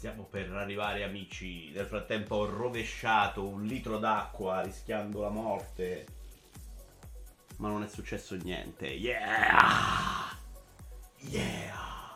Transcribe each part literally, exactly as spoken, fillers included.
Stiamo per arrivare, amici. Nel frattempo ho rovesciato un litro d'acqua rischiando la morte, ma non è successo niente. Yeah! Yeah!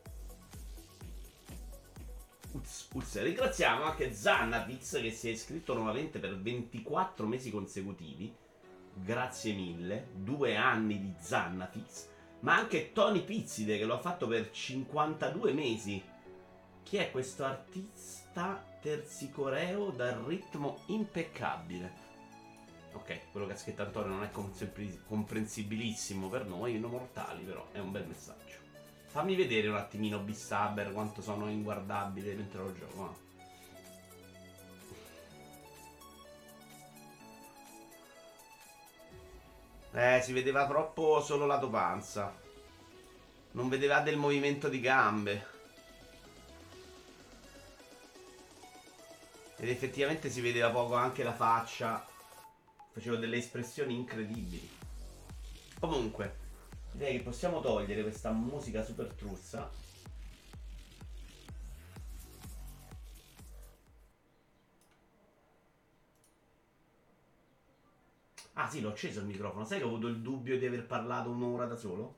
Uz, uz. Ringraziamo anche Zannaviz che si è iscritto nuovamente per ventiquattro mesi consecutivi. Grazie mille. Due anni di Zannaviz. Ma anche Tony Pizzide che lo ha fatto per cinquantadue mesi. Chi è questo artista tersicoreo dal ritmo impeccabile? Ok, quello che ha scritto Antonio non è comprensibilissimo per noi, non mortali, però è un bel messaggio. Fammi vedere un attimino Beast quanto sono inguardabile mentre lo gioco. No? Eh, si vedeva troppo solo lato panza. Non vedeva del movimento di gambe. Ed effettivamente si vedeva poco anche la faccia. Facevo delle espressioni incredibili. Comunque, direi che possiamo togliere questa musica super truzza. Ah sì, l'ho acceso il microfono. Sai che ho avuto il dubbio di aver parlato un'ora da solo?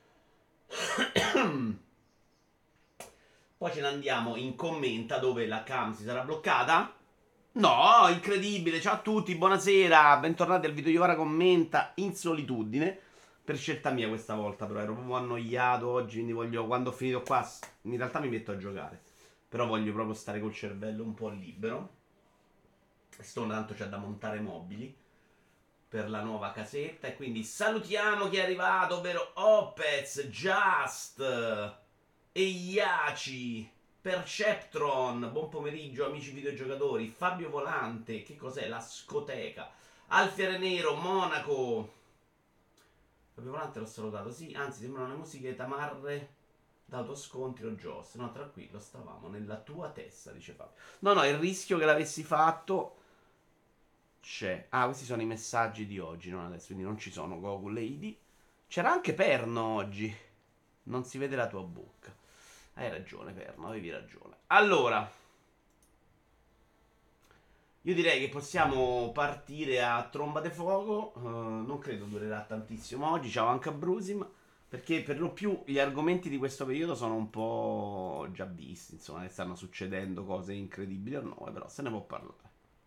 Poi ce ne andiamo in commenta dove la cam si sarà bloccata. No, incredibile. Ciao a tutti, buonasera. Bentornati al video Iovara commenta in solitudine. Per scelta mia questa volta, però ero proprio annoiato oggi, quindi voglio, quando ho finito qua, in realtà mi metto a giocare. Però voglio proprio stare col cervello un po' libero. Stone tanto c'è da montare mobili per la nuova casetta. E quindi salutiamo chi è arrivato, ovvero Opez, Just e Iaci, Perceptron, buon pomeriggio amici videogiocatori, Fabio Volante, che cos'è? La scoteca, Alfiere Nero, Monaco. Fabio Volante l'ho salutato, sì, anzi sembrano le musiche tamarre d'autoscontri o Joss. No, tranquillo, stavamo nella tua testa, dice Fabio. No, no, il rischio che l'avessi fatto c'è. Ah, questi sono i messaggi di oggi, non adesso, quindi non ci sono Goku Lady. C'era anche Perno oggi. Non si vede la tua bocca. Hai ragione, Perno, avevi ragione. Allora, io direi che possiamo partire a tromba de fuoco. Uh, non credo durerà tantissimo oggi. Ciao anche a Brusim. Perché per lo più gli argomenti di questo periodo sono un po' già visti. Insomma, ne stanno succedendo cose incredibili a noi, però se ne può parlare.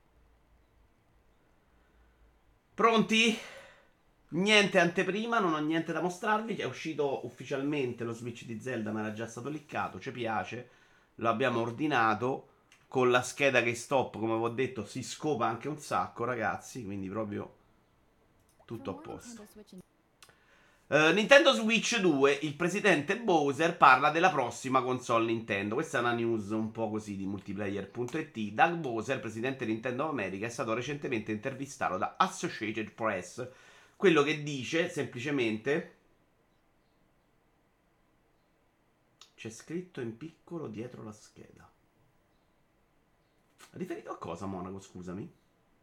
Pronti? Niente anteprima, non ho niente da mostrarvi. È uscito ufficialmente lo Switch di Zelda, ma era già stato liccato. Ci piace, lo abbiamo ordinato. Con la scheda che stop, come vi ho detto, si scopa anche un sacco, ragazzi. Quindi proprio tutto a posto. Uh, Nintendo Switch due, il presidente Bowser parla della prossima console Nintendo. Questa è una news un po' così di multiplayer punto it. Doug Bowser, presidente di Nintendo America, è stato recentemente intervistato da Associated Press. Quello che dice semplicemente, c'è scritto in piccolo dietro la scheda. Riferito a cosa, Monaco, scusami?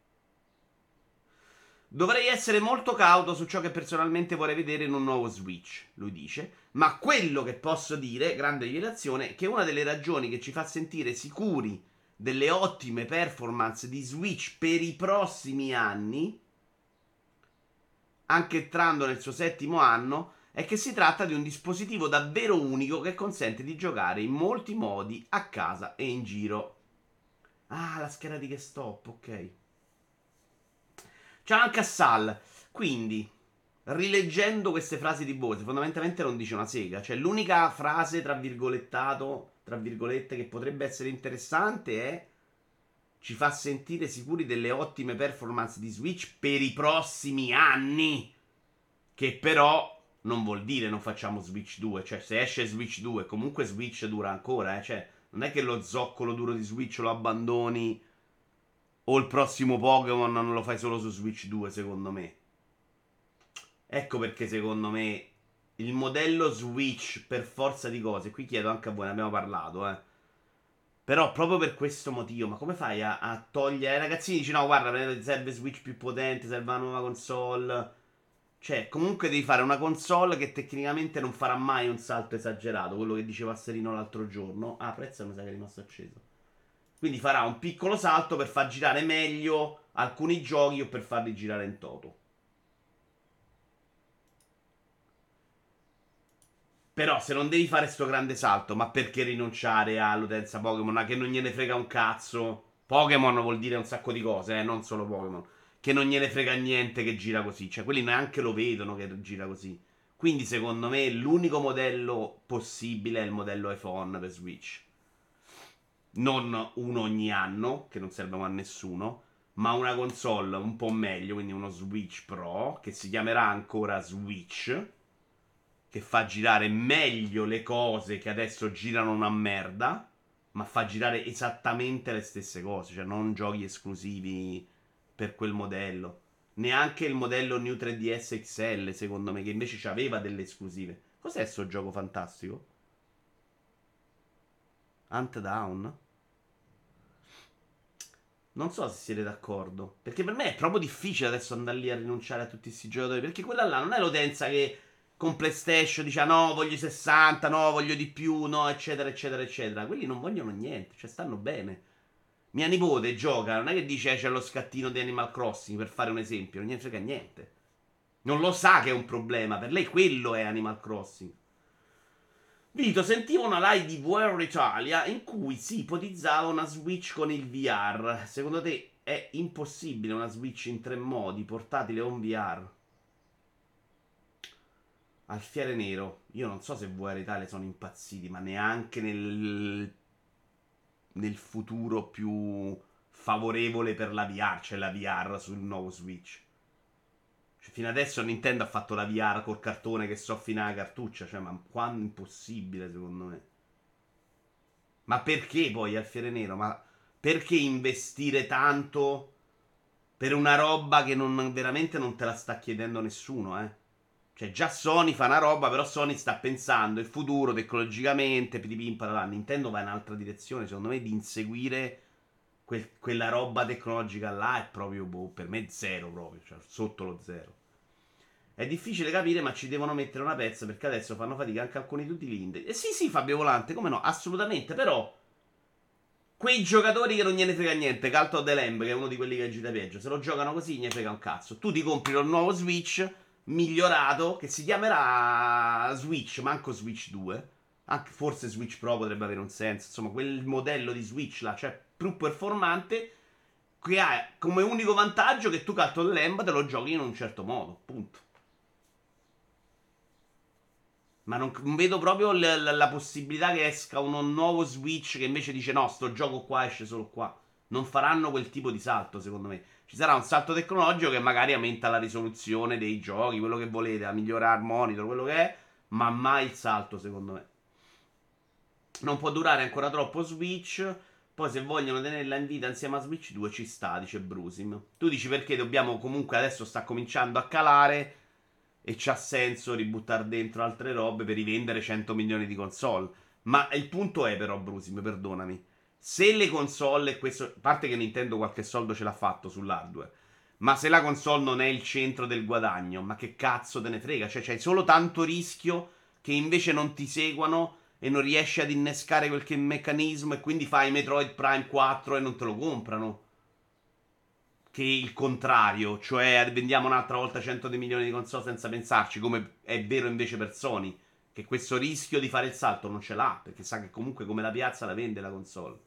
Dovrei essere molto cauto su ciò che personalmente vorrei vedere in un nuovo Switch, lui dice. Ma quello che posso dire, grande rivelazione, è che una delle ragioni che ci fa sentire sicuri delle ottime performance di Switch per i prossimi anni, anche entrando nel suo settimo anno, è che si tratta di un dispositivo davvero unico che consente di giocare in molti modi a casa e in giro. Ah, la scheda di che stop, ok. Ciao anche a Sal. Quindi, rileggendo queste frasi di Bose, fondamentalmente non dice una sega. Cioè, l'unica frase, tra virgolettato, tra virgolette, che potrebbe essere interessante è: ci fa sentire sicuri delle ottime performance di Switch per i prossimi anni. Che però non vuol dire non facciamo Switch due. Cioè, se esce Switch due, comunque Switch dura ancora, eh. Cioè, non è che lo zoccolo duro di Switch lo abbandoni o il prossimo Pokémon non lo fai solo su Switch due, secondo me. Ecco perché secondo me il modello Switch, per forza di cose, qui chiedo anche a voi, ne abbiamo parlato, eh. Però proprio per questo motivo, ma come fai a, a togliere ai ragazzini? Dici no, guarda, serve Switch più potente, serve una nuova console. Cioè, comunque devi fare una console che tecnicamente non farà mai un salto esagerato, quello che diceva Serino l'altro giorno. Ah, prezzo mi sa che è rimasto acceso. Quindi farà un piccolo salto per far girare meglio alcuni giochi o per farli girare in toto. Però se non devi fare sto grande salto, ma perché rinunciare all'utenza Pokémon? A che non gliene frega un cazzo. Pokémon vuol dire un sacco di cose, eh, non solo Pokémon. Che non gliene frega niente che gira così. Cioè, quelli neanche lo vedono che gira così. Quindi, secondo me, l'unico modello possibile è il modello iPhone per Switch. Non uno ogni anno, che non serve a nessuno, ma una console un po' meglio, quindi uno Switch Pro, che si chiamerà ancora Switch, che fa girare meglio le cose che adesso girano una merda, ma fa girare esattamente le stesse cose, cioè non giochi esclusivi per quel modello. Neanche il modello New tre D S X L, secondo me, che invece aveva delle esclusive. Cos'è sto gioco fantastico? Hunt Down? Non so se siete d'accordo. Perché per me è proprio difficile adesso andare lì a rinunciare a tutti questi giocatori. Perché quella là non è l'utenza che con PlayStation dice: "Ah, no, voglio i sessanta, no, voglio di più, no, eccetera, eccetera, eccetera." Quelli non vogliono niente, cioè stanno bene. Mia nipote gioca, non è che dice: "Eh, c'è lo scattino di Animal Crossing", per fare un esempio, non gliene frega niente. Non lo sa che è un problema, per lei quello è Animal Crossing. Vito, sentivo una live di World Italia in cui si ipotizzava una Switch con il V R. Secondo te è impossibile una Switch in tre modi, portatile o un V R? Alfiere nero. Io non so se World Italia sono impazziti, ma neanche nel, nel futuro più favorevole per la V R, cioè la V R sul nuovo Switch. Cioè, fino adesso Nintendo ha fatto la V R col cartone che soffina la cartuccia, cioè, ma quanto impossibile secondo me. Ma perché poi Alfiere Nero? Ma perché investire tanto per una roba che non, veramente non te la sta chiedendo nessuno, eh? Cioè, già Sony fa una roba, però Sony sta pensando il futuro tecnologicamente, pipim, paralà. Nintendo va in un'altra direzione, secondo me, di inseguire quel- quella roba tecnologica là è proprio, boh, per me zero proprio, cioè sotto lo zero. È difficile capire, ma ci devono mettere una pezza perché adesso fanno fatica anche alcuni utili indie. E sì, sì, Fabio Volante, come no, assolutamente, però quei giocatori che non gliene frega niente, Calto de Lamb, che è uno di quelli che gira peggio, se lo giocano così, ne frega un cazzo. Tu ti compri il nuovo Switch migliorato che si chiamerà Switch, manco Switch due. Anche forse Switch Pro potrebbe avere un senso. Insomma, quel modello di Switch là, cioè più performante, che ha come unico vantaggio che tu Calto de Lamb te lo giochi in un certo modo. Punto. Ma non, non vedo proprio l- l- la possibilità che esca uno nuovo Switch che invece dice no, sto gioco qua esce solo qua. Non faranno quel tipo di salto, secondo me. Ci sarà un salto tecnologico che magari aumenta la risoluzione dei giochi, quello che volete, a migliorare il monitor, quello che è, ma mai il salto, secondo me. Non può durare ancora troppo Switch. Poi se vogliono tenerla in vita insieme a Switch due ci sta, dice Brusim. Tu dici perché dobbiamo comunque adesso sta cominciando a calare e c'ha senso ributtare dentro altre robe per rivendere cento milioni di console. Ma il punto è però, Brusim, perdonami. Se le console, e questo, a parte che Nintendo qualche soldo ce l'ha fatto sull'hardware, ma se la console non è il centro del guadagno, ma che cazzo te ne frega? Cioè, c'hai solo tanto rischio che invece non ti seguano e non riesci ad innescare quel che meccanismo e quindi fai Metroid Prime quattro e non te lo comprano. Che il contrario, cioè vendiamo un'altra volta cento milioni di console senza pensarci, come è vero invece per Sony, che questo rischio di fare il salto non ce l'ha, perché sa che comunque come la piazza la vende la console.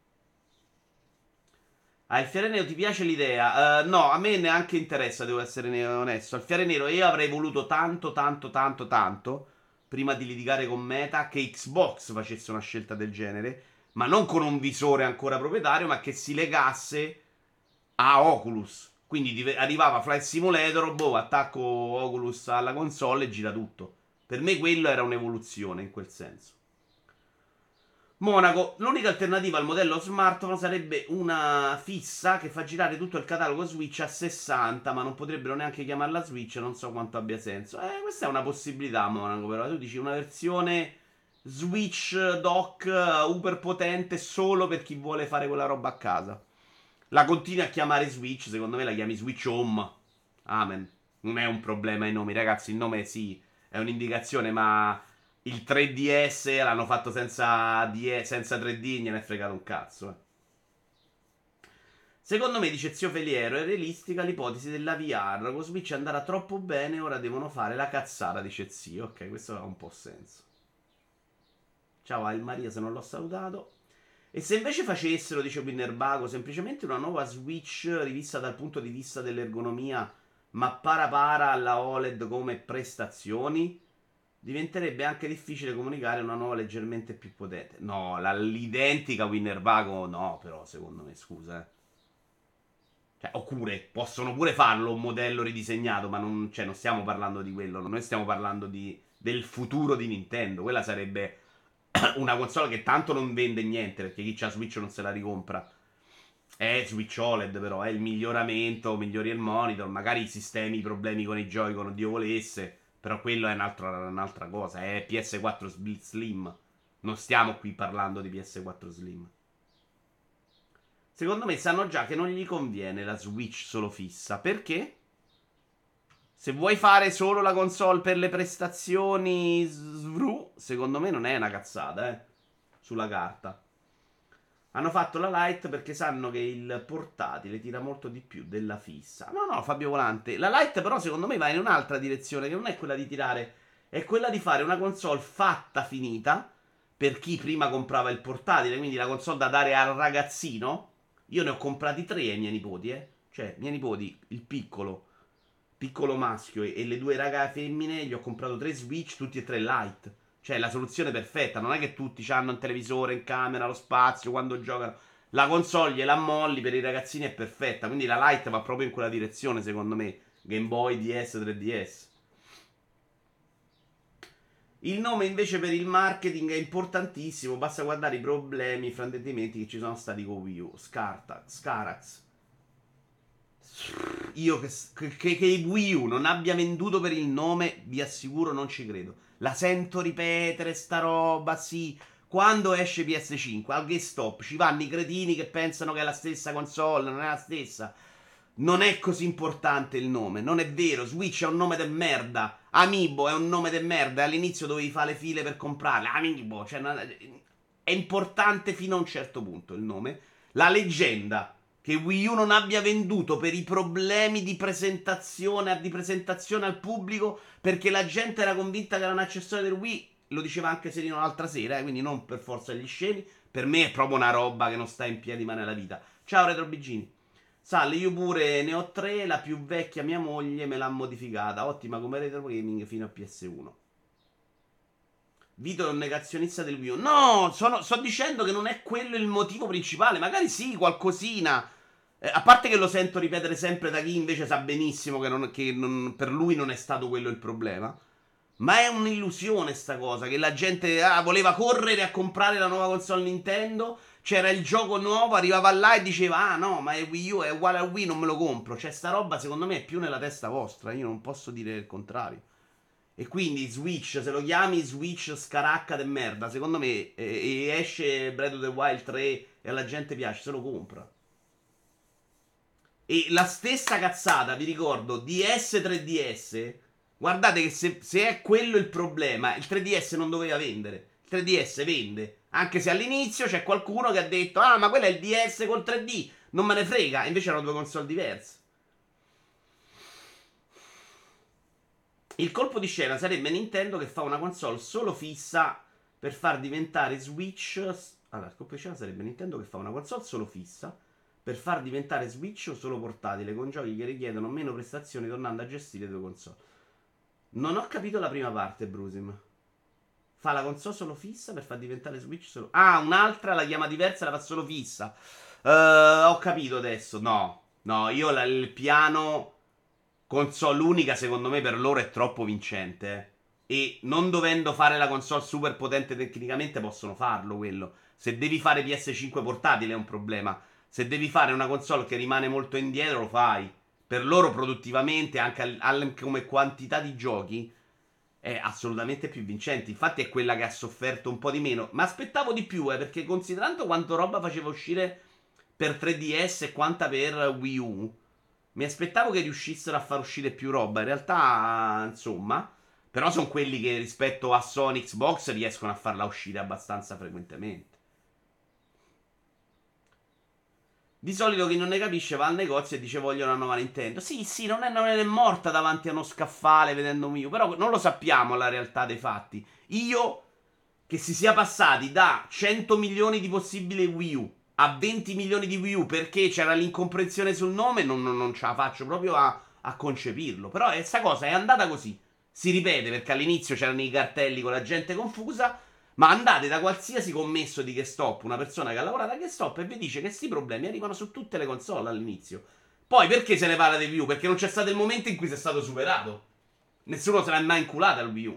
Ah, il fiare nero ti piace l'idea? Uh, no, a me neanche interessa, devo essere onesto. Al fiare nero io avrei voluto tanto, tanto, tanto, tanto, prima di litigare con Meta, che Xbox facesse una scelta del genere, ma non con un visore ancora proprietario, ma che si legasse a Oculus. Quindi dive- arrivava Flight Simulator, boh, attacco Oculus alla console e gira tutto. Per me quello era un'evoluzione in quel senso. Monaco, l'unica alternativa al modello smartphone sarebbe una fissa che fa girare tutto il catalogo Switch a sessanta, ma non potrebbero neanche chiamarla Switch, non so quanto abbia senso. Eh, questa è una possibilità, Monaco, però tu dici una versione Switch dock uh, uber potente solo per chi vuole fare quella roba a casa. La continui a chiamare Switch, secondo me la chiami Switch Home. Amen. Non è un problema i nomi, ragazzi. Il nome sì, è un'indicazione, ma il tre D S l'hanno fatto senza, D- senza tre D, gliene è fregato un cazzo. Eh. Secondo me, dice Zio Feliero, è realistica l'ipotesi della V R. Con Switch è andata troppo bene, ora devono fare la cazzata, dice Zio. Ok, questo ha un po' senso. Ciao Al Maria, se non l'ho salutato. E se invece facessero, dice Winnerbago, semplicemente una nuova Switch rivista dal punto di vista dell'ergonomia, ma para para alla O L E D come prestazioni, diventerebbe anche difficile comunicare una nuova leggermente più potente. No, la, l'identica Winnerbago no, però secondo me, scusa. Eh. Cioè, oppure, possono pure farlo un modello ridisegnato, ma non, cioè, non stiamo parlando di quello. Noi stiamo parlando di, del futuro di Nintendo. Quella sarebbe una console che tanto non vende niente, perché chi c'ha Switch non se la ricompra. È Switch O L E D però, è il miglioramento, migliori il monitor, magari i sistemi, i problemi con i Joy-Con, Dio volesse, però quello è un'altra, un'altra cosa, è P S quattro Slim. Non stiamo qui parlando di P S quattro Slim. Secondo me sanno già che non gli conviene la Switch solo fissa, perché? Se vuoi fare solo la console per le prestazioni svru, secondo me non è una cazzata, eh, sulla carta. Hanno fatto la Lite perché sanno che il portatile tira molto di più della fissa. No, no, Fabio Volante. La Lite però secondo me va in un'altra direzione, che non è quella di tirare, è quella di fare una console fatta, finita, per chi prima comprava il portatile, quindi la console da dare al ragazzino. Io ne ho comprati tre ai miei nipoti, eh. Cioè, miei nipoti, il piccolo, piccolo maschio e, e le due ragazze femmine, gli ho comprato tre Switch, tutti e tre Lite. Cioè, la soluzione perfetta. Non è che tutti hanno un televisore in camera, lo spazio, quando giocano. La console gliela molli per i ragazzini è perfetta. Quindi la Lite va proprio in quella direzione, secondo me. Game Boy, D S, tre D S. Il nome invece per il marketing è importantissimo. Basta guardare i problemi, i fraintendimenti che ci sono stati con Wii U. Scarta, Scarax. Io che, che, che il Wii U non abbia venduto per il nome, vi assicuro, non ci credo. La sento ripetere sta roba, sì. Quando esce P S cinque al GameStop ci vanno i cretini che pensano che è la stessa console, non è la stessa. Non è così importante il nome, non è vero. Switch è un nome de merda. Amiibo è un nome de merda. All'inizio dovevi fare le file per comprarle. Amiibo, cioè, è importante fino a un certo punto il nome. La leggenda che Wii U non abbia venduto per i problemi di presentazione, di presentazione al pubblico, perché la gente era convinta che era un accessorio del Wii. Lo diceva anche Serino l'altra sera, eh, quindi non per forza gli scemi. Per me è proprio una roba che non sta in piedi mai nella vita. Ciao Retro Bigini. Sale, io pure ne ho tre, la più vecchia mia moglie me l'ha modificata, ottima come retro gaming fino a P S uno. Vito è un negazionista del Wii U. No, sono, sto dicendo che non è quello il motivo principale, magari sì, qualcosina. Eh, a parte che lo sento ripetere sempre da chi invece sa benissimo che, non, che non, per lui non è stato quello il problema. Ma è un'illusione sta cosa, che la gente ah, voleva correre a comprare la nuova console Nintendo, c'era il gioco nuovo, arrivava là e diceva ah no, ma è Wii U, è uguale a Wii, non me lo compro. Cioè sta roba secondo me è più nella testa vostra, io non posso dire il contrario. E quindi Switch, se lo chiami Switch scaracca de merda, secondo me e, e esce Breath of the Wild tre e alla gente piace, se lo compra. E la stessa cazzata, vi ricordo, D S tre D S. Guardate che se, se è quello il problema, il tre D S non doveva vendere. Il tre D S vende. Anche se all'inizio c'è qualcuno che ha detto: ah, ma quello è il D S col tre D. Non me ne frega. Invece erano due console diverse. Il colpo di scena sarebbe Nintendo che fa una console solo fissa per far diventare Switch. Allora, il colpo di scena sarebbe Nintendo che fa una console solo fissa per far diventare Switch solo portatile con giochi che richiedono meno prestazioni tornando a gestire due console. Non ho capito la prima parte, Brusim. Fa la console solo fissa per far diventare Switch solo. Ah, un'altra la chiama diversa e la fa solo fissa. Uh, ho capito adesso. No, no, io la, il piano console unica secondo me per loro è troppo vincente. Eh. E non dovendo fare la console super potente tecnicamente possono farlo quello. Se devi fare P S cinque portatile è un problema. Se devi fare una console che rimane molto indietro lo fai. Per loro produttivamente, anche al, al, come quantità di giochi, è assolutamente più vincente. Infatti è quella che ha sofferto un po' di meno. Ma aspettavo di più, eh, perché considerando quanto roba faceva uscire per tre D S e quanta per Wii U, Mi aspettavo che riuscissero a far uscire più roba. In realtà, insomma. Però sono quelli che rispetto a Sony Xbox riescono a farla uscire abbastanza frequentemente. Di solito chi non ne capisce va al negozio e dice voglio una nuova Nintendo. Sì, sì, non è, non è morta davanti a uno scaffale vedendo Wii U. Però non lo sappiamo la realtà dei fatti. Io, che si sia passati da cento milioni di possibili Wii U a venti milioni di Wii U perché c'era l'incomprensione sul nome, non, non, non ce la faccio proprio a, a concepirlo. Però questa cosa è andata così. Si ripete perché all'inizio c'erano i cartelli con la gente confusa. Ma andate da qualsiasi commesso di GameStop, una persona che ha lavorato a GameStop e vi dice che questi problemi arrivano su tutte le console all'inizio. Poi perché se ne parla di Wii U? Perché non c'è stato il momento in cui si è stato superato. Nessuno se l'ha mai inculata al Wii U.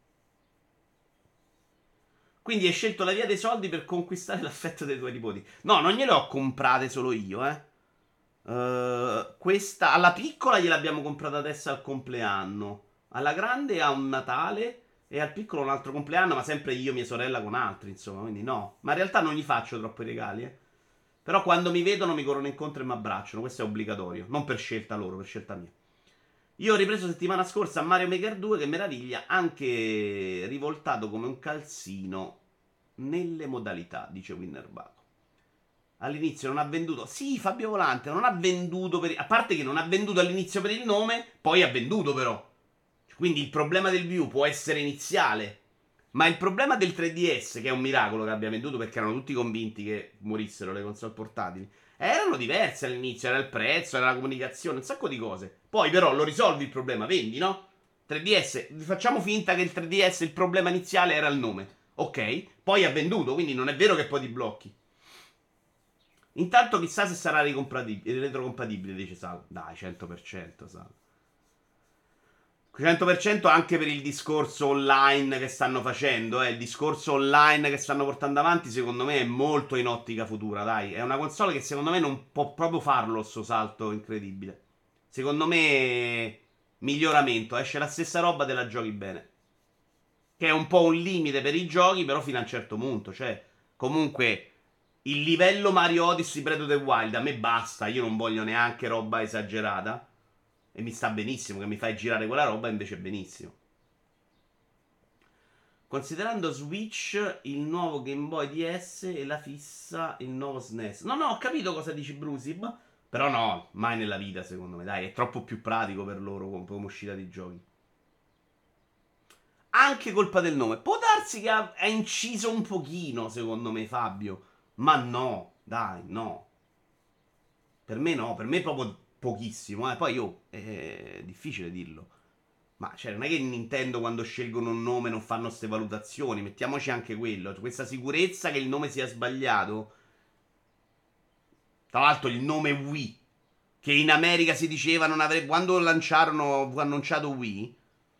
Quindi hai scelto la via dei soldi per conquistare l'affetto dei tuoi nipoti. No, non gliele ho comprate solo io, eh. Uh, questa alla piccola gliel'abbiamo comprata adesso al compleanno. Alla grande a un Natale. E al piccolo un altro compleanno, ma sempre io, mia sorella con altri, insomma, quindi no. Ma in realtà non gli faccio troppo i regali, eh. Però quando mi vedono mi corrono incontro e mi abbracciano, questo è obbligatorio. Non per scelta loro, per scelta mia. Io ho ripreso settimana scorsa Mario Maker due, che meraviglia, anche rivoltato come un calzino nelle modalità, dice Winnerbago. All'inizio non ha venduto. Sì, Fabio Volante, non ha venduto per... A parte che non ha venduto all'inizio per il nome, poi ha venduto però. Quindi il problema del Wii U può essere iniziale. Ma il problema del tre D S, che è un miracolo che abbia venduto perché erano tutti convinti che morissero le console portatili, erano diverse all'inizio. Era il prezzo, era la comunicazione, un sacco di cose. Poi però lo risolvi il problema, vendi, no? tre D S, facciamo finta che il tre D S il problema iniziale era il nome. Ok? Poi ha venduto, quindi non è vero che poi ti blocchi. Intanto chissà se sarà retrocompatibile, dice Sal. Dai, cento per cento, Sal. cento per cento anche per il discorso online che stanno facendo, eh. Il discorso online che stanno portando avanti, secondo me, è molto in ottica futura, dai. È una console che secondo me non può proprio farlo, sto salto incredibile. Secondo me, miglioramento. Esce la stessa roba, te la giochi bene. Che è un po' un limite per i giochi, però fino a un certo punto. Cioè, comunque, il livello Mario Odyssey Breath of the Wild a me basta. Io non voglio neanche roba esagerata. E mi sta benissimo che mi fai girare quella roba, invece benissimo. Considerando Switch, il nuovo Game Boy D S e la fissa, il nuovo S N E S. No, no, ho capito cosa dici, Brusib. Però no, mai nella vita, secondo me. Dai, è troppo più pratico per loro come, come uscita di giochi. Anche colpa del nome. Può darsi che ha, ha inciso un pochino, secondo me, Fabio. Ma no, dai, no. Per me no, per me proprio pochissimo. Eh. Poi, oh, è difficile dirlo. Ma cioè, non è che Nintendo quando scelgono un nome non fanno queste valutazioni. Mettiamoci anche quello. Questa sicurezza che il nome sia sbagliato. Tra l'altro il nome Wii, che in America si diceva non avrebbe... Quando lanciarono, fu annunciato Wii,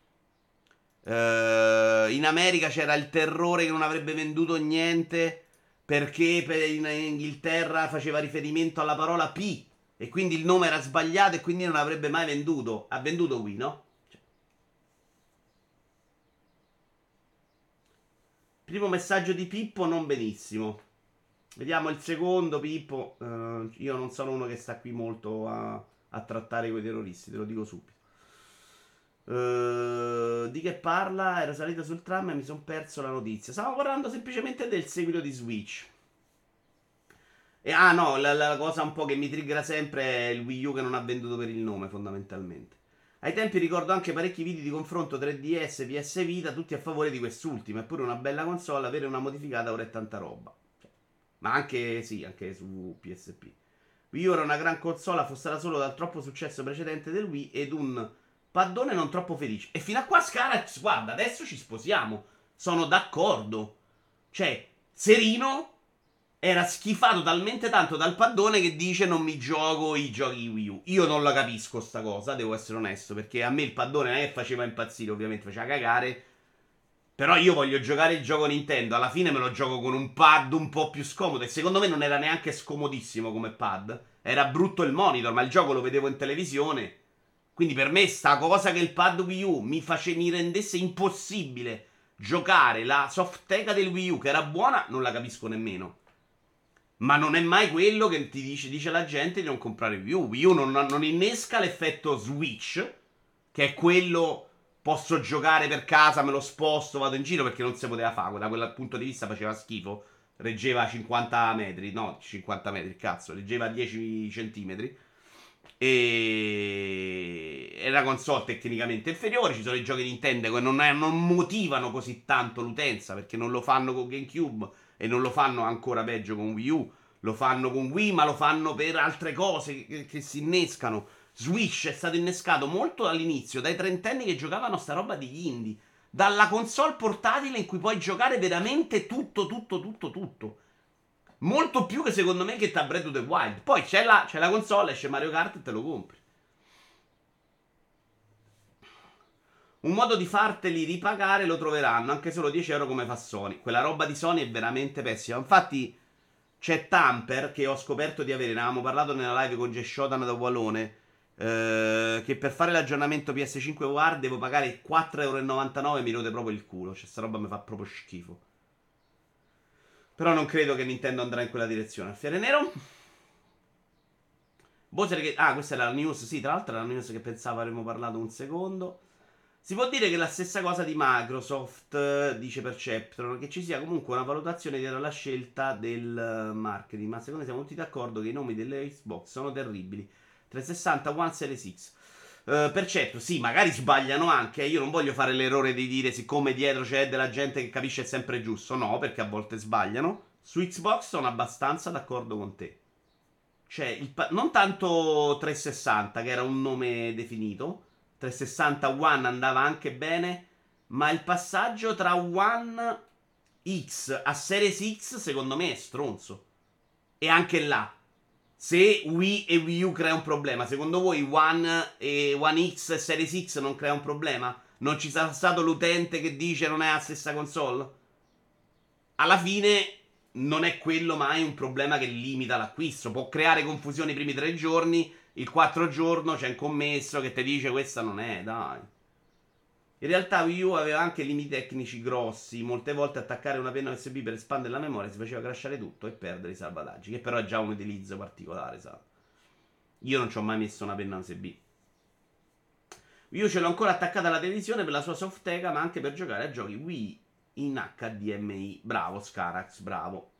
eh, in America c'era il terrore che non avrebbe venduto niente perché per in Inghilterra faceva riferimento alla parola P e quindi il nome era sbagliato e quindi non avrebbe mai venduto. Ha venduto Wii, no? Primo messaggio di Pippo, non benissimo. Vediamo il secondo, Pippo. Uh, io non sono uno che sta qui molto a, a trattare con i terroristi, te lo dico subito. Uh, di che parla? Ero salito sul tram e mi sono perso la notizia. Stavamo parlando semplicemente del seguito di Switch. E ah no, la, la cosa un po' che mi triggera sempre è il Wii U che non ha venduto per il nome, fondamentalmente. Ai tempi ricordo anche parecchi video di confronto tre D S, P S Vita, tutti a favore di quest'ultima. Eppure una bella console, avere una modificata ora è tanta roba. Ma anche, sì, anche su P S P. Wii U era una gran console, affossata solo dal troppo successo precedente del Wii ed un paddone non troppo felice. E fino a qua, Scarlett, guarda, adesso ci sposiamo. Sono d'accordo. Cioè, Serino era schifato talmente tanto dal paddone che dice non mi gioco i giochi Wii U. Io non la capisco sta cosa, devo essere onesto, perché a me il paddone non è che faceva impazzire, ovviamente faceva cagare. Però io voglio giocare il gioco Nintendo, alla fine me lo gioco con un pad un po' più scomodo e secondo me non era neanche scomodissimo come pad. Era brutto il monitor, ma il gioco lo vedevo in televisione. Quindi per me sta cosa che il pad Wii U mi, face, mi rendesse impossibile giocare la softeca del Wii U che era buona, non la capisco nemmeno. Ma non è mai quello che ti dice, dice la gente di non comprare Wii U. Wii U non, non innesca l'effetto Switch, che è quello posso giocare per casa, me lo sposto, vado in giro, perché non si poteva fare. Da quel punto di vista faceva schifo. Reggeva cinquanta metri, no, cinquanta metri, cazzo, reggeva dieci centimetri. E è una console tecnicamente inferiore. Ci sono i giochi Nintendo che non, è, non motivano così tanto l'utenza, perché non lo fanno con GameCube e non lo fanno ancora peggio con Wii U. Lo fanno con Wii, ma lo fanno per altre cose che, che si innescano. Switch è stato innescato molto all'inizio dai trentenni che giocavano sta roba degli indie. Dalla console portatile in cui puoi giocare veramente tutto, tutto, tutto, tutto. Molto più che secondo me che da Breath of the Wild. Poi c'è la, c'è la console, esce Mario Kart e te lo compri. Un modo di farteli ripagare lo troveranno, anche solo dieci euro come fa Sony. Quella roba di Sony è veramente pessima. Infatti c'è Tamper che ho scoperto di avere, ne avevamo parlato nella live con Jay Shodan da Wallone, eh, che per fare l'aggiornamento P S cinque War devo pagare quattro e novantanove euro e mi rode proprio il culo. Cioè sta roba mi fa proprio schifo. Però non credo che Nintendo andrà in quella direzione. Alfiere Nero? Bowser che... Ah, questa era la news. Sì, tra l'altro era la news che pensavo avremmo parlato un secondo. Si può dire che la stessa cosa di Microsoft, eh, dice Perceptron, che ci sia comunque una valutazione dietro la scelta del marketing. Ma secondo me siamo tutti d'accordo che i nomi delle Xbox sono terribili. trecentosessanta, One Series X. Uh, Perceptron, sì, magari sbagliano anche. Io non voglio fare l'errore di dire siccome dietro c'è della gente che capisce sempre giusto. No, perché a volte sbagliano. Su Xbox sono abbastanza d'accordo con te. Cioè, il pa- non tanto trecentosessanta, che era un nome definito. trecentosessanta One andava anche bene. Ma il passaggio tra One X a Series X, secondo me, è stronzo. E anche là, se Wii e Wii U crea un problema, secondo voi One e One X e Series X non crea un problema? Non ci sarà stato l'utente che dice non è la stessa console? Alla fine non è quello mai un problema che limita l'acquisto. Può creare confusione i primi tre giorni, il quarto giorno c'è un commesso che ti dice questa non è, dai. In realtà Wii U aveva anche limiti tecnici grossi. Molte volte attaccare una penna U S B per espandere la memoria si faceva crashare tutto e perdere i salvataggi. Che però è già un utilizzo particolare, sa. Io non ci ho mai messo una penna U S B. Wii U ce l'ho ancora attaccata alla televisione per la sua softeca, ma anche per giocare a giochi Wii in H D M I. Bravo Scarax, bravo.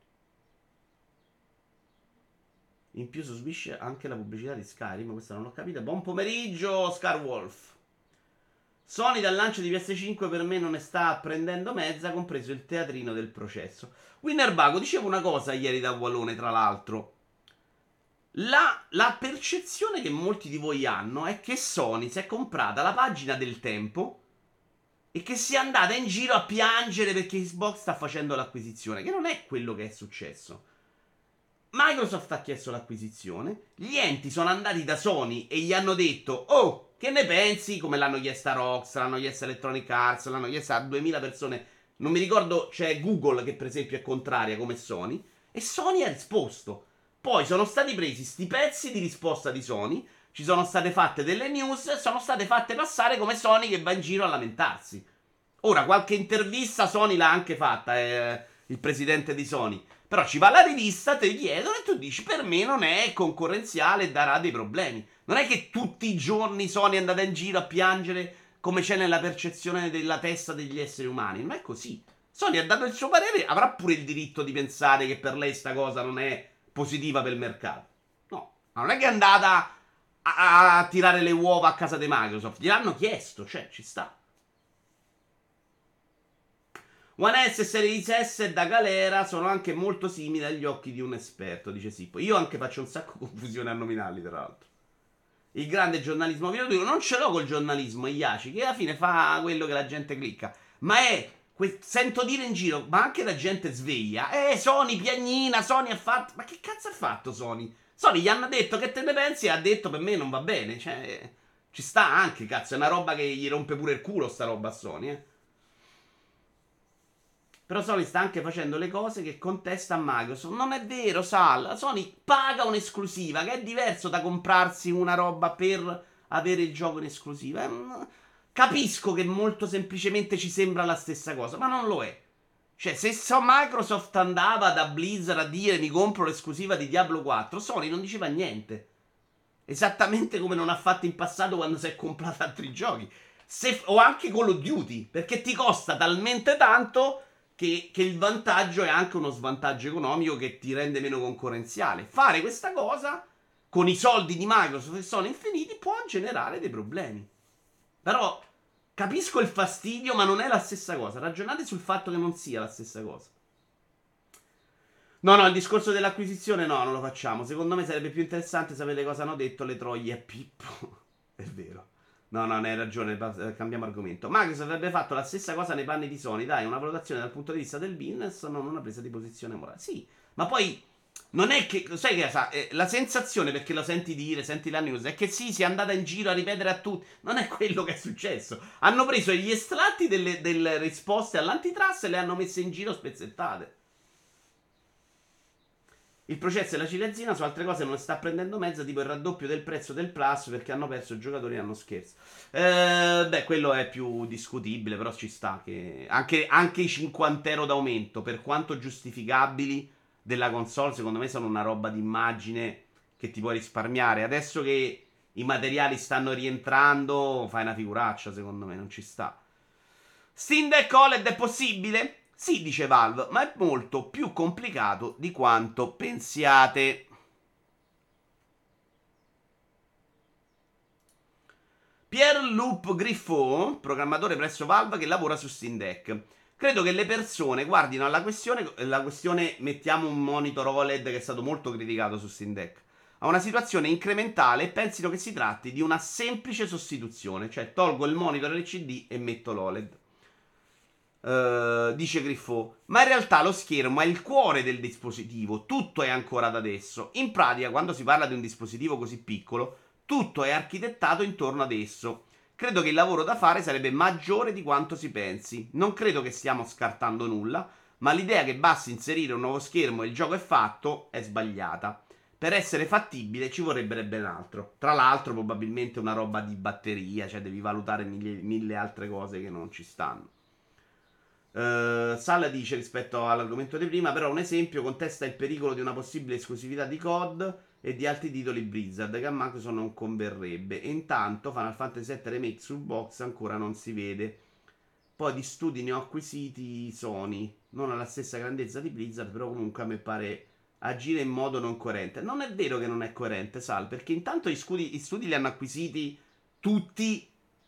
In più subisce anche la pubblicità di Skyrim, questa non l'ho capita. Buon pomeriggio Scarwolf. Sony dal lancio di P S cinque per me non ne sta prendendo mezza, compreso il teatrino del processo. Winnerbago, dicevo una cosa ieri da Wallone, tra l'altro. La, la percezione che molti di voi hanno è che Sony si è comprata la pagina del tempo e che sia andata in giro a piangere perché Xbox sta facendo l'acquisizione, che non è quello che è successo. Microsoft ha chiesto l'acquisizione, gli enti sono andati da Sony e gli hanno detto oh, che ne pensi? Come l'hanno chiesta Rockstar, l'hanno chiesta Electronic Arts, l'hanno chiesta a duemila persone. Non mi ricordo, c'è Google che per esempio è contraria come Sony. E Sony ha risposto. Poi sono stati presi sti pezzi di risposta di Sony, ci sono state fatte delle news e sono state fatte passare come Sony che va in giro a lamentarsi. Ora, qualche intervista Sony l'ha anche fatta, eh, il presidente di Sony. Però ci va la rivista, te chiedono e tu dici per me non è concorrenziale e darà dei problemi. Non è che tutti i giorni Sony è andata in giro a piangere come c'è nella percezione della testa degli esseri umani. Non è così. Sony ha dato il suo parere, avrà pure il diritto di pensare che per lei sta cosa non è positiva per il mercato. No, ma non è che è andata a, a tirare le uova a casa di Microsoft. Gliel'hanno chiesto, cioè ci sta. One S e Series S da galera sono anche molto simili agli occhi di un esperto, dice Sippo. Io anche faccio un sacco di confusione a nominarli, tra l'altro. Il grande giornalismo videoludico non ce l'ho col giornalismo, Iaci, che alla fine fa quello che la gente clicca. Ma è, que- sento dire in giro, ma anche la gente sveglia. Eh, Sony piagnina, Sony ha fatto... Ma che cazzo ha fatto Sony? Sony gli hanno detto che te ne pensi e ha detto per me non va bene. Cioè, ci sta anche, cazzo, è una roba che gli rompe pure il culo sta roba a Sony, eh. Però Sony sta anche facendo le cose che contesta a Microsoft. Non è vero, Sal. Sony paga un'esclusiva, che è diverso da comprarsi una roba per avere il gioco in esclusiva. Capisco che molto semplicemente ci sembra la stessa cosa, ma non lo è. Cioè, se so Microsoft andava da Blizzard a dire mi compro l'esclusiva di Diablo quattro, Sony non diceva niente. Esattamente come non ha fatto in passato quando si è comprato altri giochi. Se, o anche Call of Duty, perché ti costa talmente tanto che, che il vantaggio è anche uno svantaggio economico che ti rende meno concorrenziale. Fare questa cosa con i soldi di Microsoft che sono infiniti può generare dei problemi. Però capisco il fastidio, ma non è la stessa cosa. Ragionate sul fatto che non sia la stessa cosa. No, no, il discorso dell'acquisizione no, non lo facciamo. Secondo me sarebbe più interessante sapere cosa hanno detto le troie a Pippo. È vero. No, no, ne hai ragione, cambiamo argomento. Microsoft avrebbe fatto la stessa cosa nei panni di Sony, dai, una valutazione dal punto di vista del business, non una presa di posizione morale. Sì, ma poi non è che, sai che sa, eh, la sensazione, perché lo senti dire, senti la news, è che sì, si è andata in giro a ripetere a tutti. Non è quello che è successo. Hanno preso gli estratti delle, delle risposte all'antitrust e le hanno messe in giro spezzettate. Il processo e la cilezzina su altre cose non sta prendendo mezzo, tipo il raddoppio del prezzo del plus perché hanno perso i giocatori e hanno scherzo. Eh, beh, quello è più discutibile, però ci sta che anche, anche i cinquanta euro d'aumento, per quanto giustificabili della console, secondo me sono una roba d'immagine che ti puoi risparmiare. Adesso che i materiali stanno rientrando, fai una figuraccia, secondo me, non ci sta. Steam Deck O L E D è possibile? Sì, dice Valve, ma è molto più complicato di quanto pensiate. Pierre-Loup Griffon, programmatore presso Valve che lavora su Steam Deck. Credo che le persone guardino alla questione, la questione mettiamo un monitor O L E D che è stato molto criticato su Steam Deck, a una situazione incrementale e pensino che si tratti di una semplice sostituzione, cioè tolgo il monitor L C D e metto l'O L E D. Uh, dice Griffo, ma in realtà lo schermo è il cuore del dispositivo, tutto è ancora da adesso. In pratica, quando si parla di un dispositivo così piccolo, tutto è architettato intorno ad esso. Credo che il lavoro da fare sarebbe maggiore di quanto si pensi. Non credo che stiamo scartando nulla, ma l'idea che basti inserire un nuovo schermo e il gioco è fatto è sbagliata. Per essere fattibile ci vorrebbe ben altro. Tra l'altro, probabilmente una roba di batteria, cioè devi valutare mille, mille altre cose che non ci stanno. Uh, Salla dice rispetto all'argomento di prima, però un esempio contesta il pericolo di una possibile esclusività di C O D e di altri titoli Blizzard che a Microsoft non converrebbe. E intanto Final Fantasy sette Remake sul box ancora non si vede. Poi di studi ne ho acquisiti Sony, non alla stessa grandezza di Blizzard, però comunque a me pare agire in modo non coerente. Non è vero che non è coerente, Sal, perché intanto gli studi, gli studi li hanno acquisiti tutti.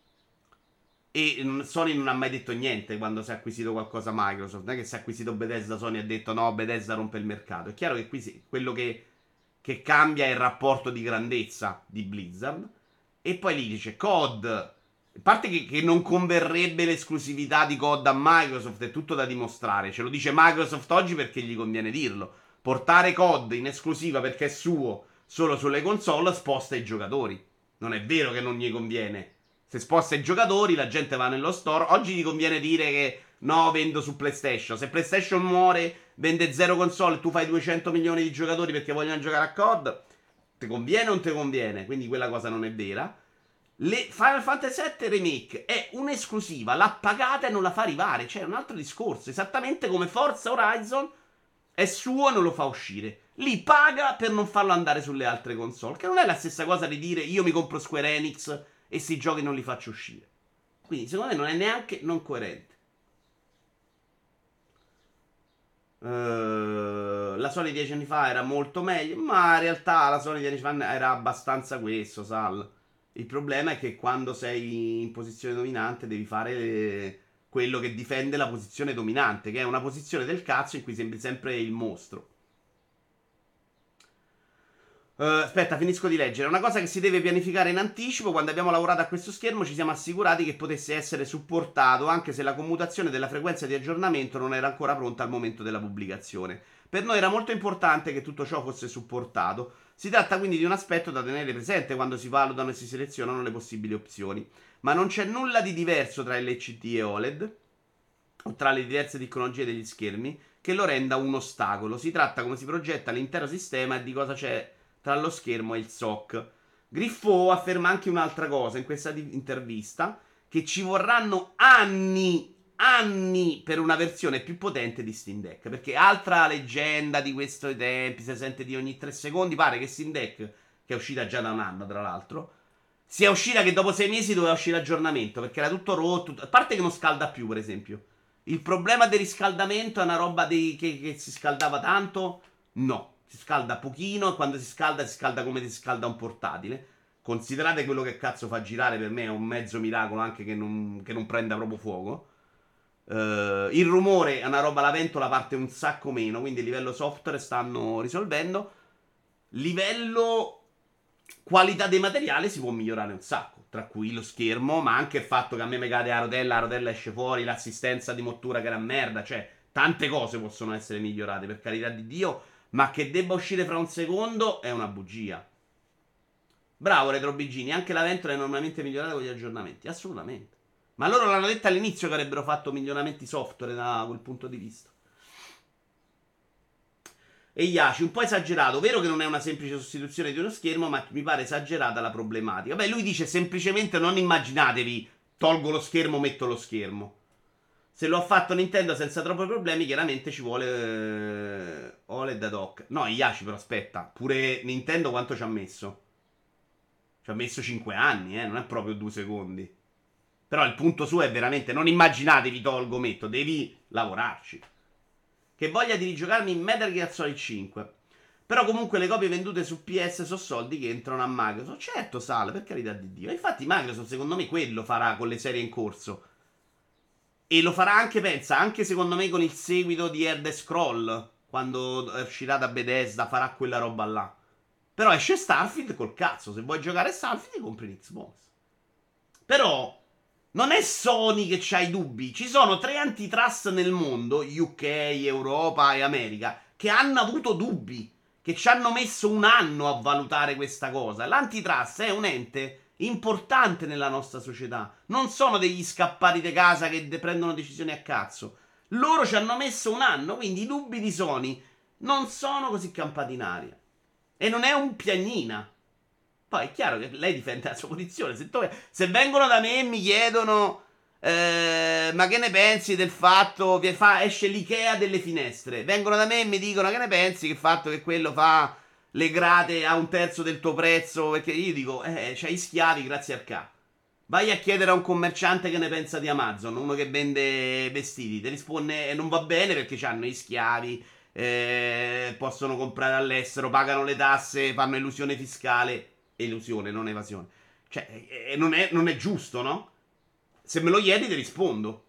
E Sony non ha mai detto niente quando si è acquisito qualcosa Microsoft. Non è che si è acquisito Bethesda, Sony ha detto no, Bethesda rompe il mercato. È chiaro che qui si, quello che, che cambia è il rapporto di grandezza di Blizzard. E poi lì dice C O D. A parte che, che non converrebbe l'esclusività di C O D a Microsoft, è tutto da dimostrare. Ce lo dice Microsoft oggi perché gli conviene dirlo. Portare C O D in esclusiva perché è suo solo sulle console sposta i giocatori. Non è vero che non gli conviene. Se sposta i giocatori, la gente va nello store. Oggi gli conviene dire che no, vendo su PlayStation. Se PlayStation muore, vende zero console, tu fai duecento milioni di giocatori perché vogliono giocare a C O D. Ti conviene o non ti conviene? Quindi quella cosa non è vera. Le Final Fantasy sette Remake è un'esclusiva, l'ha pagata e non la fa arrivare. Cioè, è un altro discorso. Esattamente come Forza Horizon è suo e non lo fa uscire. Lì paga per non farlo andare sulle altre console. Che non è la stessa cosa di dire io mi compro Square Enix e questi giochi non li faccio uscire. Quindi secondo me non è neanche non coerente. Uh, la Sony dieci anni fa era molto meglio, ma in realtà la Sony dieci anni fa era abbastanza questo, Sal. Il problema è che quando sei in posizione dominante devi fare le... quello che difende la posizione dominante, che è una posizione del cazzo in cui sembri sempre il mostro. Uh, aspetta, finisco di leggere. Una cosa che si deve pianificare in anticipo. Quando abbiamo lavorato a questo schermo ci siamo assicurati che potesse essere supportato, anche se la commutazione della frequenza di aggiornamento non era ancora pronta al momento della pubblicazione. Per noi era molto importante che tutto ciò fosse supportato. Si tratta quindi di un aspetto da tenere presente quando si valutano e si selezionano le possibili opzioni. Ma non c'è nulla di diverso tra L C D e O L E D, o tra le diverse tecnologie degli schermi, che lo renda un ostacolo. Si tratta come si progetta l'intero sistema e di cosa c'è tra lo schermo e il S O C. Griffo afferma anche un'altra cosa in questa intervista, che ci vorranno anni anni per una versione più potente di Steam Deck. Perché altra leggenda di questi tempi, si sente di ogni tre secondi, pare che Steam Deck, che è uscita già da un anno tra l'altro, sia uscita che dopo sei mesi doveva uscire l'aggiornamento, perché era tutto rotto. A parte che non scalda più, per esempio. Il problema del riscaldamento è una roba dei, che, che si scaldava tanto? No, si scalda pochino e quando si scalda si scalda come si scalda un portatile. Considerate quello che cazzo fa girare, per me è un mezzo miracolo anche che non, che non prenda proprio fuoco. Uh, il rumore è una roba, la ventola parte un sacco meno, quindi il livello software stanno risolvendo. Livello qualità dei materiali si può migliorare un sacco, tra cui lo schermo, ma anche il fatto che a me mi cade la rotella, la rotella esce fuori, l'assistenza di mottura che era merda, cioè tante cose possono essere migliorate, per carità di Dio, ma che debba uscire fra un secondo è una bugia. Bravo Retro Bigini, anche la ventola è normalmente migliorata con gli aggiornamenti, assolutamente. Ma loro l'hanno detto all'inizio che avrebbero fatto miglioramenti software da quel punto di vista. E Yashi, un po' esagerato, vero che non è una semplice sostituzione di uno schermo, ma mi pare esagerata la problematica. Beh, lui dice semplicemente non immaginatevi, tolgo lo schermo, metto lo schermo. Se lo ha fatto Nintendo senza troppi problemi, chiaramente ci vuole eh, O L E D ad hoc. No, Yashi, però aspetta, pure Nintendo quanto ci ha messo? Ci ha messo cinque anni, eh, non è proprio due secondi. Però il punto suo è veramente non immaginatevi tolgo, metto, devi lavorarci. Che voglia di rigiocarmi in Metal Gear Solid cinque. Però comunque le copie vendute su P S sono soldi che entrano a Microsoft. Certo, Sale, per carità di Dio. Infatti Microsoft secondo me quello farà con le serie in corso. E lo farà anche, pensa, anche secondo me con il seguito di Elder Scroll. Quando uscirà da Bethesda farà quella roba là. Però esce Starfield col cazzo. Se vuoi giocare a Starfield ti compri un Xbox. Però non è Sony che c'ha i dubbi. Ci sono tre antitrust nel mondo, U K, Europa e America, che hanno avuto dubbi. Che ci hanno messo un anno a valutare questa cosa. L'antitrust è un ente importante nella nostra società. Non sono degli scappati di casa che de- prendono decisioni a cazzo. Loro ci hanno messo un anno, quindi i dubbi di Sony non sono così campati in aria. E non è un piagnina. Poi è chiaro che lei difende la sua posizione. Se, to- se vengono da me e mi chiedono eh, ma che ne pensi del fatto che fa, esce l'Ikea delle finestre, vengono da me e mi dicono che ne pensi che il fatto che quello fa le grate a un terzo del tuo prezzo, perché io dico eh, c'hai schiavi grazie al K. Vai a chiedere a un commerciante che ne pensa di Amazon, uno che vende vestiti, ti risponde non va bene perché hanno gli schiavi, eh, possono comprare all'estero, pagano le tasse, fanno illusione fiscale. Elusione, non evasione. Cioè, eh, non, è, non è giusto, no? Se me lo chiedi, ti rispondo.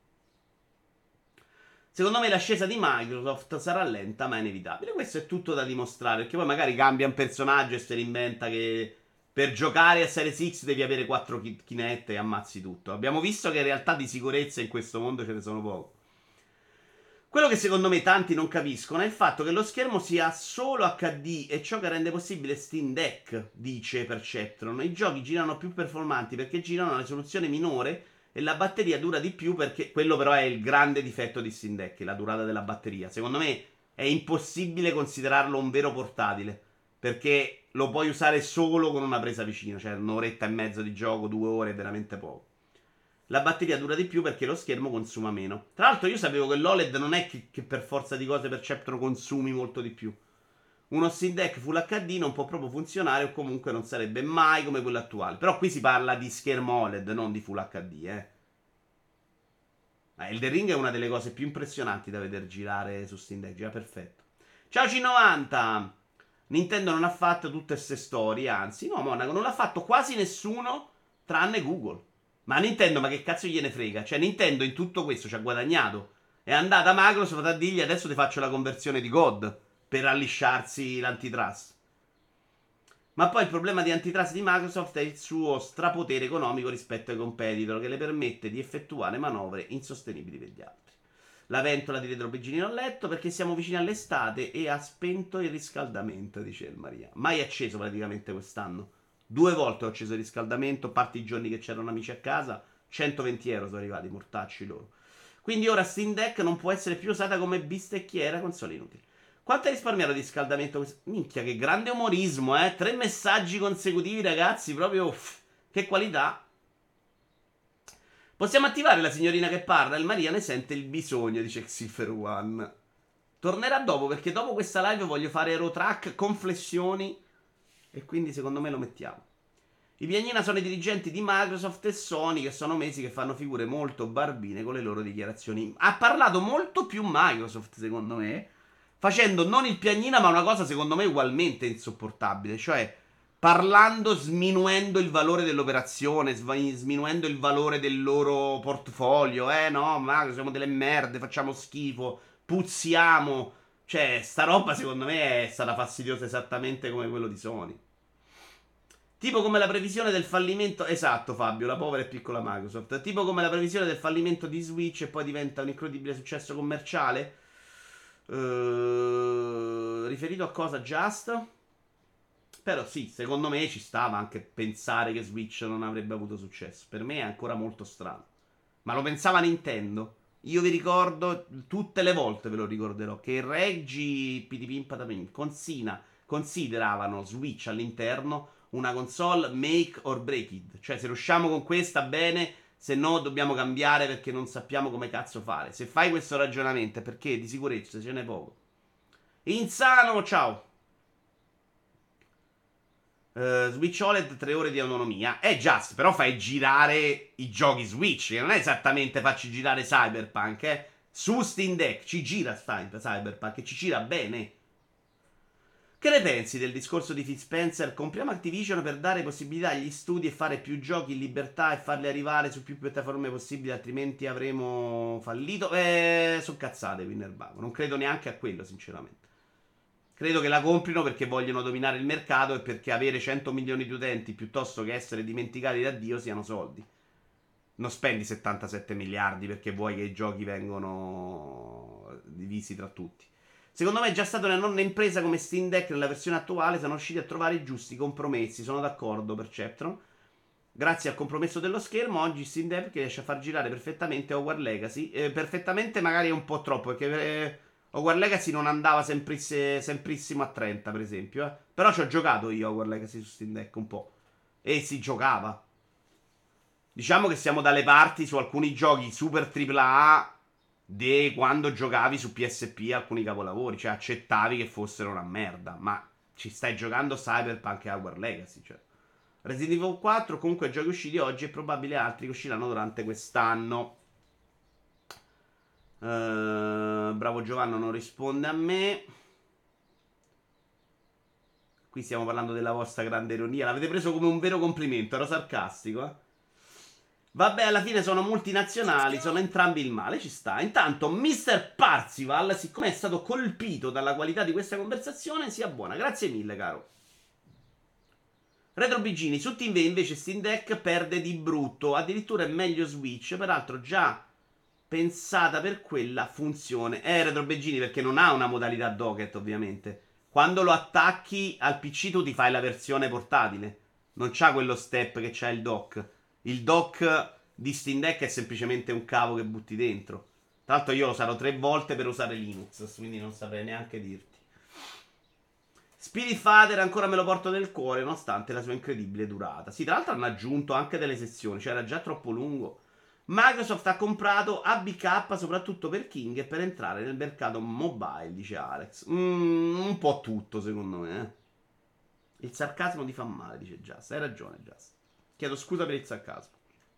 Secondo me l'ascesa di Microsoft sarà lenta, ma inevitabile. Questo è tutto da dimostrare. Perché poi magari cambia un personaggio e si reinventa che per giocare a Series X devi avere quattro Kinect e ammazzi tutto. Abbiamo visto che in realtà di sicurezza in questo mondo ce ne sono poco. Quello che secondo me tanti non capiscono è il fatto che lo schermo sia solo acca di e ciò che rende possibile Steam Deck, dice Perceptron. I giochi girano più performanti perché girano a risoluzione minore e la batteria dura di più perché quello però è il grande difetto di Steam Deck, la durata della batteria. Secondo me è impossibile considerarlo un vero portatile perché lo puoi usare solo con una presa vicina, cioè un'oretta e mezzo di gioco, due ore è veramente poco. La batteria dura di più perché lo schermo consuma meno. Tra l'altro io sapevo che l'O L E D non è che, che per forza di cose Perceptron consumi molto di più. Uno Steam Deck Full acca di non può proprio funzionare o comunque non sarebbe mai come quello attuale. Però qui si parla di schermo O L E D, non di Full acca di, eh. Ma Elden Ring è una delle cose più impressionanti da vedere girare su Steam Deck, gira perfetto. Ciao C novanta! Nintendo non ha fatto tutte queste storie, anzi, no, Monaco, non l'ha fatto quasi nessuno tranne Google. Ma Nintendo, ma che cazzo gliene frega? Cioè, Nintendo in tutto questo ci ha guadagnato. È andata Microsoft a dirgli adesso ti faccio la conversione di C O D per allisciarsi l'antitrust. Ma poi il problema di antitrust di Microsoft è il suo strapotere economico rispetto ai competitor che le permette di effettuare manovre insostenibili per gli altri. La ventola di Retro Bigini ho letto perché siamo vicini all'estate e ha spento il riscaldamento, dice il Maria. Mai acceso praticamente quest'anno. Due volte ho acceso il riscaldamento, a parte i giorni che c'erano amici a casa, centoventi euro sono arrivati, mortacci loro. Quindi ora Steam Deck non può essere più usata come bistecchiera, console inutile. Quanto hai risparmiato di riscaldamento? Minchia, che grande umorismo, eh? Tre messaggi consecutivi, ragazzi, proprio uff, che qualità. Possiamo attivare la signorina che parla? Il Maria ne sente il bisogno, dice Xilfer One. Tornerà dopo, perché dopo questa live voglio fare Hero Track con flessioni. E quindi secondo me lo mettiamo. I Piagnina sono i dirigenti di Microsoft e Sony, che sono mesi che fanno figure molto barbine con le loro dichiarazioni. Ha parlato molto più Microsoft, secondo me, facendo non il Piagnina, ma una cosa secondo me ugualmente insopportabile, cioè parlando, sminuendo il valore dell'operazione, sva- sminuendo il valore del loro portfolio. Eh no, ma siamo delle merde, facciamo schifo, puzziamo. Cioè, sta roba secondo me è stata fastidiosa esattamente come quello di Sony. Tipo come la previsione del fallimento. Esatto, Fabio, la povera e piccola Microsoft. Tipo come la previsione del fallimento di Switch e poi diventa un incredibile successo commerciale. Uh, riferito a cosa? Just? Però sì, secondo me ci stava anche pensare che Switch non avrebbe avuto successo. Per me è ancora molto strano. Ma lo pensava Nintendo. Io vi ricordo, tutte le volte ve lo ricorderò, che Reggie P D P Impatamin Consina consideravano Switch all'interno una console make or break it. Cioè, se riusciamo con questa, bene, se no dobbiamo cambiare perché non sappiamo come cazzo fare. Se fai questo ragionamento è perché di sicurezza ce n'è poco. Insano, ciao. Uh, Switch O L E D tre ore di autonomia. È just, però fai girare i giochi Switch. Che non è esattamente facci girare Cyberpunk, eh. Su Steam Deck ci gira Cyberpunk e ci gira bene. Che ne pensi del discorso di Phil Spencer? Compriamo Activision per dare possibilità agli studi e fare più giochi in libertà e farli arrivare su più piattaforme possibili, altrimenti avremo fallito. Eh, sono cazzate, Winnerbago. Non credo neanche a quello, sinceramente. Credo che la comprino perché vogliono dominare il mercato e perché avere cento milioni di utenti piuttosto che essere dimenticati da Dio siano soldi. Non spendi settantasette miliardi perché vuoi che i giochi vengano divisi tra tutti. Secondo me è già stata una nonna impresa come Steam Deck nella versione attuale, sono riusciti a trovare i giusti compromessi, sono d'accordo per Perceptron. Grazie al compromesso dello schermo, oggi Steam Deck riesce a far girare perfettamente Hogwarts Legacy. Eh, perfettamente magari è un po' troppo, perché eh, Hogwarts Legacy non andava sempliss- semprissimo a trenta, per esempio. Eh. Però ci ho giocato io Hogwarts Legacy su Steam Deck un po'. E si giocava. Diciamo che siamo dalle parti su alcuni giochi super tripla A di quando giocavi su P S P alcuni capolavori, cioè accettavi che fossero una merda, ma ci stai giocando Cyberpunk e Hogwarts Legacy, cioè. Resident Evil quattro, comunque giochi usciti oggi e probabile altri che usciranno durante quest'anno. Uh, bravo Giovanni, non risponde a me. Qui stiamo parlando della vostra grande ironia. L'avete preso come un vero complimento, ero sarcastico, eh. Vabbè, alla fine sono multinazionali, sono entrambi il male, ci sta. Intanto, mister Parzival, siccome è stato colpito dalla qualità di questa conversazione, sia buona. Grazie mille, caro. Retro Bigini, su Team V invece Steam Deck perde di brutto. Addirittura è meglio Switch, peraltro già pensata per quella funzione. Eh, Retro Bigini, perché non ha una modalità docket, ovviamente. Quando lo attacchi al P C tu ti fai la versione portatile. Non c'ha quello step che c'ha il dock. Il dock di Steam Deck è semplicemente un cavo che butti dentro. Tra l'altro io lo userò tre volte per usare Linux, quindi non saprei neanche dirti. Spirit Fighter ancora me lo porto nel cuore, nonostante la sua incredibile durata. Sì, tra l'altro hanno aggiunto anche delle sezioni, cioè era già troppo lungo. Microsoft ha comprato A B K soprattutto per King e per entrare nel mercato mobile, dice Alex. Mm, un po' tutto, secondo me. Eh. Il sarcasmo ti fa male, dice Just. Hai ragione, Just. Chiedo scusa per il sarcasmo.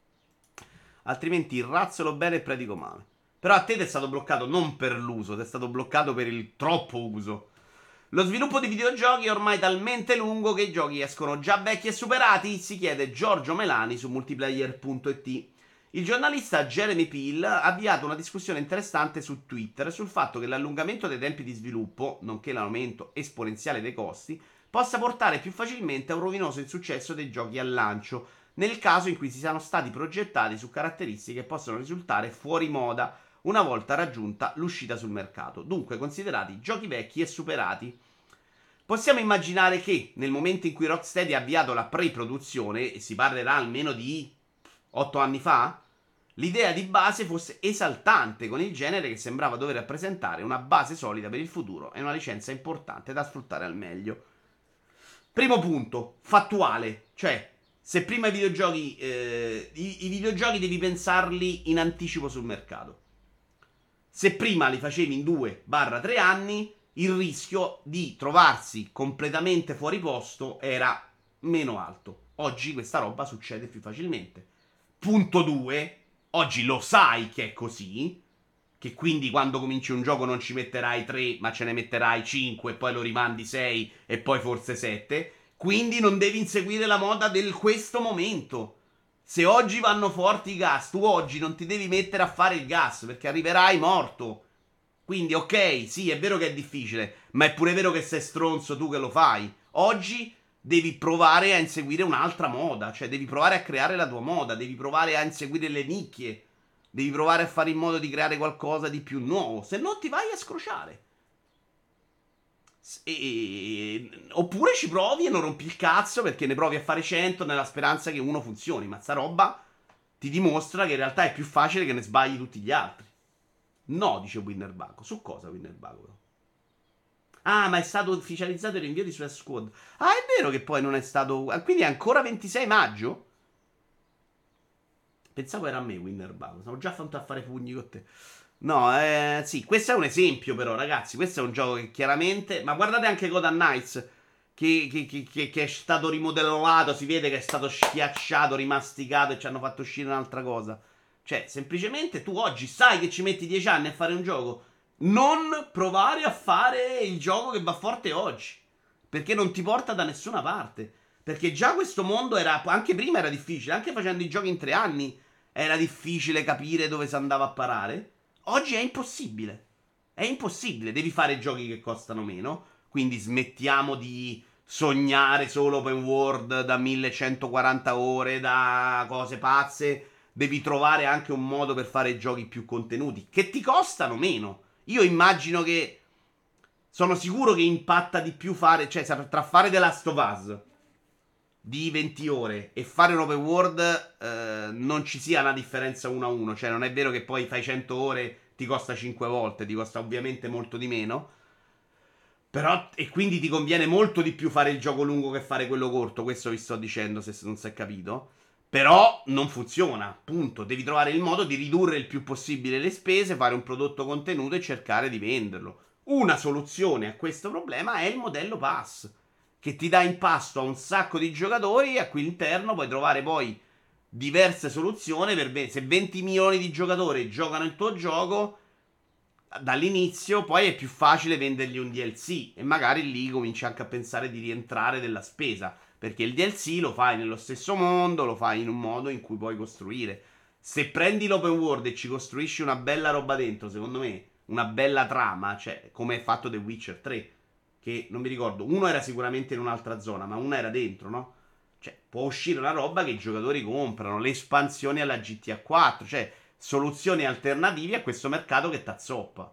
Altrimenti razzolo bene e predico male. Però a te ti è stato bloccato non per l'uso, ti è stato bloccato per il troppo uso. Lo sviluppo di videogiochi è ormai talmente lungo che i giochi escono già vecchi e superati? Si chiede Giorgio Melani su multiplayer punto it. Il giornalista Jeremy Peel ha avviato una discussione interessante su Twitter sul fatto che l'allungamento dei tempi di sviluppo, nonché l'aumento esponenziale dei costi, possa portare più facilmente a un rovinoso insuccesso dei giochi al lancio, nel caso in cui si siano stati progettati su caratteristiche che possono risultare fuori moda una volta raggiunta l'uscita sul mercato, dunque considerati giochi vecchi e superati. Possiamo immaginare che nel momento in cui Rocksteady ha avviato la pre-produzione, e si parlerà almeno di otto anni fa, l'idea di base fosse esaltante con il genere che sembrava dover rappresentare una base solida per il futuro e una licenza importante da sfruttare al meglio. Primo punto, fattuale, cioè Se prima i videogiochi, eh, i, i videogiochi devi pensarli in anticipo sul mercato. Se prima li facevi in due tre anni, il rischio di trovarsi completamente fuori posto era meno alto. Oggi questa roba succede più facilmente. Punto due, oggi lo sai che è così, che quindi quando cominci un gioco non ci metterai tre, ma ce ne metterai cinque, poi lo rimandi sei e poi forse sette. Quindi non devi inseguire la moda del questo momento. Se oggi vanno forti i gas, tu oggi non ti devi mettere a fare il gas, perché arriverai morto. Quindi ok, sì, è vero che è difficile, ma è pure vero che sei stronzo tu che lo fai. Oggi devi provare a inseguire un'altra moda, cioè devi provare a creare la tua moda, devi provare a inseguire le nicchie, devi provare a fare in modo di creare qualcosa di più nuovo, se no ti vai a scrociare. E... Oppure ci provi e non rompi il cazzo perché ne provi a fare cento nella speranza che uno funzioni, ma sta roba ti dimostra che in realtà è più facile che ne sbagli tutti gli altri. No, dice Winnerbago. Su cosa Winnerbago? Ah, ma è stato ufficializzato il rinvio di Suicide Squad. Ah, è vero che poi non è stato... Quindi è ancora ventisei maggio? Pensavo era a me Winnerbago. Stavo già fatto a fare pugni con te. No, eh, sì, questo è un esempio però, ragazzi. Questo è un gioco che chiaramente... Ma guardate anche Gotham Knights, che, che, che, che, che è stato rimodellato, si vede che è stato schiacciato, rimasticato e ci hanno fatto uscire un'altra cosa. Cioè, semplicemente tu oggi sai che ci metti dieci anni a fare un gioco. Non provare a fare il gioco che va forte oggi. Perché non ti porta da nessuna parte. Perché già questo mondo era... Anche prima era difficile. Anche facendo i giochi in tre anni era difficile capire dove si andava a parare. Oggi è impossibile. È impossibile. Devi fare giochi che costano meno. Quindi smettiamo di sognare solo open world da millecentoquaranta ore, da cose pazze. Devi trovare anche un modo per fare giochi più contenuti, che ti costano meno. Io immagino che... Sono sicuro che impatta di più fare... Cioè, tra fare The Last of Us di venti ore e fare un open world eh, non ci sia una differenza uno a uno. Cioè, non è vero che poi fai cento ore, ti costa cinque volte, ti costa ovviamente molto di meno. Però, e quindi ti conviene molto di più fare il gioco lungo che fare quello corto. Questo vi sto dicendo, se non si è capito. Però non funziona, punto. Devi trovare il modo di ridurre il più possibile le spese, fare un prodotto contenuto e cercare di venderlo. Una soluzione a questo problema è il modello pass, che ti dà in pasto a un sacco di giocatori a cui all'interno puoi trovare poi diverse soluzioni per ve- se venti milioni di giocatori giocano il tuo gioco dall'inizio, poi è più facile vendergli un D L C e magari lì cominci anche a pensare di rientrare della spesa, perché il D L C lo fai nello stesso mondo, lo fai in un modo in cui puoi costruire. Se prendi l'open world e ci costruisci una bella roba dentro, secondo me, una bella trama, cioè come è fatto The Witcher tre, che non mi ricordo, uno era sicuramente in un'altra zona, ma uno era dentro, no? Cioè, può uscire una roba che i giocatori comprano, le espansioni alla G T A quattro, cioè soluzioni alternative a questo mercato che t'azzoppa.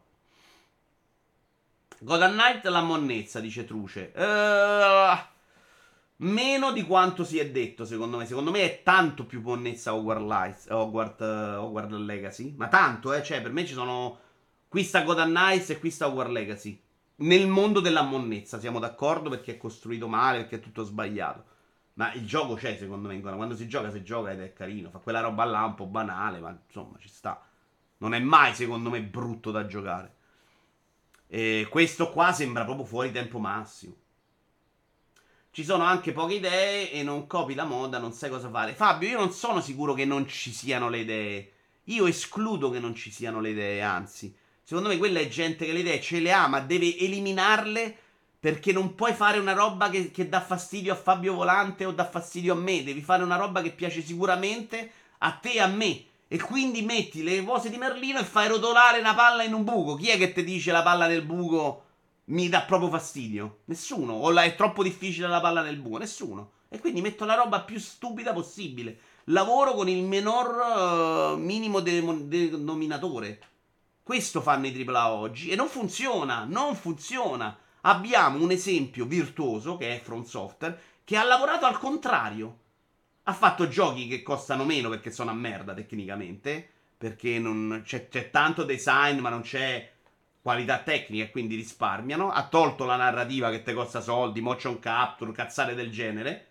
Gotham Knight la monnezza, dice Truce. Uh, meno di quanto si è detto, secondo me. Secondo me è tanto più monnezza Hogwarts, Hogwarts, uh, Hogwarts Legacy. Ma tanto, eh. Cioè, per me ci sono... Qui sta Gotham Knights e qui sta Hogwarts Legacy. Nel mondo della monnezza, siamo d'accordo, perché è costruito male, perché è tutto sbagliato. Ma il gioco c'è, secondo me. Quando si gioca, si gioca ed è carino. Fa quella roba là un po' banale, ma insomma, ci sta. Non è mai, secondo me, brutto da giocare. E questo qua sembra proprio fuori tempo massimo. Ci sono anche poche idee e non copi la moda, non sai cosa fare. Fabio, io non sono sicuro che non ci siano le idee. Io escludo che non ci siano le idee, anzi. Secondo me quella è gente che le idee ce le ha, ma deve eliminarle perché non puoi fare una roba che, che dà fastidio a Fabio Volante o dà fastidio a me. Devi fare una roba che piace sicuramente a te e a me. E quindi metti le cose di Merlino e fai rotolare una palla in un buco. Chi è che ti dice la palla nel buco mi dà proprio fastidio? Nessuno. O la, è troppo difficile la palla nel buco? Nessuno. E quindi metto la roba più stupida possibile. Lavoro con il minor uh, minimo de- denominatore. Questo fanno i tripla A oggi e non funziona. Non funziona. Abbiamo un esempio virtuoso che è From Software che ha lavorato al contrario. Ha fatto giochi che costano meno perché sono a merda tecnicamente, perché non c'è, c'è tanto design ma non c'è qualità tecnica e quindi risparmiano. Ha tolto la narrativa che ti costa soldi, motion capture, cazzate del genere.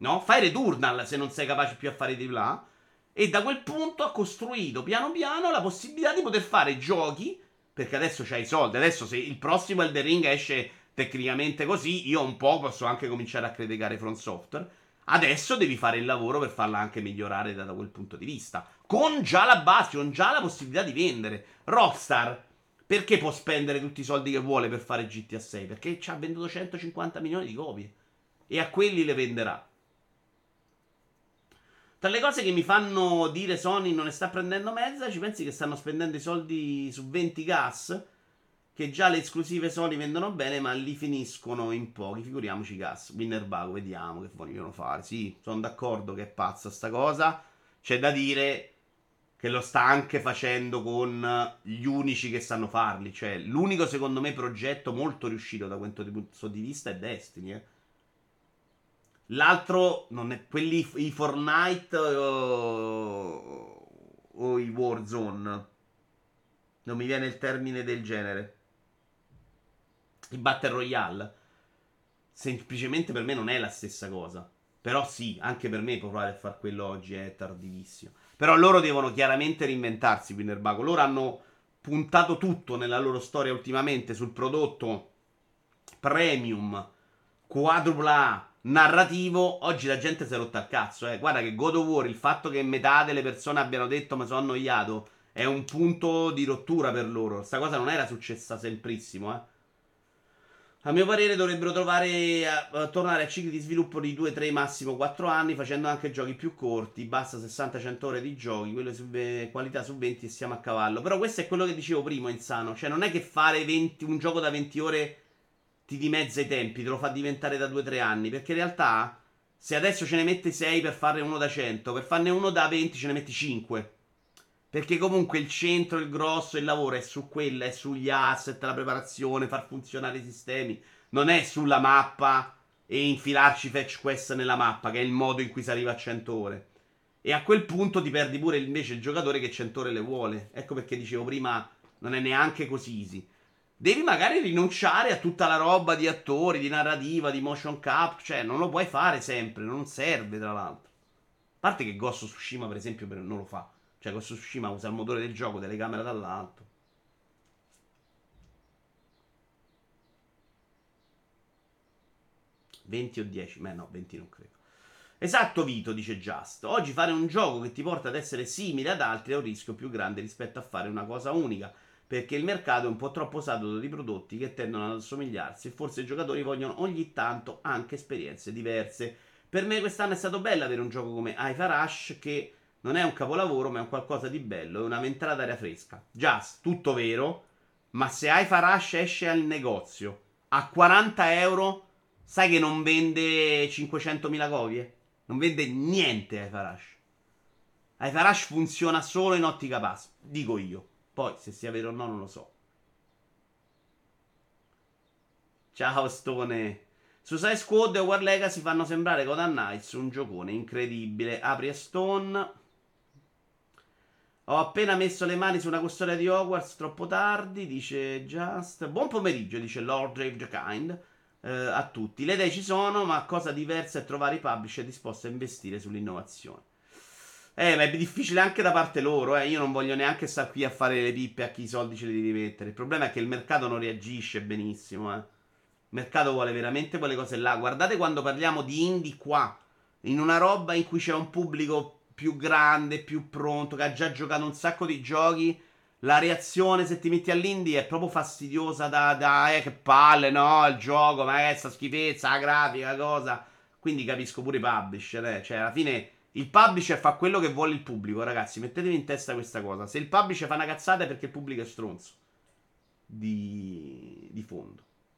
No? Fai Returnal se non sei capace più a fare di là. E da quel punto ha costruito piano piano la possibilità di poter fare giochi. Perché adesso c'hai i soldi. Adesso se il prossimo Elden Ring esce tecnicamente così, io un po' posso anche cominciare a criticare From Software. Adesso devi fare il lavoro per farla anche migliorare da, da quel punto di vista. Con già la base, con già la possibilità di vendere. Rockstar, perché può spendere tutti i soldi che vuole per fare G T A sei? Perché ci ha venduto centocinquanta milioni di copie. E a quelli le venderà. Tra le cose che mi fanno dire Sony non ne sta prendendo mezza, ci pensi che stanno spendendo i soldi su venti gas? Che già le esclusive Sony vendono bene, ma li finiscono in pochi. Figuriamoci gas. Winnerbago, vediamo che vogliono fare. Sì, sono d'accordo che è pazza sta cosa. C'è da dire che lo sta anche facendo con gli unici che sanno farli. Cioè, l'unico, secondo me, progetto molto riuscito da questo punto di vista è Destiny, eh. L'altro, non è, quelli, i Fortnite o, o i Warzone. Non mi viene il termine del genere. Il Battle Royale. Semplicemente per me non è la stessa cosa. Però sì, anche per me provare a fare quello oggi è tardivissimo. Però loro devono chiaramente reinventarsi, Winnerbago. Loro hanno puntato tutto nella loro storia ultimamente sul prodotto premium, quadrupla A, narrativo. Oggi la gente si è rotta al cazzo, eh. Guarda che God of War, il fatto che metà delle persone abbiano detto mi sono annoiato, è un punto di rottura per loro. Sta cosa non era successa semprissimo, eh. A mio parere dovrebbero trovare a, a tornare a cicli di sviluppo di due, tre, massimo quattro anni, facendo anche giochi più corti, basta sessanta cento ore di giochi, quelle su, eh, qualità su venti e siamo a cavallo. Però questo è quello che dicevo prima, Insano, cioè non è che fare venti, un gioco da venti ore ti dimezza i tempi, te lo fa diventare da due tre anni, perché in realtà se adesso ce ne metti sei per farne uno da cento, per farne uno da venti ce ne metti cinque. Perché comunque il centro, il grosso, il lavoro è su quella, è sugli asset, la preparazione, far funzionare i sistemi. Non è sulla mappa e infilarci fetch quest nella mappa, che è il modo in cui si arriva a cento ore. E a quel punto ti perdi pure invece il giocatore che cento ore le vuole. Ecco perché dicevo prima, non è neanche così easy. Devi magari rinunciare a tutta la roba di attori, di narrativa, di motion cap. Cioè, non lo puoi fare sempre, non serve tra l'altro. A parte che Ghost of Tsushima, per esempio, non lo fa. Cioè, Ghost of Tsushima usa il motore del gioco, telecamera dall'alto. venti o dieci? Beh, no, venti non credo. Esatto, Vito, dice Just. Oggi fare un gioco che ti porta ad essere simile ad altri è un rischio più grande rispetto a fare una cosa unica. Perché il mercato è un po' troppo saturo di prodotti che tendono ad assomigliarsi e forse i giocatori vogliono ogni tanto anche esperienze diverse. Per me quest'anno è stato bello avere un gioco come Hi-Fi Rush che non è un capolavoro, ma è un qualcosa di bello, è una ventata d'aria fresca. Just, tutto vero, ma se Hi-Fi Rush esce al negozio a quaranta euro, sai che non vende cinquecentomila copie? Non vende niente Hi-Fi Rush. Hi-Fi Rush funziona solo in ottica pass, dico io. Poi, se sia vero o no, non lo so. Ciao, Stone. Suicide Squad e War Legacy fanno sembrare Gotham Knights un giocone incredibile. Apri a Stone. Ho appena messo le mani su una custodia di Hogwarts, troppo tardi, dice Just. Buon pomeriggio, dice Lord Brave the Kind. Eh, a tutti. Le idee ci sono, ma cosa diversa è trovare i publisher disposti a investire sull'innovazione. Eh, ma è difficile anche da parte loro, eh. Io non voglio neanche stare qui a fare le pippe a chi i soldi ce li devi mettere. Il problema è che il mercato non reagisce benissimo, eh. Il mercato vuole veramente quelle cose là. Guardate quando parliamo di indie qua, in una roba in cui c'è un pubblico più grande, più pronto, che ha già giocato un sacco di giochi. La reazione se ti metti all'indie è proprio fastidiosa da, da eh, che palle, no, il gioco, ma è sta schifezza, la grafica, cosa. Quindi capisco pure i publisher, eh. Cioè, alla fine il publisher fa quello che vuole il pubblico, ragazzi. Mettetevi in testa questa cosa. Se il publisher fa una cazzata è perché il pubblico è stronzo. Di, di fondo.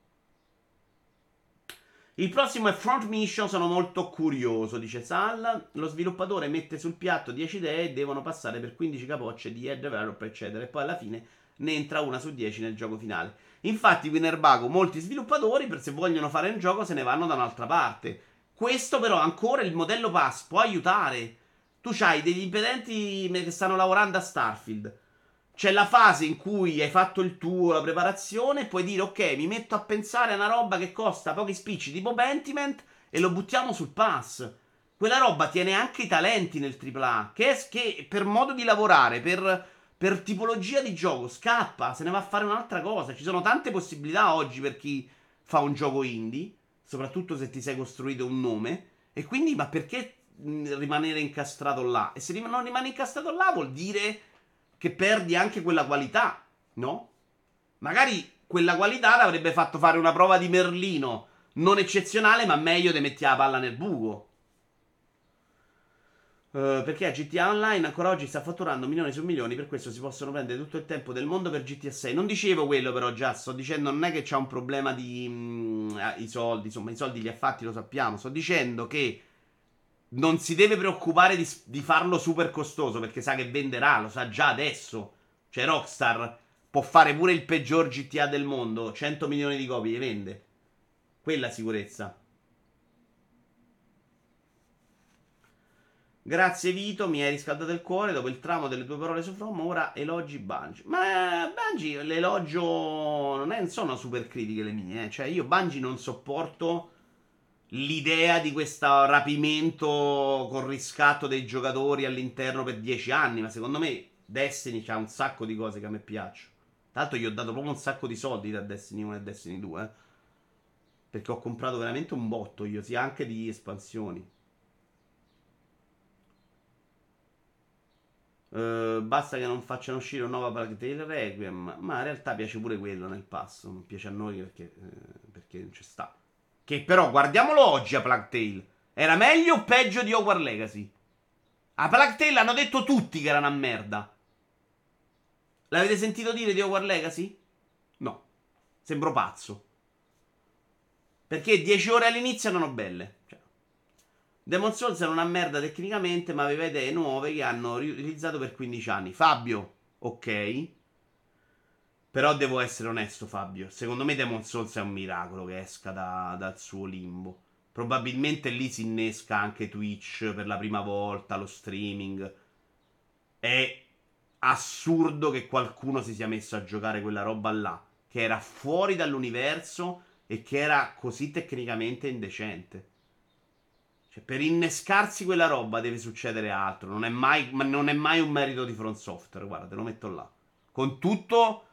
Il prossimo è Front Mission. Sono molto curioso, dice Sal. Lo sviluppatore mette sul piatto dieci idee e devono passare per quindici capocce di head developer, eccetera. E poi alla fine ne entra una su dieci nel gioco finale. Infatti, Winnerbago, molti sviluppatori, per se vogliono fare un gioco, se ne vanno da un'altra parte. Questo però ancora il modello pass può aiutare. Tu c'hai degli impedenti che stanno lavorando a Starfield. C'è la fase in cui hai fatto il tuo, la preparazione, e puoi dire ok, mi metto a pensare a una roba che costa pochi spicci tipo Pentiment e lo buttiamo sul pass. Quella roba tiene anche i talenti nel tripla A, che, è, che per modo di lavorare, per, per tipologia di gioco, scappa, se ne va a fare un'altra cosa. Ci sono tante possibilità oggi per chi fa un gioco indie, soprattutto se ti sei costruito un nome. E quindi, ma perché mh, rimanere incastrato là? E se rim- non rimani incastrato là vuol dire che perdi anche quella qualità, no? Magari quella qualità l'avrebbe fatto fare una prova di Merlino non eccezionale, ma meglio te metti la palla nel buco. Uh, perché G T A Online ancora oggi sta fatturando milioni su milioni, per questo si possono prendere tutto il tempo del mondo per G T A sei. Non dicevo quello però già, sto dicendo non è che c'è un problema di mm, ah, i soldi, insomma i soldi li ha fatti, lo sappiamo. Sto dicendo che non si deve preoccupare di, di farlo super costoso perché sa che venderà, lo sa già adesso. Cioè Rockstar può fare pure il peggior G T A del mondo, cento milioni di copie, le vende. Quella sicurezza. Grazie Vito, mi hai riscaldato il cuore dopo il tramo delle tue parole su From, ora elogi Bungie. Ma eh, Bungie, l'elogio non, è, non sono super critiche le mie, eh. Cioè io Bungie non sopporto l'idea di questo rapimento con riscatto dei giocatori all'interno per dieci anni, ma secondo me Destiny c'ha un sacco di cose che a me piacciono. Tra l'altro gli ho dato proprio un sacco di soldi da Destiny uno e Destiny due, eh. Perché ho comprato veramente un botto io, sia anche di espansioni. Uh, basta che non facciano uscire un nuovo Plague Tale Requiem. Ma in realtà piace pure quello nel passo. Non piace a noi perché, eh, perché non ci sta. Che però guardiamolo oggi a Plague Tale. Era meglio o peggio di Hogwarts Legacy? A Plague Tale hanno detto tutti che era una merda. L'avete sentito dire di Hogwarts Legacy? No. Sembro pazzo. Perché dieci ore all'inizio erano belle. Cioè, Demon Souls era una merda tecnicamente, ma aveva idee nuove che hanno riutilizzato per quindici anni. Fabio, ok. Però devo essere onesto, Fabio. Secondo me Demon Souls è un miracolo che esca da- dal suo limbo. Probabilmente lì si innesca anche Twitch per la prima volta, lo streaming. È assurdo che qualcuno si sia messo a giocare quella roba là, che era fuori dall'universo e che era così tecnicamente indecente. Cioè, per innescarsi quella roba deve succedere altro. Non è mai, ma non è mai un merito di Front Software. Guarda, te lo metto là. Con tutto,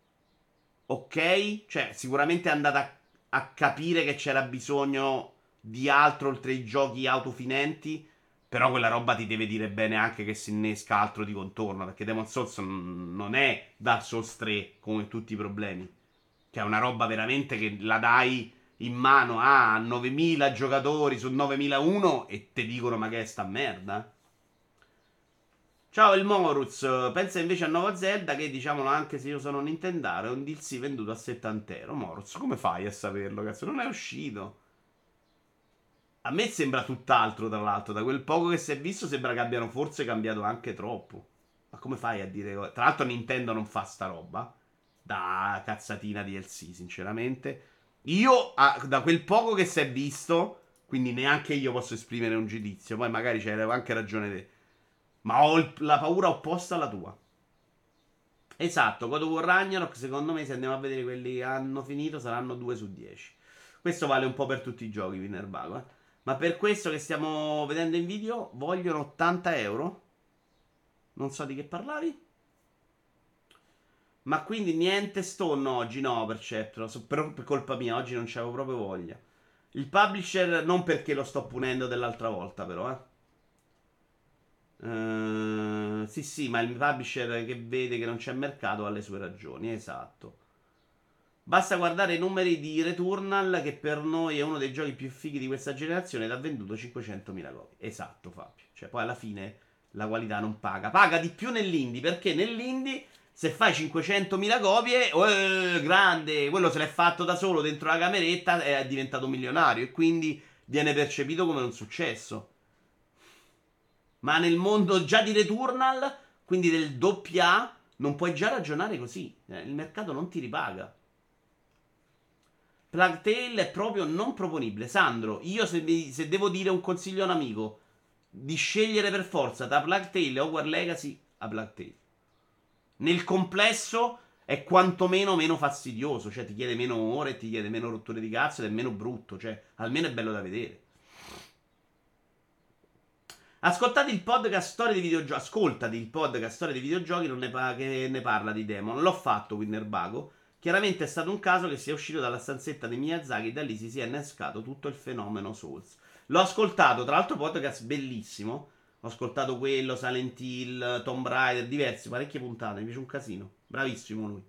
ok. Cioè, sicuramente è andata a, a capire che c'era bisogno di altro oltre ai giochi autofinenti. Però quella roba ti deve dire bene anche che si innesca altro di contorno. Perché Demon Souls non è Dark Souls tre come tutti i problemi. Cioè, è una roba veramente che la dai in mano a novemila giocatori su novemilauno e te dicono ma che è sta merda. Ciao il Moruz, pensa invece a Nuova Zelda che diciamolo anche se io sono Nintendaro è un D L C venduto a settanta euro. Moruz, come fai a saperlo cazzo? Non è uscito. A me sembra tutt'altro tra l'altro, da quel poco che si è visto sembra che abbiano forse cambiato anche troppo. Ma come fai a dire... Tra l'altro Nintendo non fa sta roba. Da cazzatina D L C sinceramente. Io, ah, da quel poco che si è visto, quindi neanche io posso esprimere un giudizio. Poi magari c'hai anche ragione te. Ma ho il- la paura opposta alla tua. Esatto, God of War Ragnarok, secondo me, se andiamo a vedere quelli che hanno finito, saranno due su dieci. Questo vale un po' per tutti i giochi, Winnerbago. Eh. Ma per questo che stiamo vedendo in video, vogliono ottanta euro. Non so di che parlavi. Ma quindi niente stone oggi, no, Perceptro. So- Per, per colpa mia, oggi non c'avevo proprio voglia. Il publisher, non perché lo sto punendo dell'altra volta, però, eh. Eh, sì, sì, ma il publisher che vede che non c'è mercato ha le sue ragioni, esatto. Basta guardare i numeri di Returnal, che per noi è uno dei giochi più fighi di questa generazione ed ha venduto cinquecentomila copie. Esatto, Fabio. Cioè, poi alla fine la qualità non paga. Paga di più nell'indie, perché nell'indie se fai cinquecentomila copie, oh, grande, quello se l'è fatto da solo dentro la cameretta è diventato milionario e quindi viene percepito come un successo. Ma nel mondo già di Returnal, quindi del doppia A, non puoi già ragionare così. Eh, il mercato non ti ripaga. Plague Tale è proprio non proponibile. Sandro, io se, mi- se devo dire un consiglio a un amico di scegliere per forza da Plague Tale e Hogwarts Legacy a Plague Tale. Nel complesso è quantomeno meno fastidioso, cioè ti chiede meno ore, ti chiede meno rotture di cazzo ed è meno brutto, cioè almeno è bello da vedere. Ascoltate il podcast storia di videogiochi. Ascoltati il podcast storia di videogiochi non ne pa- che ne parla di Demon. L'ho fatto Winnerbago. Chiaramente è stato un caso che sia uscito dalla stanzetta di Miyazaki e da lì si sia innescato tutto il fenomeno Souls. L'ho ascoltato, tra l'altro podcast bellissimo. Ho ascoltato quello, Silent Hill, Tomb Raider, diversi, parecchie puntate, mi piace un casino. Bravissimo lui.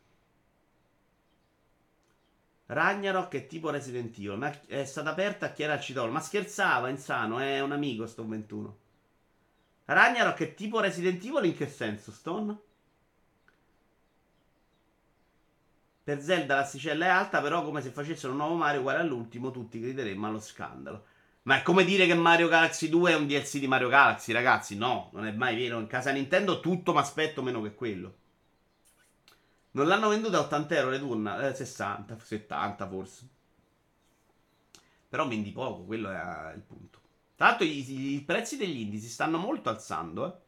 Ragnarok è tipo Resident Evil, ma è stata aperta a chi era al Citolo. Ma scherzava, insano, è un amico sto ventuno. Ragnarok è tipo Resident Evil in che senso, Stone? Per Zelda l'asticella è alta, però come se facessero un nuovo Mario uguale all'ultimo, tutti grideremmo allo scandalo. Ma è come dire che Mario Galaxy due è un D L C di Mario Galaxy, ragazzi. No, non è mai vero. In casa Nintendo tutto mi aspetto meno che quello. Non l'hanno venduta a ottanta euro le turna? Eh, sessanta, settanta forse. Però vendi poco, quello è il punto. Tra l'altro i, i prezzi degli indie si stanno molto alzando, eh.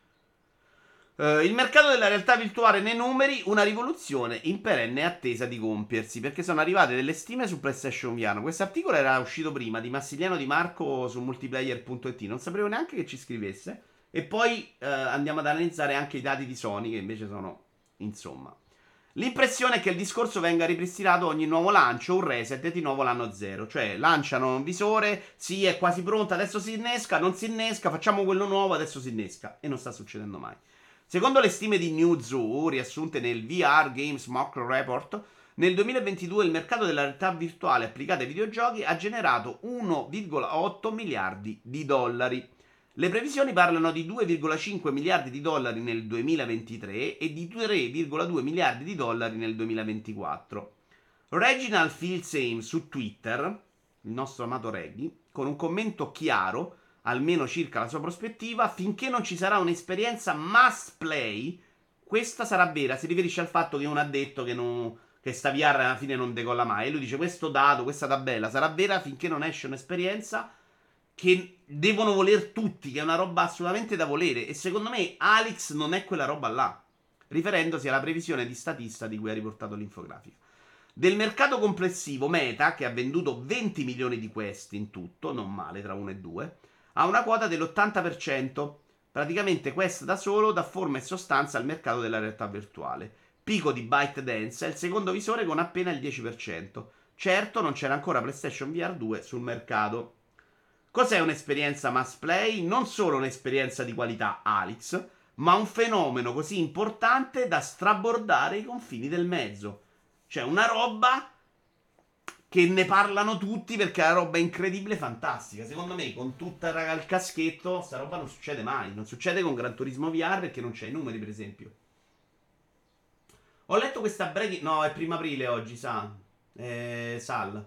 Uh, il mercato della realtà virtuale nei numeri, una rivoluzione in perenne attesa di compiersi, perché sono arrivate delle stime su PlayStation V R. Questo articolo era uscito prima di Massiliano Di Marco su multiplayer punto it, non sapevo neanche che ci scrivesse. E poi uh, andiamo ad analizzare anche i dati di Sony, che invece sono, insomma. L'impressione è che il discorso venga ripristinato ogni nuovo lancio, un reset e di nuovo l'anno zero. Cioè, lanciano un visore, sì, è quasi pronto, adesso si innesca, non si innesca, facciamo quello nuovo, adesso si innesca. E non sta succedendo mai. Secondo le stime di Newzoo, riassunte nel V R Games Mock Report, nel duemilaventidue il mercato della realtà virtuale applicata ai videogiochi ha generato uno virgola otto miliardi di dollari. Le previsioni parlano di due virgola cinque miliardi di dollari nel duemilaventitré e di tre virgola due miliardi di dollari nel duemilaventiquattro. Reginald Fils-Aime su Twitter, il nostro amato Reggie, con un commento chiaro, almeno circa la sua prospettiva, finché non ci sarà un'esperienza must play, questa sarà vera. Si riferisce al fatto che uno ha detto che, non, che sta V R alla fine non decolla mai. E lui dice questo dato, questa tabella sarà vera finché non esce un'esperienza che devono voler tutti, che è una roba assolutamente da volere. E secondo me Alex non è quella roba là, riferendosi alla previsione di statista di cui ha riportato l'infografica. Del mercato complessivo, Meta, che ha venduto venti milioni di questi in tutto, non male tra uno e due, ha una quota dell'ottanta per cento. Praticamente Quest da solo dà forma e sostanza al mercato della realtà virtuale. Pico di ByteDance è il secondo visore con appena il dieci per cento. Certo, non c'era ancora PlayStation V R due sul mercato. Cos'è un'esperienza mass play? Non solo un'esperienza di qualità Alex, ma un fenomeno così importante da strabordare i confini del mezzo. Cioè una roba che ne parlano tutti perché la roba è incredibile, fantastica. Secondo me, con tutta il caschetto, sta roba non succede mai. Non succede con Gran Turismo V R perché non c'è i numeri, per esempio. Ho letto questa breaking. No, è primo aprile oggi, sa. Eh, Sal.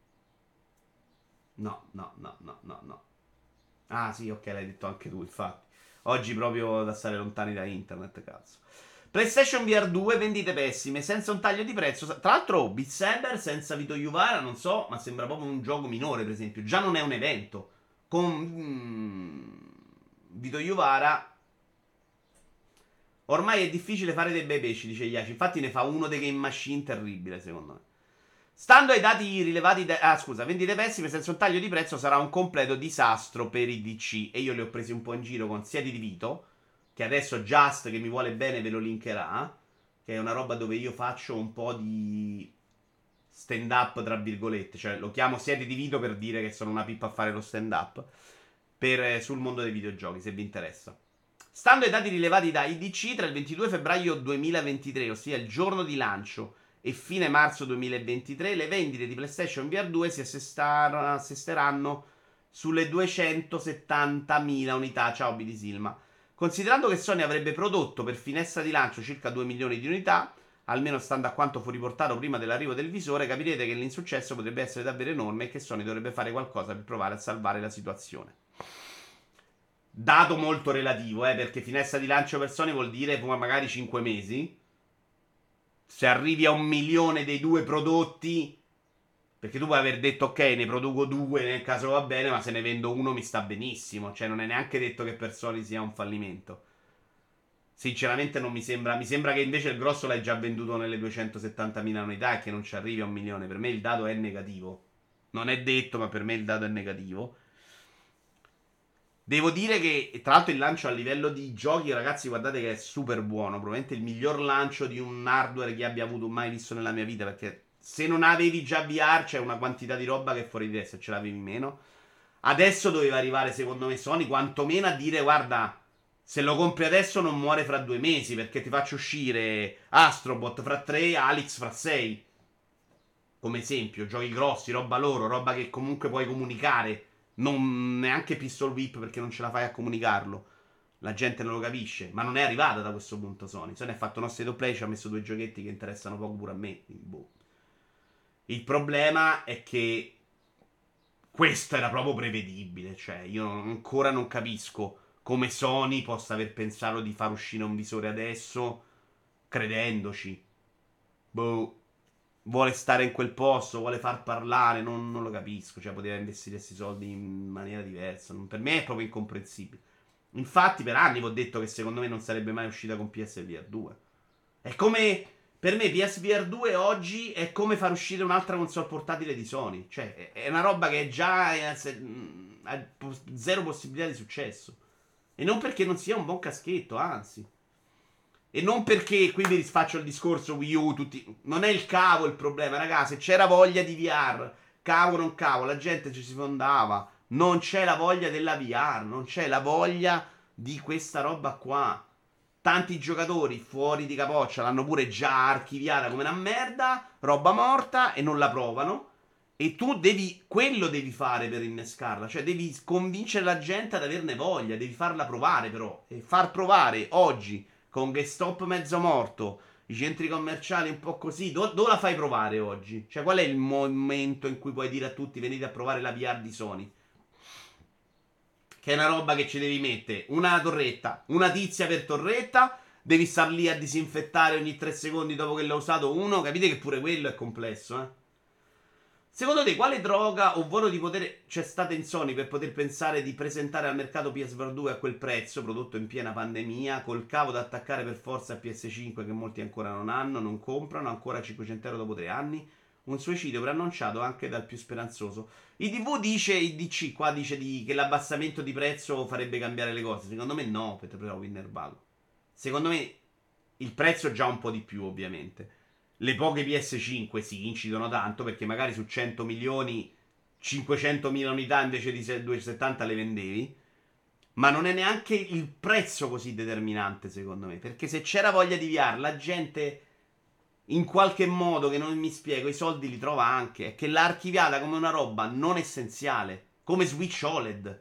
No, no, no, no, no, no. Ah, sì, ok, l'hai detto anche tu, infatti. Oggi proprio da stare lontani da internet, cazzo. PlayStation V R due, vendite pessime, senza un taglio di prezzo. Tra l'altro, Beat Saber senza Vito Juvara, non so, ma sembra proprio un gioco minore, per esempio. Già non è un evento. Con mm, Vito Juvara ormai è difficile fare dei bei pesci, dice Iaci. Infatti ne fa uno dei game machine terribile, secondo me. Stando ai dati rilevati da... Ah, scusa, vendite pessime senza un taglio di prezzo sarà un completo disastro per i D C. E io li ho presi un po' in giro con Siedi di Vito, che adesso Just, che mi vuole bene, ve lo linkerà, che è una roba dove io faccio un po' di stand up, tra virgolette. Cioè, lo chiamo Siedi di Vito per dire che sono una pippa a fare lo stand up per, eh, sul mondo dei videogiochi, se vi interessa. Stando ai dati rilevati da I D C, tra il ventidue febbraio duemilaventitré, ossia il giorno di lancio, e fine marzo duemilaventitré, le vendite di PlayStation V R due si assesteranno sulle duecentosettantamila unità. Ciao B D Silma. Considerando che Sony avrebbe prodotto per finestra di lancio circa due milioni di unità, almeno stando a quanto fu riportato prima dell'arrivo del visore, capirete che l'insuccesso potrebbe essere davvero enorme e che Sony dovrebbe fare qualcosa per provare a salvare la situazione. Dato molto relativo, eh, perché finestra di lancio per Sony vuol dire magari cinque mesi. Se arrivi a un milione dei due prodotti, perché tu puoi aver detto ok, ne produco due nel caso va bene, ma se ne vendo uno mi sta benissimo. Cioè non è neanche detto che per Sony sia un fallimento. Sinceramente non mi sembra. Mi sembra che invece il grosso l'hai già venduto nelle duecentosettantamila unità e che non ci arrivi a un milione. Per me il dato è negativo. Non è detto, ma per me il dato è negativo. Devo dire che, tra l'altro, il lancio a livello di giochi, ragazzi, guardate che è super buono. Probabilmente il miglior lancio di un hardware che abbia avuto mai visto nella mia vita. Perché se non avevi già V R, c'è una quantità di roba che è fuori di testa, ce l'avevi meno. Adesso doveva arrivare, secondo me, Sony, quantomeno a dire, guarda, se lo compri adesso non muore fra due mesi, perché ti faccio uscire Astrobot fra tre, Alex fra sei. Come esempio, giochi grossi, roba loro, roba che comunque puoi comunicare. Non neanche Pistol Whip perché non ce la fai a comunicarlo. La gente non lo capisce. Ma non è arrivata da questo punto Sony. Sony ha fatto uno state of play, ci ha messo due giochetti che interessano poco pure a me. Boh. Il problema è che questo era proprio prevedibile. Cioè, io ancora non capisco come Sony possa aver pensato di far uscire un visore adesso credendoci. Boh. Vuole stare in quel posto, vuole far parlare, non, non lo capisco. Cioè, poteva investire questi soldi in maniera diversa. Non- per me è proprio incomprensibile. Infatti, per anni vi ho detto che secondo me non sarebbe mai uscita con P S V R due. È come. Per me P S V R due oggi è come far uscire un'altra console portatile di Sony. Cioè, è, è una roba che è già. È, se- mh, ha pos- zero possibilità di successo. E non perché non sia un buon caschetto, anzi. E non perché, qui vi risfaccio il discorso Wii U, tutti. Non è il cavo il problema, ragazzi. Se c'era voglia di V R, cavo o non cavo, la gente ci si fondava. Non c'è la voglia della V R, non c'è la voglia di questa roba qua. Tanti giocatori fuori di capoccia l'hanno pure già archiviata come una merda, roba morta, e non la provano. E tu devi, quello devi fare per innescarla, cioè devi convincere la gente ad averne voglia, devi farla provare però. E far provare oggi con GameStop mezzo morto, i centri commerciali un po' così, do- dove la fai provare oggi? Cioè qual è il momento in cui puoi dire a tutti venite a provare la V R di Sony? Che è una roba che ci devi mettere una torretta, una tizia per torretta, devi star lì a disinfettare ogni tre secondi dopo che l'hai usato uno, capite che pure quello è complesso, eh? Secondo te, quale droga o volo di potere c'è stata in Sony per poter pensare di presentare al mercato P S V R due a quel prezzo, prodotto in piena pandemia, col cavo da attaccare per forza a P S cinque che molti ancora non hanno, non comprano, ancora cinquecento euro dopo tre anni? Un suicidio preannunciato anche dal più speranzoso. I D V dice, il D C qua dice di, che l'abbassamento di prezzo farebbe cambiare le cose. Secondo me no, per proprio innervato. Secondo me il prezzo già un po' di più, ovviamente. Le poche P S cinque si incidono tanto perché magari su cento milioni cinquecentomila unità invece di duecentosettanta le vendevi. Ma non è neanche il prezzo così determinante, secondo me. Perché se c'era voglia di V R, la gente in qualche modo che non mi spiego, i soldi li trova anche. È che l'ha archiviata come una roba non essenziale. Come Switch O L E D.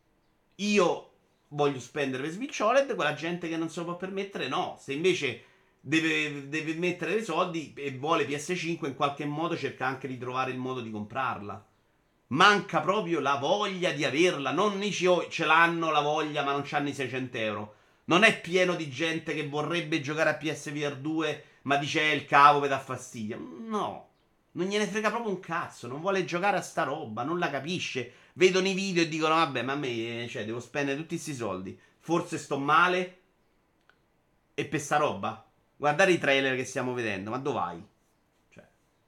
Io voglio spendere per Switch O L E D, quella gente che non se lo può permettere, no. Se invece deve, deve mettere dei soldi e vuole P S cinque, in qualche modo cerca anche di trovare il modo di comprarla. Manca proprio la voglia di averla. Non dici, oh, ce l'hanno la voglia, ma non c'hanno i seicento euro. Non è pieno di gente che vorrebbe giocare a P S V R due, ma dice, eh, il cavo mi dà fastidio. No. Non gliene frega proprio un cazzo. Non vuole giocare a sta roba, non la capisce. Vedono i video e dicono, vabbè, ma a me, cioè, devo spendere tutti questi soldi. Forse sto male. E per sta roba? Guardare i trailer che stiamo vedendo, ma dove vai? Cioè,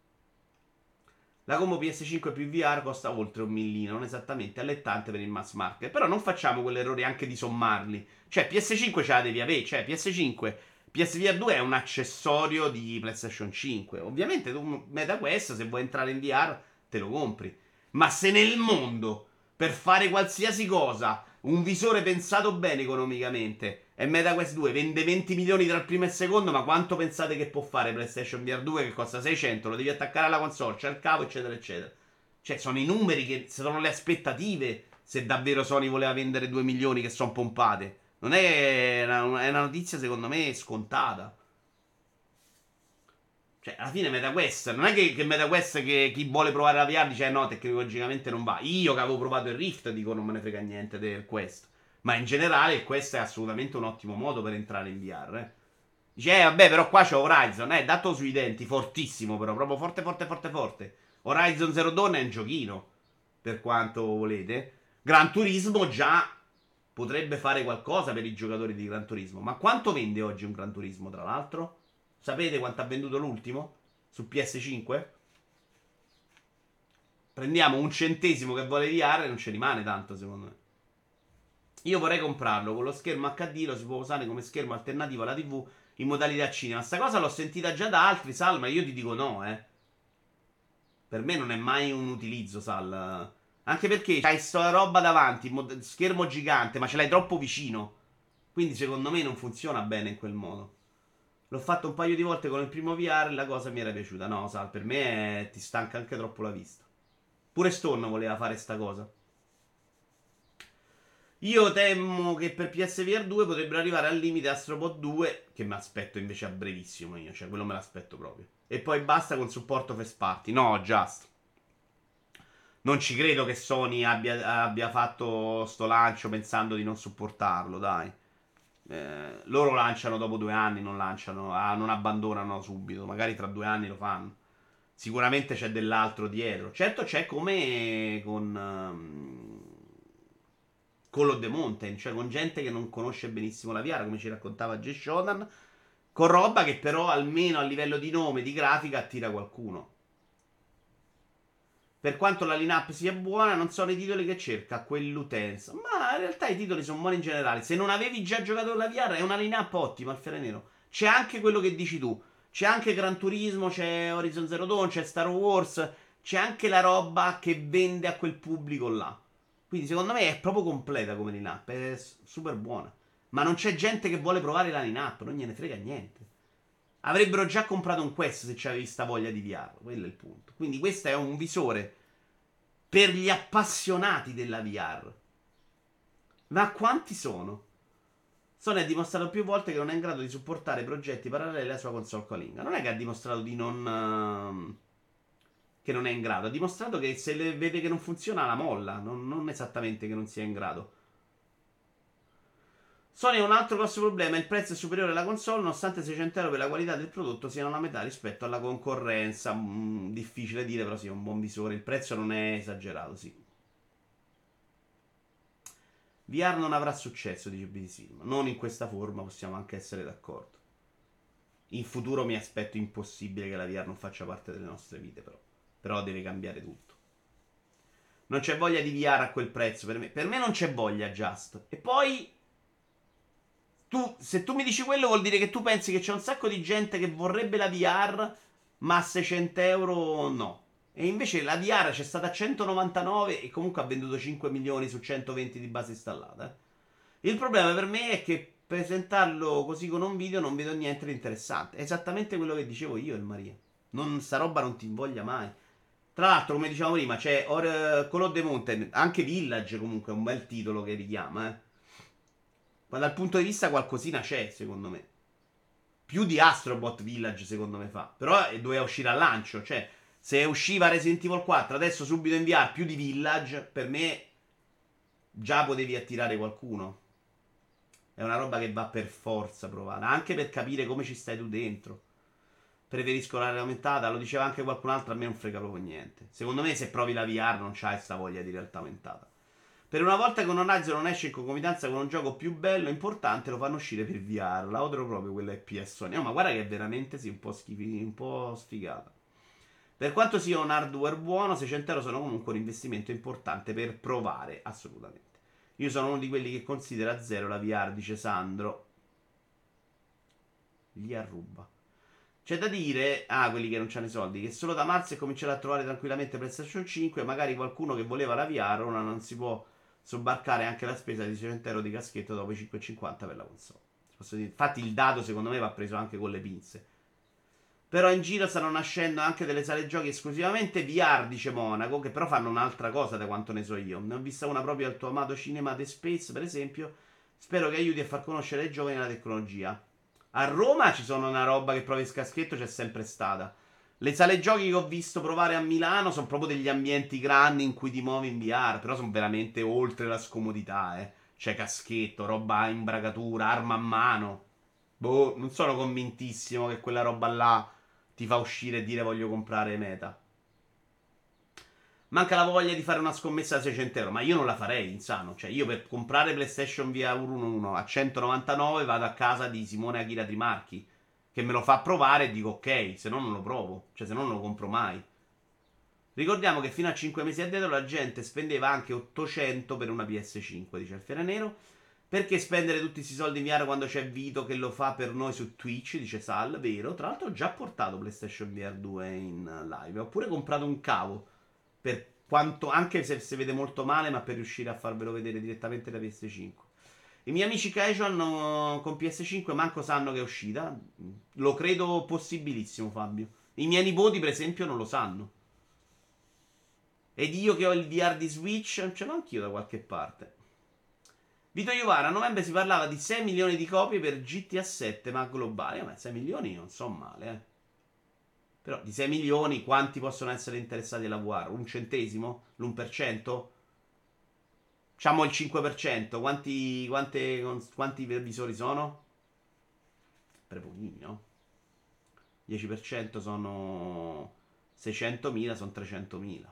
la combo P S cinque più V R costa oltre un millino, non esattamente allettante per il mass market. Però non facciamo quell'errore anche di sommarli. Cioè, P S cinque ce la devi avere. Cioè, P S cinque, P S V R due è un accessorio di PlayStation cinque. Ovviamente tu, MetaQuest, se vuoi entrare in V R, te lo compri. Ma se nel mondo, per fare qualsiasi cosa, un visore pensato bene economicamente, e MetaQuest due vende venti milioni tra il primo e il secondo, ma quanto pensate che può fare PlayStation V R due che costa seicento? Lo devi attaccare alla console, c'è il cavo, eccetera, eccetera. Cioè, sono i numeri che sono le aspettative se davvero Sony voleva vendere due milioni che sono pompate. Non è una, è una notizia, secondo me, scontata. Cioè, alla fine MetaQuest, non è che, che MetaQuest che chi vuole provare la V R dice eh, no, tecnologicamente non va. Io che avevo provato il Rift dico non me ne frega niente del Quest. Ma in generale il Quest è assolutamente un ottimo modo per entrare in V R, eh. Dice, eh vabbè, però qua c'è Horizon, eh, dato sui denti, fortissimo però, proprio forte, forte, forte, forte. Horizon Zero Dawn è un giochino, per quanto volete. Gran Turismo già potrebbe fare qualcosa per i giocatori di Gran Turismo. Ma quanto vende oggi un Gran Turismo, tra l'altro? Sapete quanto ha venduto l'ultimo? Su P S cinque? Prendiamo un centesimo che vuole V R e non ci rimane tanto, secondo me. Io vorrei comprarlo con lo schermo acca di, lo si può usare come schermo alternativo alla tivù in modalità cinema. Sta cosa l'ho sentita già da altri, Sal, ma io ti dico no, eh. Per me non è mai un utilizzo, Sal. Anche perché c'hai sta roba davanti, mod- schermo gigante, ma ce l'hai troppo vicino. Quindi secondo me non funziona bene in quel modo. L'ho fatto un paio di volte con il primo V R e la cosa mi era piaciuta. No, Sal, per me è- ti stanca anche troppo la vista. Pure Stone voleva fare sta cosa. Io temo che per P S V R due potrebbero arrivare al limite Astropod due, che mi aspetto invece a brevissimo io, cioè quello me l'aspetto proprio. E poi basta con supporto first party. No, Just. Non ci credo che Sony abbia, abbia fatto sto lancio pensando di non supportarlo, dai. Eh, loro lanciano dopo due anni, non lanciano, ah, non abbandonano subito. Magari tra due anni lo fanno. Sicuramente c'è dell'altro dietro. Certo c'è come con um, Call of the Mountain, cioè con gente che non conosce benissimo la V R, come ci raccontava Jay Shodan, con roba che però almeno a livello di nome, di grafica, attira qualcuno. Per quanto la lineup sia buona, non sono i titoli che cerca quell'utenza. Ma in realtà i titoli sono buoni in generale. Se non avevi già giocato con la V R, è una lineup ottima, il Fiere Nero. C'è anche quello che dici tu. C'è anche Gran Turismo, c'è Horizon Zero Dawn, c'è Star Wars. C'è anche la roba che vende a quel pubblico là. Quindi secondo me è proprio completa come lineup. È super buona. Ma non c'è gente che vuole provare la lineup, non gliene frega niente. Avrebbero già comprato un Quest se c'avevi sta voglia di V R. Quello è il punto. Quindi questo è un visore per gli appassionati della V R. Ma quanti sono? Sony ha dimostrato più volte che non è in grado di supportare progetti paralleli alla sua console calinga. Non è che ha dimostrato di non. ehm, che non è in grado. Ha dimostrato che se le vede che non funziona la molla. Non, non esattamente che non sia in grado. Sony ha un altro grosso problema: il prezzo è superiore alla console, nonostante seicento euro per la qualità del prodotto siano la metà rispetto alla concorrenza. Mm, difficile dire, però sì, è un buon visore. Il prezzo non è esagerato, sì. V R non avrà successo, dice B T Silva. Non in questa forma, possiamo anche essere d'accordo. In futuro mi aspetto impossibile che la V R non faccia parte delle nostre vite, però. Però deve cambiare tutto. Non c'è voglia di V R a quel prezzo per me. Per me non c'è voglia, Just. E poi tu, se tu mi dici quello, vuol dire che tu pensi che c'è un sacco di gente che vorrebbe la V R, ma a seicento euro no. E invece la V R c'è stata a centonovantanove e comunque ha venduto cinque milioni su centoventi di base installata. eh. Il problema per me è che presentarlo così con un video non vedo niente di interessante. È esattamente quello che dicevo io, il Maria. Non, sta roba non ti invoglia mai. Tra l'altro, come dicevamo prima, c'è Or- Call of the Mountain, anche Village comunque è un bel titolo che richiama, eh. Ma dal punto di vista qualcosina c'è, secondo me. Più di Astrobot Village, secondo me fa. Però eh, doveva uscire al lancio, cioè se usciva Resident Evil quattro, adesso subito in V R più di Village, per me già potevi attirare qualcuno. È una roba che va per forza provata, anche per capire come ci stai tu dentro. Preferisco la realtà aumentata, lo diceva anche qualcun altro, a me non frega proprio niente. Secondo me se provi la V R non c'hai sta voglia di realtà aumentata. Per una volta che un Horizon non esce in concomitanza con un gioco più bello e importante, lo fanno uscire per V R. La odio proprio quella F P S Sony. No, ma guarda che è veramente sì, un po' schifi, un po' sfigata. Per quanto sia un hardware buono, seicento euro sono comunque un investimento importante per provare, assolutamente. Io sono uno di quelli che considera zero la V R, dice Sandro. Gli arruba. C'è da dire, ah, quelli che non hanno i soldi, che solo da marzo è cominciato a trovare tranquillamente PlayStation cinque. Magari qualcuno che voleva la V R, ora non si può sobbarcare anche la spesa di seicento euro di caschetto dopo i cinque e cinquanta per la console. Posso dire- Infatti, il dato secondo me va preso anche con le pinze. Però in giro stanno nascendo anche delle sale giochi esclusivamente V R, dice Monaco, che però fanno un'altra cosa da quanto ne so io. Ne ho vista una proprio al tuo amato Cinema The Space, per esempio. Spero che aiuti a far conoscere ai giovani la tecnologia. A Roma ci sono una roba che provi scaschetto, c'è sempre stata. Le sale giochi che ho visto provare a Milano sono proprio degli ambienti grandi in cui ti muovi in V R, però sono veramente oltre la scomodità, eh. C'è caschetto, roba in bragatura, arma a mano. Boh, non sono convintissimo che quella roba là ti fa uscire e dire voglio comprare Meta. Manca la voglia di fare una scommessa da seicento euro, ma io non la farei, insano. Cioè, io per comprare PlayStation V R uno a centonovantanove vado a casa di Simone Akira Trimarchi, che me lo fa provare e dico ok, se no non lo provo. Cioè, se no non lo compro mai. Ricordiamo che fino a cinque mesi addietro la gente spendeva anche ottocento per una P S cinque, dice il Fiere Nero. Perché spendere tutti questi soldi in V R quando c'è Vito che lo fa per noi su Twitch, dice Sal, vero? Tra l'altro ho già portato PlayStation V R due in live. Ho pure comprato un cavo, per quanto, anche se si vede molto male, ma per riuscire a farvelo vedere direttamente da P S cinque. I miei amici casual no- con P S cinque manco sanno che è uscita. Lo credo possibilissimo, Fabio. I miei nipoti, per esempio, non lo sanno. Ed io che ho il V R di Switch, ce l'ho anch'io da qualche parte. Vito Iovara, a novembre si parlava di sei milioni di copie per G T A sette, ma globale. Ma sei milioni non so male, eh. Però di sei milioni quanti possono essere interessati alla V R? Un centesimo? L'uno per cento? Diciamo il cinque per cento. Quanti, quante, quanti visori sono? Per pochini, no? dieci per cento sono seicentomila, sono trecentomila.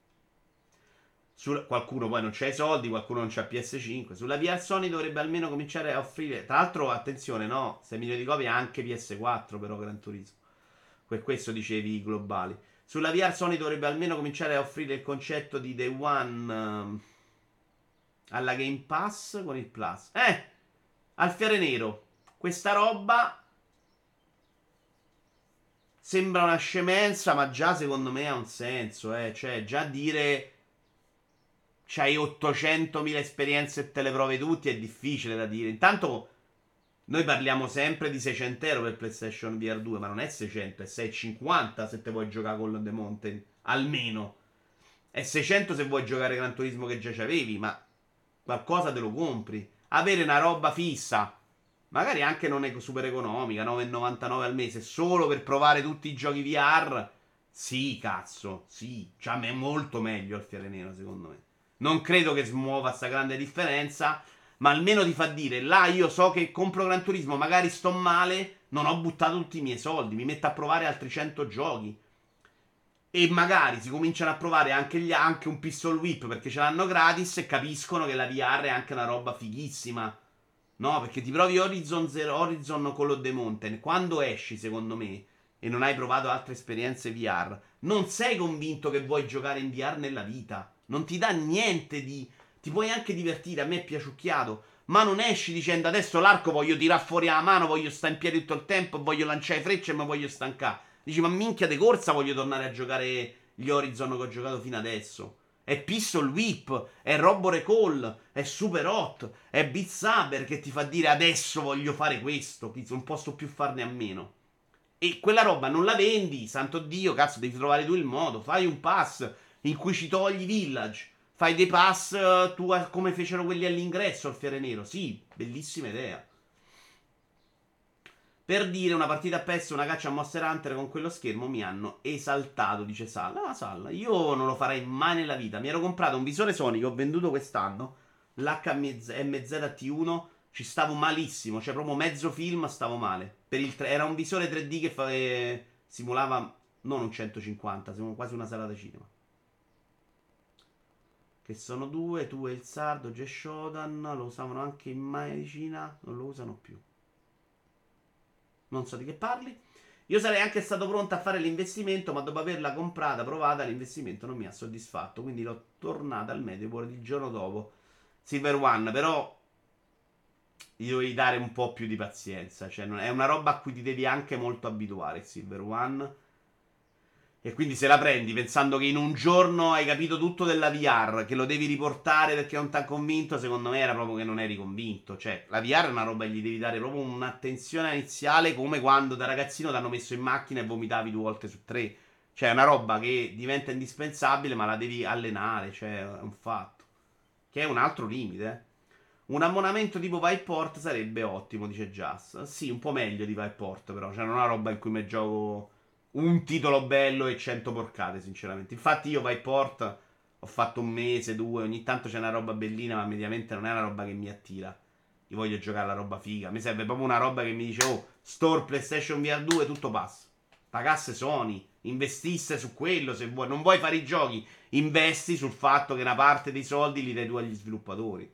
Sul, qualcuno poi non c'ha i soldi, qualcuno non c'ha P S cinque. Sulla V R Sony dovrebbe almeno cominciare a offrire. Tra l'altro, attenzione, no? sei milioni di copie anche P S quattro, però Gran Turismo. Que- questo dicevi i globali. Sulla V R Sony dovrebbe almeno cominciare a offrire il concetto di Day One ehm, alla Game Pass con il Plus. Eh! Alfiere Nero. Questa roba sembra una scemenza, ma già secondo me ha un senso, eh. Cioè, già dire c'hai ottocentomila esperienze e te le provi tutti è difficile da dire. Intanto noi parliamo sempre di seicento euro per PlayStation V R due, ma non è seicento, è seicentocinquanta se te vuoi giocare con The Mountain. Almeno. È seicento se vuoi giocare Gran Turismo che già c'avevi, ma qualcosa te lo compri. Avere una roba fissa, magari anche non è super economica, nove e novantanove al mese, solo per provare tutti i giochi V R. Sì, cazzo, sì. Cioè, è molto meglio il Fiere Nero, secondo me. Non credo che smuova sta grande differenza, ma almeno ti fa dire, là io so che compro Gran Turismo, magari sto male, non ho buttato tutti i miei soldi, mi metto a provare altri cento giochi. E magari si cominciano a provare anche, gli, anche un pistol whip perché ce l'hanno gratis e capiscono che la V R è anche una roba fighissima. No, perché ti provi Horizon Zero, Horizon Call of the Mountain. Quando esci, secondo me, e non hai provato altre esperienze V R, non sei convinto che vuoi giocare in V R nella vita. Non ti dà niente di... Ti puoi anche divertire, a me è piaciucchiato. Ma non esci dicendo adesso l'arco voglio tirare fuori la mano, voglio stare in piedi tutto il tempo, voglio lanciare frecce e mi voglio stancare. Dici, ma minchia de corsa voglio tornare a giocare gli Horizon che ho giocato fino adesso. È Pistol Whip, è Robo Recall, è Super Hot, è Beat Saber che ti fa dire adesso voglio fare questo, non posso più farne a meno. E quella roba non la vendi, santo Dio, cazzo, devi trovare tu il modo. Fai un pass in cui ci togli Village. Fai dei pass eh, tu, come fecero quelli all'ingresso al Fiere Nero. Sì, bellissima idea. Per dire una partita a PES, una caccia a Monster Hunter con quello schermo mi hanno esaltato, dice Sal. Ah, Sal, io non lo farei mai nella vita. Mi ero comprato un visore Sony che ho venduto quest'anno, l'H M Z T uno, ci stavo malissimo, cioè proprio mezzo film stavo male. Per il tre- era un visore tre D che fa- eh, simulava non un centocinquanta, siamo quasi una sala da cinema. Che sono due, tu e il sardo, Jay Shodan, lo usavano anche in medicina, non lo usano più. Non so di che parli. Io sarei anche stato pronto a fare l'investimento, ma dopo averla comprata, provata, l'investimento non mi ha soddisfatto. Quindi l'ho tornata al Mediaport il giorno dopo. Silver One, però gli dovevi dare un po' più di pazienza. Cioè, non- è una roba a cui ti devi anche molto abituare, il Silver One. E quindi se la prendi pensando che in un giorno hai capito tutto della V R, che lo devi riportare perché non ti ha convinto, secondo me era proprio che non eri convinto. Cioè, la V R è una roba che gli devi dare proprio un'attenzione iniziale, come quando da ragazzino ti hanno messo in macchina e vomitavi due volte su tre. Cioè, è una roba che diventa indispensabile, ma la devi allenare, cioè, è un fatto. Che è un altro limite, eh. Un abbonamento tipo Viveport sarebbe ottimo, dice Just. Sì, un po' meglio di Viveport, però. Cioè, non è una roba in cui mi gioco un titolo bello e cento porcate, sinceramente. Infatti, io Viveport ho fatto un mese, due. Ogni tanto c'è una roba bellina, ma mediamente non è una roba che mi attira. Io voglio giocare la roba figa. Mi serve proprio una roba che mi dice: oh, Store PlayStation V R due, tutto passa. Pagasse Sony, investisse su quello se vuoi. Non vuoi fare i giochi, investi sul fatto che una parte dei soldi li dai tu agli sviluppatori.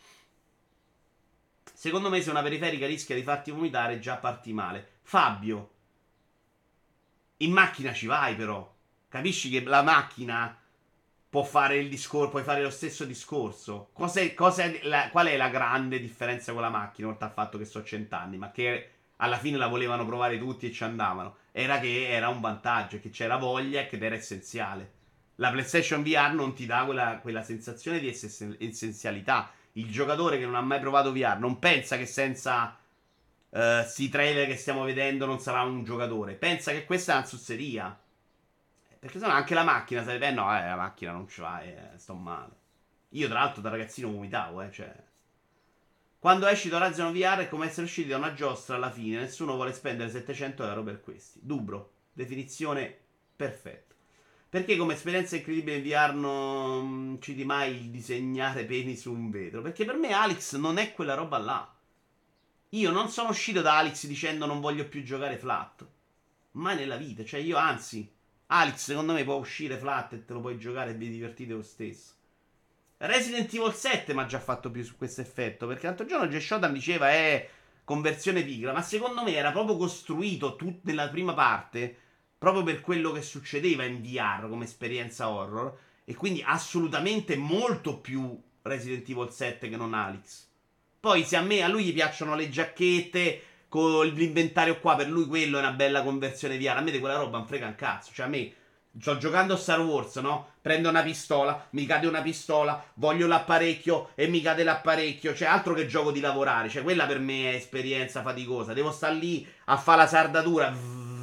Secondo me se una periferica rischia di farti vomitare già parti male. Fabio, in macchina ci vai però. Capisci che la macchina può fare il discorso, puoi fare lo stesso discorso. Cos'è, cos'è la, qual è la grande differenza con la macchina, oltre al fatto che so cent'anni, ma che alla fine la volevano provare tutti e ci andavano? Era che era un vantaggio, che c'era voglia e che era essenziale. La PlayStation V R non ti dà quella, quella sensazione di ess- essenzialità. Il giocatore che non ha mai provato V R non pensa che senza uh, sti trailer che stiamo vedendo non sarà un giocatore. Pensa che questa è una zozzeria. Perché sennò anche la macchina sarebbe. Eh no, eh, la macchina non ce l'ha, eh, sto male. Io, tra l'altro, da ragazzino vomitavo, eh, cioè. Quando esci da Horizon V R è come essere usciti da una giostra alla fine. Nessuno vuole spendere settecento euro per questi. Dubro. Definizione perfetta. Perché come esperienza incredibile in V R non citi mai il disegnare peni su un vetro? Perché per me Alex non è quella roba là. Io non sono uscito da Alex dicendo non voglio più giocare flat. Mai nella vita. Cioè io anzi, Alex secondo me può uscire flat e te lo puoi giocare e vi divertite lo stesso. Resident Evil sette mi ha già fatto più su questo effetto. Perché l'altro giorno Jay Shodan diceva è conversione pigra. Ma secondo me era proprio costruito tut- nella prima parte proprio per quello che succedeva in V R come esperienza horror. E quindi assolutamente molto più Resident Evil sette che non Alex. Poi se a me, a lui gli piacciono le giacchette con l'inventario qua, per lui quello è una bella conversione V R. A me di quella roba non frega un cazzo. Cioè a me, sto giocando a Star Wars, no? Prendo una pistola, mi cade una pistola, voglio l'apparecchio e mi cade l'apparecchio. Cioè altro che gioco di lavorare. Cioè quella per me è esperienza faticosa. Devo stare lì a fare la sardatura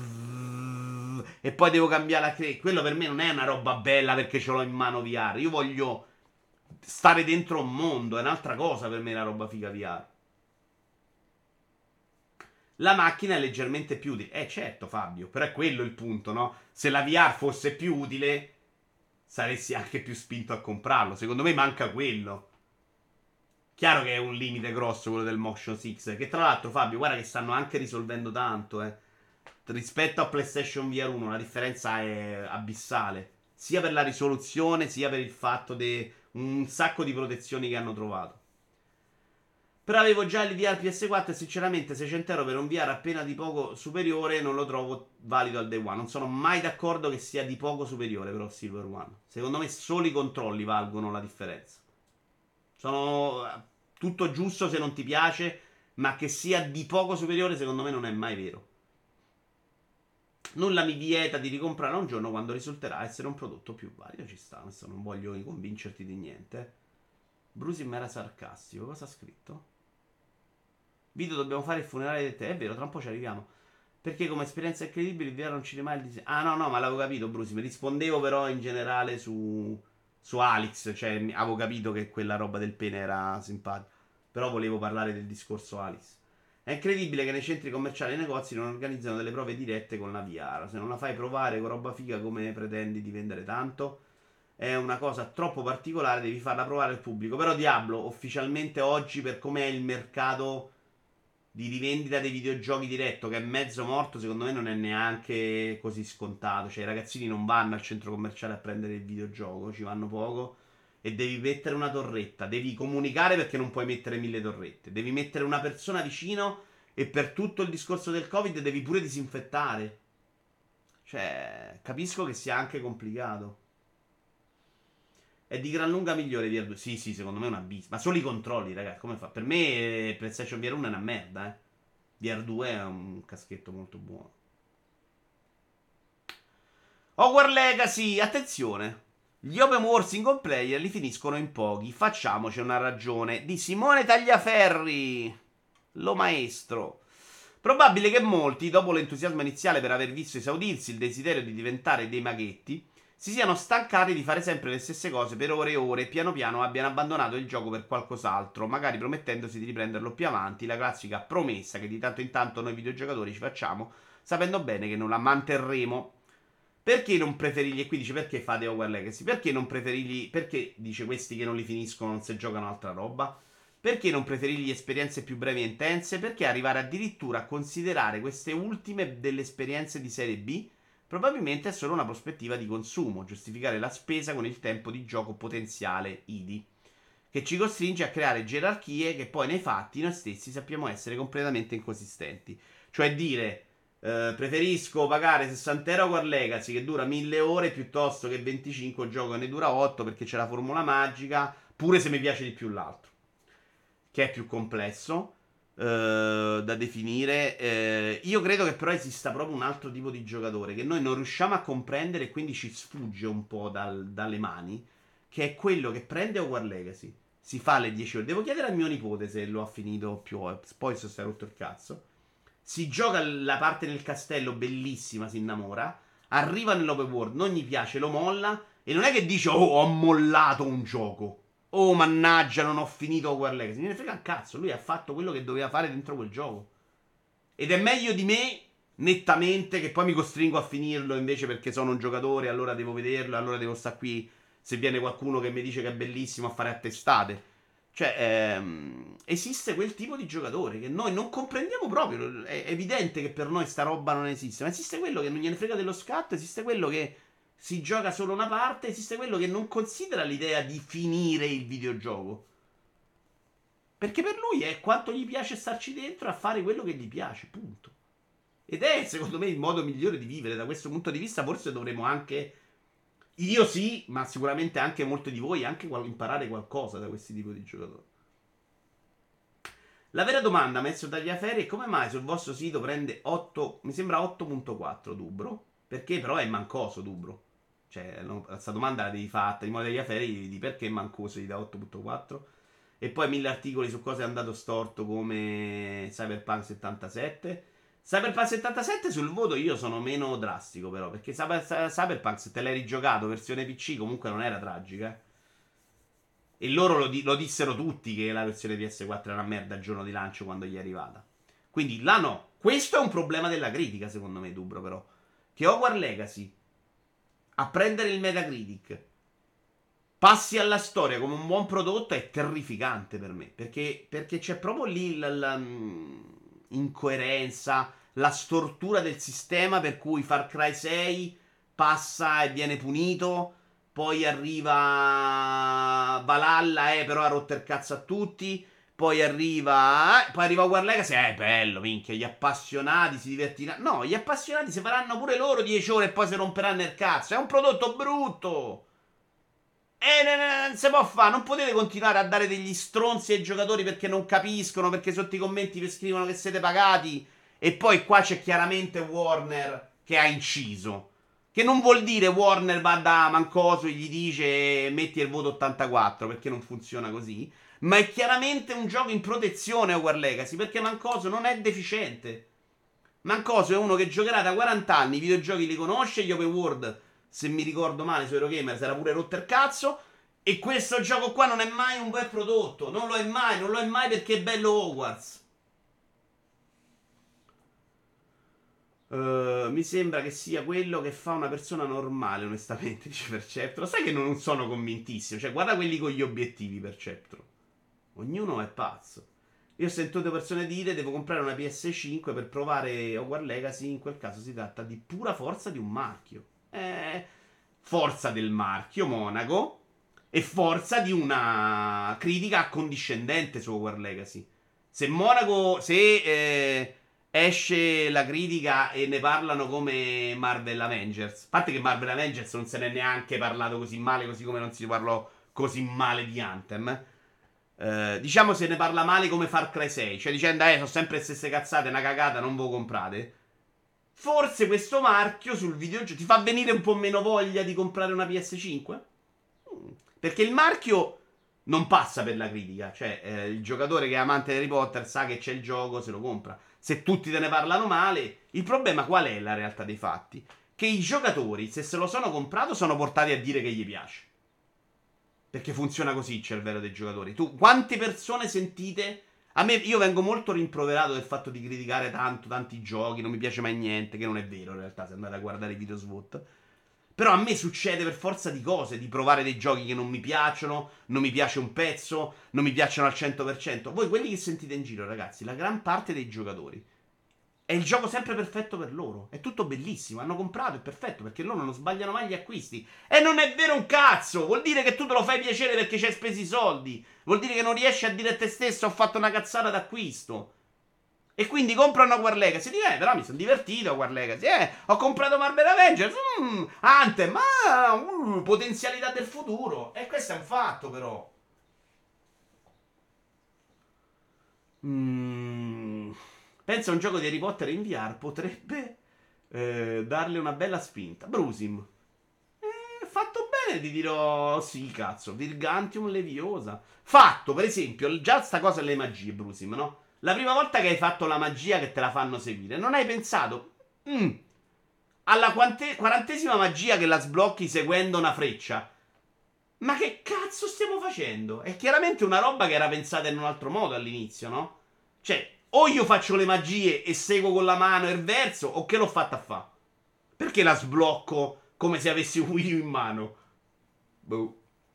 e poi devo cambiare la cre- quello per me non è una roba bella perché ce l'ho in mano V R. Io voglio stare dentro un mondo, è un'altra cosa per me la roba figa V R. La macchina è leggermente più utile. Eh certo Fabio, però è quello il punto, no? Se la V R fosse più utile, saresti anche più spinto a comprarlo. Secondo me manca quello. Chiaro che è un limite grosso quello del Motion Six, che tra l'altro Fabio, guarda che stanno anche risolvendo tanto, eh. Rispetto a PlayStation V R uno la differenza è abissale, sia per la risoluzione sia per il fatto di un sacco di protezioni che hanno trovato. Però avevo già il V R P S quattro e sinceramente seicento euro per un V R appena di poco superiore non lo trovo valido al day one. Non sono mai d'accordo che sia di poco superiore però Silver One. Secondo me solo i controlli valgono la differenza. Sono tutto giusto se non ti piace, ma che sia di poco superiore secondo me non è mai vero. Nulla mi vieta di ricomprare un giorno quando risulterà essere un prodotto più valido. Ci sta, questo non voglio convincerti di niente. Brusim era sarcastico. Cosa ha scritto? Vito, dobbiamo fare il funerale di te. È vero, tra un po' ci arriviamo. Perché come esperienza incredibile il V R non ci rimane il disegno. Ah no, no, ma l'avevo capito, Brusim. Rispondevo però in generale su, su Alex. Cioè, avevo capito che quella roba del pene era simpatica. Però volevo parlare del discorso Alex. È incredibile che nei centri commerciali e nei negozi non organizzano delle prove dirette con la V R. Se non la fai provare con roba figa, come pretendi di vendere tanto? È una cosa troppo particolare, devi farla provare al pubblico. Però Diablo, ufficialmente oggi, per com'è il mercato di rivendita dei videogiochi diretto, che è mezzo morto, secondo me non è neanche così scontato. Cioè i ragazzini non vanno al centro commerciale a prendere il videogioco, ci vanno poco. E devi mettere una torretta. Devi comunicare perché non puoi mettere mille torrette. Devi mettere una persona vicino e per tutto il discorso del Covid devi pure disinfettare. Cioè, capisco che sia anche complicato. È di gran lunga migliore V R due. Sì, sì, secondo me è una bis. Ma solo i controlli, ragazzi. Come fa? Per me PlayStation V R uno è una merda, eh. V R due è un caschetto molto buono. Hogwarts Legacy, attenzione. Gli open world single player li finiscono in pochi. Facciamoci una ragione. Di Simone Tagliaferri, lo maestro. Probabile che molti, dopo l'entusiasmo iniziale per aver visto esaudirsi il desiderio di diventare dei maghetti, si siano stancati di fare sempre le stesse cose per ore e ore e piano piano abbiano abbandonato il gioco per qualcos'altro, magari promettendosi di riprenderlo più avanti, la classica promessa che di tanto in tanto noi videogiocatori ci facciamo, sapendo bene che non la manterremo. Perché non preferirgli? E qui dice perché fate Hogwarts Legacy? Perché non preferirgli? Perché dice questi che non li finiscono non si giocano altra roba? Perché non preferirgli esperienze più brevi e intense? Perché arrivare addirittura a considerare queste ultime delle esperienze di serie B? Probabilmente è solo una prospettiva di consumo, giustificare la spesa con il tempo di gioco potenziale I D I, che ci costringe a creare gerarchie che poi nei fatti noi stessi sappiamo essere completamente inconsistenti. Cioè dire Eh, preferisco pagare sessanta euro War Legacy che dura mille ore piuttosto che venticinque un gioco che ne dura otto perché c'è la formula magica, pure se mi piace di più l'altro, che è più complesso eh, da definire. Eh, io credo che però esista proprio un altro tipo di giocatore che noi non riusciamo a comprendere e quindi ci sfugge un po' dal- dalle mani, che è quello che prende War Legacy, si fa le dieci ore. Devo chiedere a mio nipote se lo ha finito più, eh, poi se si è rotto il cazzo. Si gioca la parte nel castello, bellissima, si innamora. Arriva nell'open world, non gli piace, lo molla. E non è che dice, oh, ho mollato un gioco. Oh, mannaggia, non ho finito War Legacy. Non ne frega un cazzo, lui ha fatto quello che doveva fare dentro quel gioco. Ed è meglio di me, nettamente, che poi mi costringo a finirlo invece perché sono un giocatore, allora devo vederlo, allora devo stare qui. Se viene qualcuno che mi dice che è bellissimo a fare a testate. Cioè, ehm, esiste quel tipo di giocatore che noi non comprendiamo proprio. È evidente che per noi sta roba non esiste. Ma esiste quello che non gliene frega dello scatto, esiste quello che si gioca solo una parte, esiste quello che non considera l'idea di finire il videogioco. Perché per lui è quanto gli piace starci dentro a fare quello che gli piace, punto. Ed è, secondo me, il modo migliore di vivere. Da questo punto di vista, forse dovremmo anche. Io sì, ma sicuramente anche molti di voi, anche qual- imparare qualcosa da questi tipi di giocatori. La vera domanda, messo dagli affari, è come mai sul vostro sito prende otto, mi sembra otto virgola quattro Dubro? Perché però è mancoso Dubro. Cioè, no, questa domanda la devi fatta di modo degli affari di perché è mancoso gli da otto virgola quattro. E poi mille articoli su cosa è andato storto come Cyberpunk settantasette. Cyberpunk settantasette sul voto io sono meno drastico però, perché Cyber- Cyberpunk se te l'hai rigiocato versione P C comunque non era tragica. eh. E loro lo, di- lo dissero tutti che la versione P S quattro era una merda il giorno di lancio quando gli è arrivata. Quindi là no. Questo è un problema della critica secondo me, Dubro però. Che Hogwarts Legacy a prendere il Metacritic passi alla storia come un buon prodotto è terrificante per me. Perché, perché c'è proprio lì la, la, mm, incoerenza, la stortura del sistema per cui Far Cry sei passa e viene punito. Poi arriva Valhalla, eh, però ha rotto il cazzo a tutti. Poi arriva. eh, poi arriva War Legacy. Eh, bello, minchia. Gli appassionati si divertiranno. No, gli appassionati si faranno pure loro dieci ore e poi si romperanno il cazzo. È un prodotto brutto. E non si può fare, non potete continuare a dare degli stronzi ai giocatori perché non capiscono, perché sotto i commenti vi scrivono che siete pagati. E poi qua c'è chiaramente Warner che ha inciso. Che non vuol dire Warner va da Mancoso e gli dice metti il voto ottantaquattro perché non funziona così. Ma è chiaramente un gioco in protezione War Legacy perché Mancoso non è deficiente. Mancoso è uno che giocherà da quaranta anni, i videogiochi li conosce, gli open world, se mi ricordo male, su Eurogamer si era pure rotto il cazzo. E questo gioco qua non è mai un bel prodotto. Non lo è mai, non lo è mai perché è bello Hogwarts. Uh, mi sembra che sia quello che fa una persona normale, onestamente, dice Perceptro. Sai che non sono convintissimo. Cioè, guarda quelli con gli obiettivi, Perceptro. Ognuno è pazzo. Io ho sentito persone dire devo comprare una P S cinque per provare Hogwarts Legacy. In quel caso si tratta di pura forza di un marchio. Eh, forza del marchio Monaco e forza di una critica accondiscendente su Hogwarts Legacy. Se Monaco, se eh, esce la critica e ne parlano come Marvel Avengers, a parte che Marvel Avengers non se ne è neanche parlato così male, così come non si parlò così male di Anthem. eh. Eh, diciamo se ne parla male come Far Cry sei, cioè dicendo eh sono sempre le stesse cazzate, una cagata, non ve lo comprate. Forse questo marchio sul videogioco ti fa venire un po' meno voglia di comprare una P S cinque? Mm. Perché il marchio non passa per la critica, cioè eh, il giocatore che è amante di Harry Potter sa che c'è il gioco, se lo compra. Se tutti te ne parlano male, il problema qual è la realtà dei fatti? Che i giocatori, se se lo sono comprato, sono portati a dire che gli piace. Perché funziona così il cervello dei giocatori. Tu, quante persone sentite? A me, io vengo molto rimproverato del fatto di criticare tanto, tanti giochi, non mi piace mai niente, che non è vero in realtà, se andate a guardare i video S W O T. Però a me succede per forza di cose, di provare dei giochi che non mi piacciono, non mi piace un pezzo, non mi piacciono al cento per cento. Voi quelli che sentite in giro, ragazzi, la gran parte dei giocatori è il gioco sempre perfetto per loro. È tutto bellissimo. Hanno comprato, è perfetto perché loro non sbagliano mai gli acquisti. E non è vero un cazzo. Vuol dire che tu te lo fai piacere perché ci hai speso i soldi. Vuol dire che non riesci a dire a te stesso ho fatto una cazzata d'acquisto. E quindi compro una War Legacy. Dico, eh, però mi sono divertito a War Legacy. Eh, ho comprato Marvel Avengers. Mm, Anthem, ma uh, potenzialità del futuro. E questo è un fatto, però. Mm, penso a un gioco di Harry Potter in V R potrebbe eh, darle una bella spinta. Brusim. Eh, fatto bene, ti dirò sì, cazzo. Virgantium Leviosa. Fatto, per esempio, già sta cosa delle magie, Brusim, no? La prima volta che hai fatto la magia che te la fanno seguire, non hai pensato mm, alla quante- quarantesima magia che la sblocchi seguendo una freccia. Ma che cazzo stiamo facendo? È chiaramente una roba che era pensata in un altro modo all'inizio, no? Cioè, o io faccio le magie e seguo con la mano il verso, o che l'ho fatta a fa? Perché la sblocco come se avessi un Wii U in mano? Boh.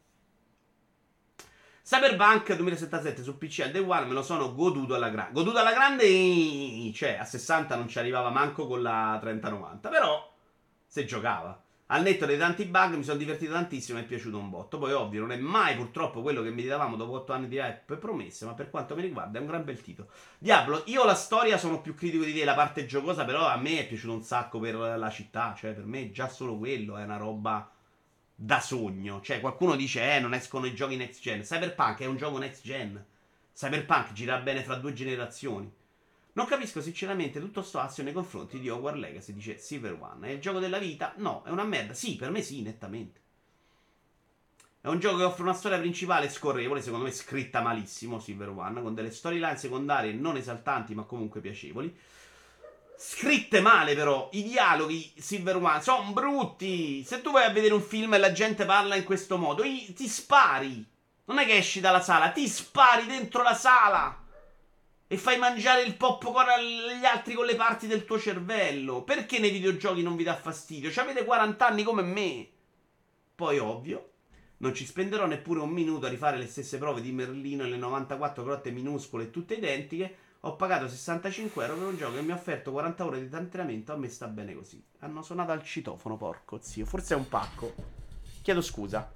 Cyberpunk duemilasettantasette su P C al Day One me lo sono goduto alla grande. Goduto alla grande, cioè a sessanta non ci arrivava manco con la trenta novanta. Però se giocava. Al netto dei tanti bug mi sono divertito tantissimo e mi è piaciuto un botto. Poi ovvio non è mai purtroppo quello che meditavamo dopo otto anni di hype e promesse, ma per quanto mi riguarda è un gran bel titolo. Diablo, io la storia sono più critico di te, la parte giocosa però a me è piaciuto un sacco per la città, cioè per me già solo quello è una roba da sogno. Cioè, qualcuno dice, eh, non escono i giochi next gen. Cyberpunk è un gioco next gen. Cyberpunk gira bene fra due generazioni. Non capisco sinceramente tutto sto assio nei confronti di Hogwarts Legacy, dice Silver One. È il gioco della vita? No, è una merda. Sì, per me sì, nettamente. È un gioco che offre una storia principale scorrevole, secondo me scritta malissimo, Silver One, con delle storyline secondarie non esaltanti ma comunque piacevoli. Scritte male però, i dialoghi Silver One sono brutti. Se tu vai a vedere un film e la gente parla in questo modo, ti spari. Non è che esci dalla sala, ti spari dentro la sala e fai mangiare il popcorn agli altri con le parti del tuo cervello. Perché nei videogiochi non vi dà fastidio? Ci avete quaranta anni come me. Poi, ovvio, non ci spenderò neppure un minuto a rifare le stesse prove di Merlino e le novantaquattro grotte minuscole, tutte identiche. Ho pagato sessantacinque euro per un gioco che mi ha offerto quaranta ore di allenamento. A me sta bene così. Hanno suonato al citofono, porco zio. Forse è un pacco. Chiedo scusa.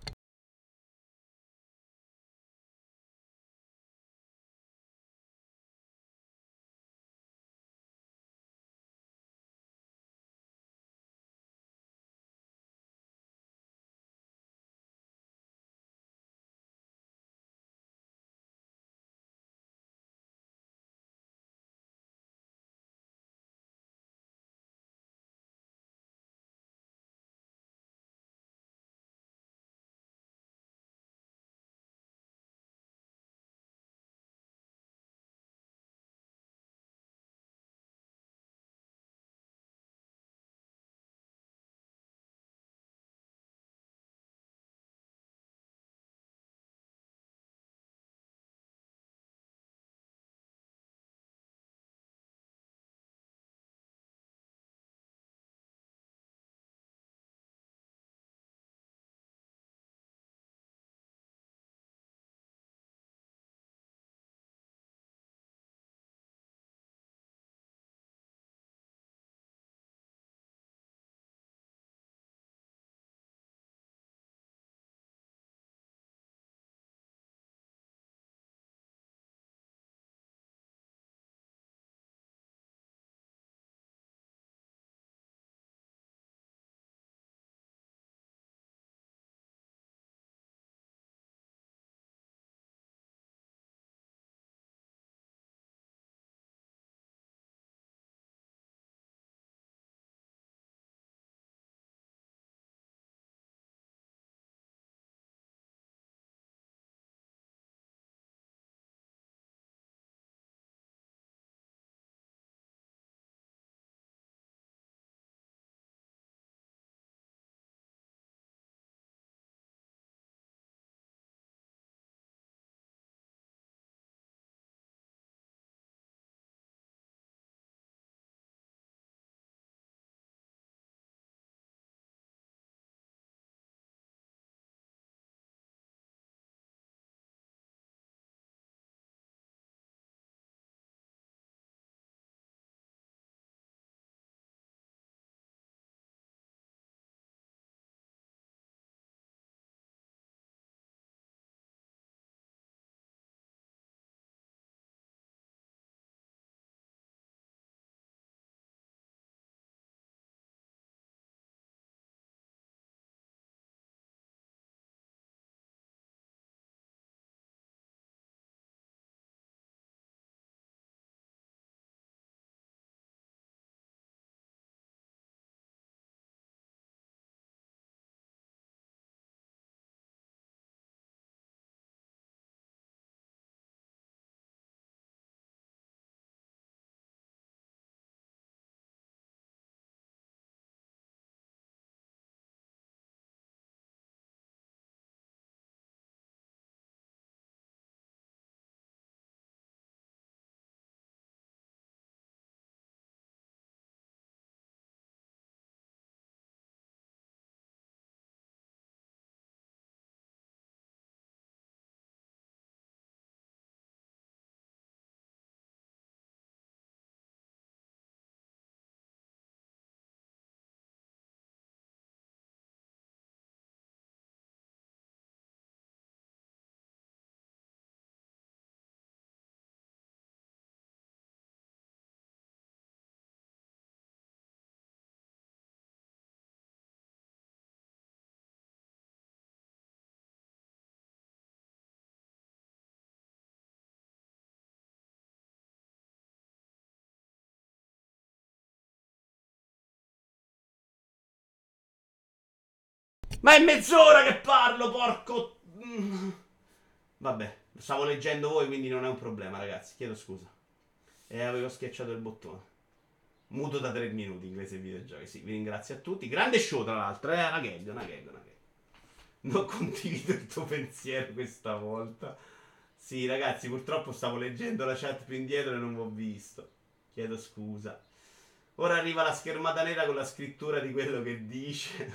Ma è mezz'ora che parlo, porco... Vabbè, stavo leggendo voi, quindi non è un problema, ragazzi. Chiedo scusa. E avevo schiacciato il bottone. Muto da tre minuti, inglese e videogiochi. Sì, vi ringrazio a tutti. Grande show, tra l'altro. È una gag, una gag, una gag. Non condivido il tuo pensiero questa volta. Sì, ragazzi, purtroppo stavo leggendo la chat più indietro e non l'ho visto. Chiedo scusa. Ora arriva la schermata nera con la scrittura di quello che dice.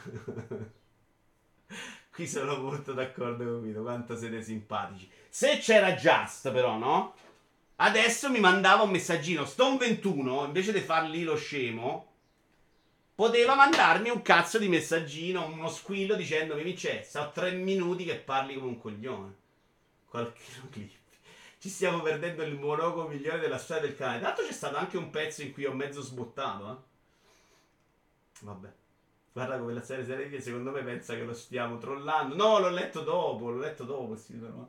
Qui sono molto d'accordo con Vito. Quanto siete simpatici. Se c'era Just, però, no? Adesso mi mandava un messaggino. Stone ventuno, invece di fargli lo scemo, poteva mandarmi un cazzo di messaggino, uno squillo dicendomi: Vincenzo, ho tre minuti che parli come un coglione. Qualche clip. Ci stiamo perdendo il monologo migliore della storia del canale. Tra l'altro c'è stato anche un pezzo in cui ho mezzo sbottato, eh. Vabbè. Guarda come la serie serie secondo me pensa che lo stiamo trollando. No, l'ho letto dopo, l'ho letto dopo, sì, però.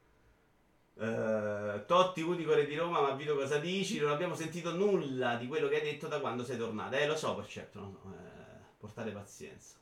Uh, Totti, Udicore di Roma, ma Vito cosa dici? Non abbiamo sentito nulla di quello che hai detto da quando sei tornato. Eh, lo so, per certo, no, no, eh, portate pazienza.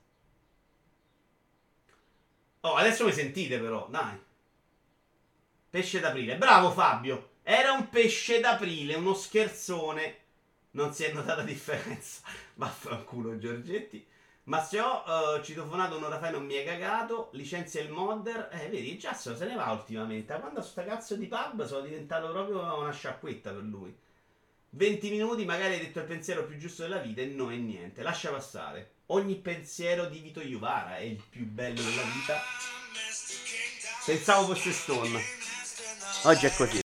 Oh, adesso mi sentite però, dai. Pesce d'aprile. Bravo Fabio. Era un pesce d'aprile, uno scherzone. Non si è notata differenza. Vaffanculo Giorgetti. Ma se ho uh, citofonato un'ora fa e non mi hai cagato, licenzia il modder. Eh, vedi, già se ne va ultimamente. Da quando sta cazzo di pub sono diventato proprio una sciacquetta per lui. venti minuti, magari hai detto il pensiero più giusto della vita e no è niente. Lascia passare. Ogni pensiero di Vito Iuvara è il più bello della vita. Pensavo fosse Stone. Oggi è così.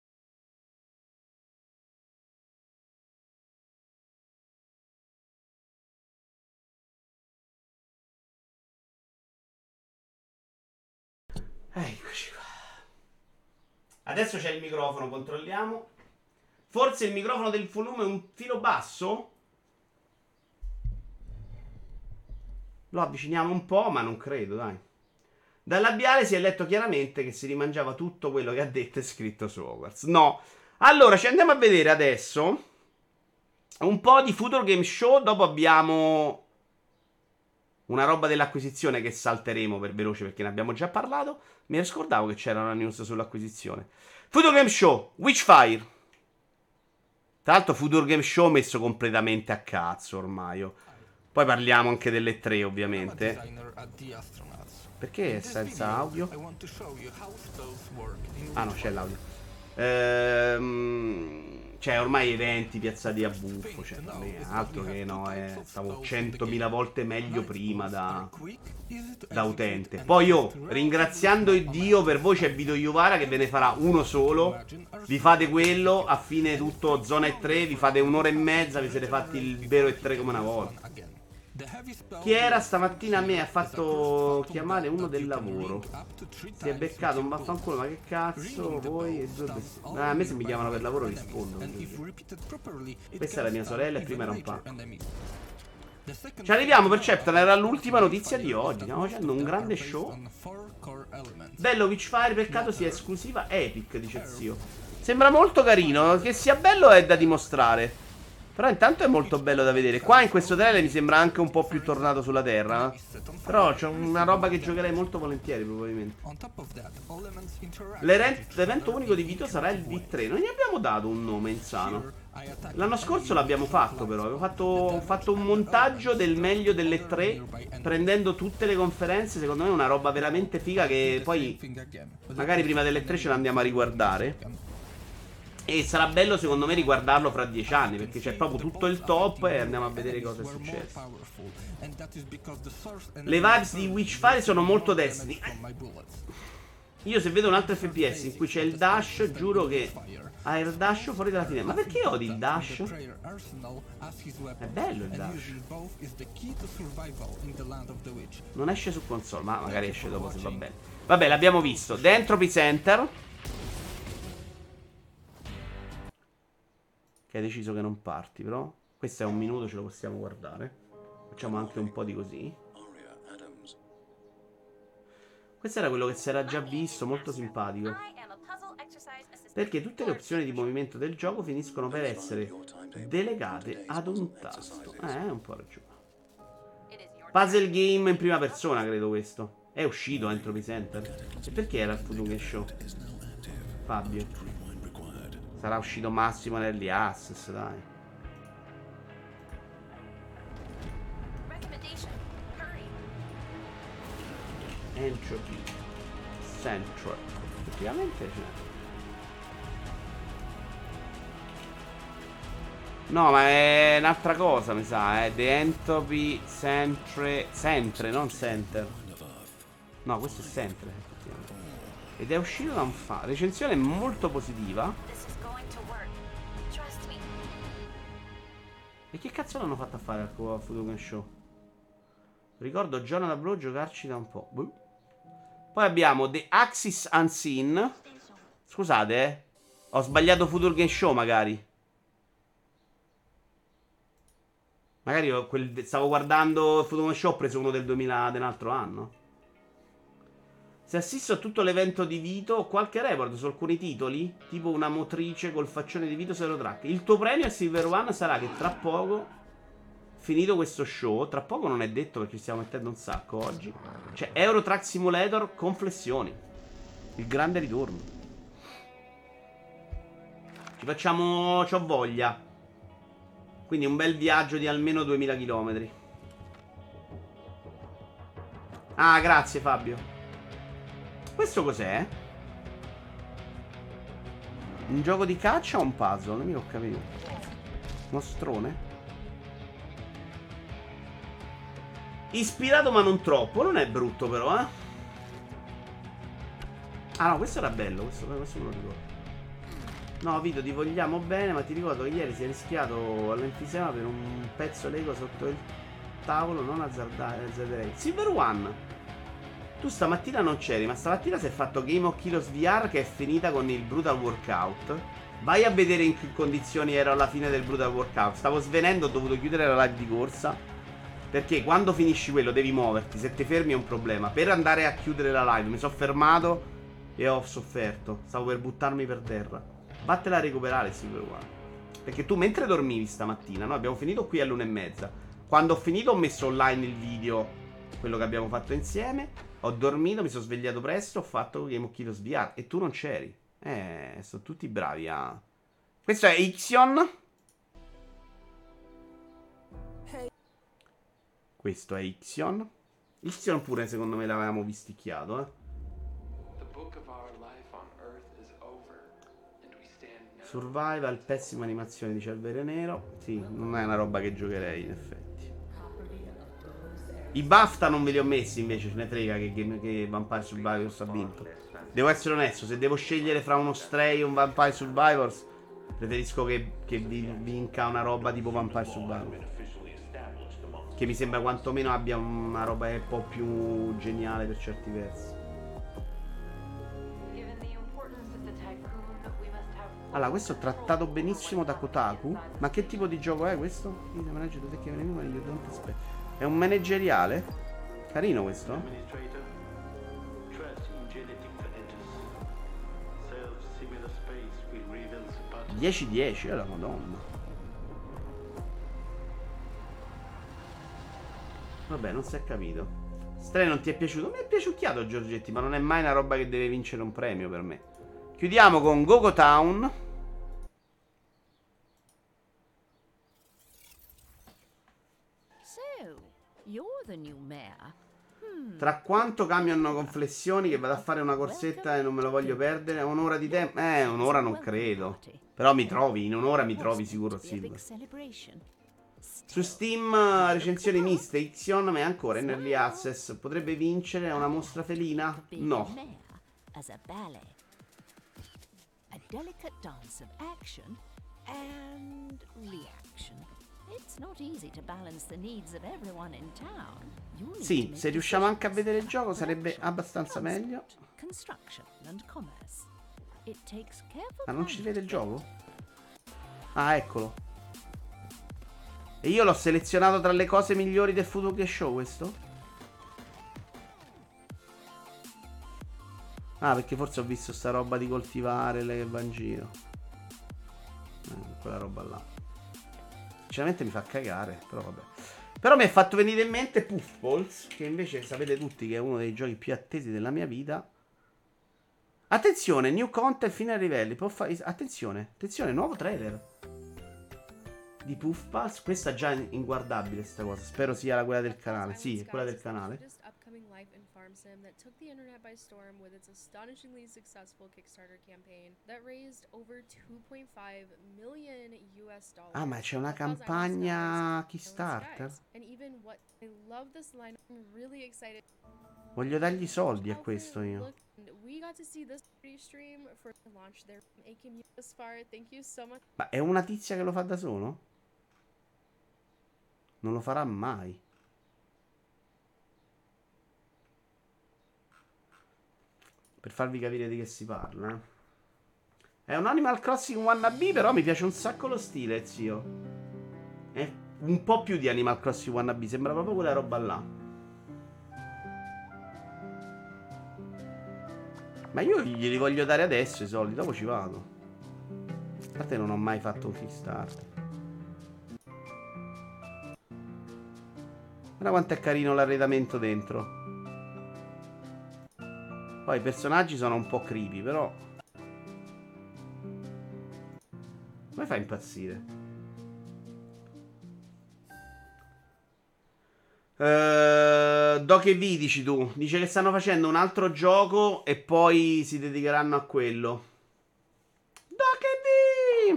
Eccoci qua. Adesso c'è il microfono, controlliamo. Forse il microfono del volume è un filo basso? Lo avviciniamo un po', ma non credo, dai. Dal labiale si è letto chiaramente che si rimangiava tutto quello che ha detto e scritto su Hogwarts. No. Allora, ci andiamo a vedere adesso un po' di Future Game Show. Dopo abbiamo una roba dell'acquisizione che salteremo per veloce perché ne abbiamo già parlato. Mi scordavo che c'era una news sull'acquisizione. Future Game Show, Witchfire. Tra l'altro Future Game Show messo completamente a cazzo ormai. Poi parliamo anche delle tre, ovviamente. Perché è senza audio? Ah no, c'è l'audio. Ehm... Cioè, ormai eventi piazzati a buffo, cioè, non è altro che no, è, stavo centomila volte meglio prima da, da utente. Poi io, ringraziando Dio, per voi c'è Vito Iuvara che ve ne farà uno solo. Vi fate quello, a fine tutto zona E tre, vi fate un'ora e mezza, vi siete fatti il vero E tre come una volta. Chi era stamattina a me ha fatto chiamare uno del lavoro. Si è beccato un vaffanculo, ma che cazzo voi e due ah, a me se mi chiamano per lavoro rispondo. Questa era mia sorella e prima era un pacco. Ci arriviamo per Chapter, era l'ultima notizia di oggi. Stiamo facendo un grande show. Bello Witchfire, peccato sia esclusiva Epic, dice zio. Sembra molto carino, che sia bello è da dimostrare. Però intanto è molto bello da vedere. Qua in questo trailer mi sembra anche un po' più tornato sulla terra. Però c'è una roba che giocherei molto volentieri probabilmente. L'evento unico di Vito sarà il V tre. Non gli abbiamo dato un nome insano. L'anno scorso l'abbiamo fatto però. Avevo fatto, fatto un montaggio del meglio delle tre, prendendo tutte le conferenze. Secondo me è una roba veramente figa che poi magari prima delle tre ce l'andiamo a riguardare. E sarà bello secondo me riguardarlo fra dieci anni, perché c'è proprio tutto il top e andiamo a vedere cosa è successo. Le vibes di Witchfire sono molto Destiny. Io se vedo un altro F P S in cui c'è il dash, giuro che Air dash fuori dalla fine. Ma perché odi il dash? È bello il dash. Non esce su console, ma magari esce dopo se va bene. Vabbè, l'abbiamo visto. The Entropy Center, che hai deciso che non parti, però questo è un minuto, ce lo possiamo guardare. Facciamo anche un po' di così. Questo era quello che si era già visto, molto simpatico. Perché tutte le opzioni di movimento del gioco finiscono per essere delegate ad un tasto. Eh, un po' ragione. Puzzle game in prima persona, credo questo. È uscito Entropy Center. E perché era il Futuke Show? Fabio. Sarà uscito massimo nell'Early Access, dai. Entropy Center. Effettivamente c'è. No, ma è un'altra cosa, mi sa, eh. The Entropy Centre. Centre, non Center. No, questo è Centre, effettivamente. Ed è uscito da un fa. Recensione molto positiva. E che cazzo l'hanno fatto a fare al Futuke Show? Ricordo Jonathan Blow giocarci da un po'. Buh. Poi abbiamo The Axis Unseen. Scusate, eh. Ho sbagliato Future Game Show, magari. Magari io quel, stavo guardando Future Game Show, ho preso uno del duemila dell'altro anno. Se assisto a tutto l'evento di Vito, ho qualche report su alcuni titoli, tipo una motrice col faccione di Vito Zero Track. Il tuo premio a Silver One sarà che tra poco, finito questo show, tra poco non è detto perché ci stiamo mettendo un sacco oggi, c'è Euro Truck Simulator con flessioni. Il grande ritorno. Ci facciamo... c'ho voglia. Quindi un bel viaggio di almeno duemila chilometri. Ah, grazie Fabio. Questo cos'è? Un gioco di caccia o un puzzle? Non mi ho capito. Mostrone? Ispirato ma non troppo. Non è brutto però, eh. Ah no, questo era bello. Questo, questo me lo ricordo. No, Vito, ti vogliamo bene, ma ti ricordo che ieri si è rischiato all'enfisema per un pezzo Lego sotto il tavolo. Non azzarderei. Silver One. Tu stamattina non c'eri, ma stamattina si è fatto Game of Kilos V R che è finita con il Brutal Workout. Vai a vedere in che condizioni ero alla fine del Brutal Workout. Stavo svenendo, ho dovuto chiudere la live di corsa. Perché quando finisci quello devi muoverti, se ti fermi è un problema. Per andare a chiudere la live mi sono fermato e ho sofferto. Stavo per buttarmi per terra. Vattela a recuperare, Silver One. Perché tu mentre dormivi stamattina, no? Abbiamo finito qui all'una e mezza. Quando ho finito ho messo online il video, quello che abbiamo fatto insieme. Ho dormito, mi sono svegliato presto, ho fatto Game of Kilos V R e tu non c'eri. Eh, sono tutti bravi a... Questo è Ixion. Questo è Ixion. Ixion pure secondo me l'avevamo visticchiato, eh. Survival, pessima animazione di Cervere Nero. Sì, non è una roba che giocherei in effetti. I BAFTA non ve li ho messi invece, ce ne frega che, che, che Vampire Survivors ha vinto. Devo essere onesto, se devo scegliere fra uno Stray e un Vampire Survivors, preferisco che, che vi vinca una roba tipo Vampire Survivors, che mi sembra quantomeno abbia una roba un po' più geniale per certi versi. Allora, questo è trattato benissimo da Kotaku. Ma che tipo di gioco è questo? È un manageriale? Carino questo? dieci dieci, è la madonna. Vabbè, non si è capito. Stray non ti è piaciuto? Mi è piaciucchiato Giorgetti, ma non è mai una roba che deve vincere un premio per me. Chiudiamo con Gogo Town. Tra quanto cambiano con flessioni che vado a fare una corsetta e non me lo voglio perdere? Un'ora di tempo? Eh, un'ora non credo. Però mi trovi, in un'ora mi trovi sicuro Silver. Su Steam recensioni miste, Ixion ma è ancora in Early Access. Potrebbe vincere una mostra felina? No. Sì, se riusciamo anche a vedere il gioco sarebbe abbastanza meglio. Ma non ci vede il gioco? Ah, eccolo. E io l'ho selezionato tra le cose migliori del Futuke Show questo? Ah, perché forse ho visto sta roba di coltivare le che va in giro. Eh, quella roba là. Sinceramente mi fa cagare, però vabbè. Però mi è fatto venire in mente Puffballs, che invece sapete tutti che è uno dei giochi più attesi della mia vita. Attenzione, new content fino ai livelli. Può fa- attenzione, attenzione, nuovo trailer di Puffballs. Questa è già inguardabile sta cosa. Spero sia quella del canale. Sì, è quella del canale. Sim that took the internet by storm with its astonishingly successful Kickstarter campaign that raised over two point five million U S dollars. Ah, ma c'è una campagna Kickstarter? And even what I love this line. I'm really excited. Voglio dargli soldi a questo io. We got to see this stream for launch their A K M this far. Thank you so much. Ma è una tizia che lo fa da solo? Non lo farà mai. Per farvi capire di che si parla. È un Animal Crossing wannabe, però mi piace un sacco lo stile, zio. È un po' più di Animal Crossing wannabe, sembra proprio quella roba là. Ma io glieli voglio dare adesso i soldi, dopo ci vado. A parte non ho mai fatto un Kickstarter. Guarda quanto è carino l'arredamento dentro. Poi i personaggi sono un po' creepy, però come fa a impazzire? Uh, Doc e V dici tu. Dice che stanno facendo un altro gioco e poi si dedicheranno a quello. Doc e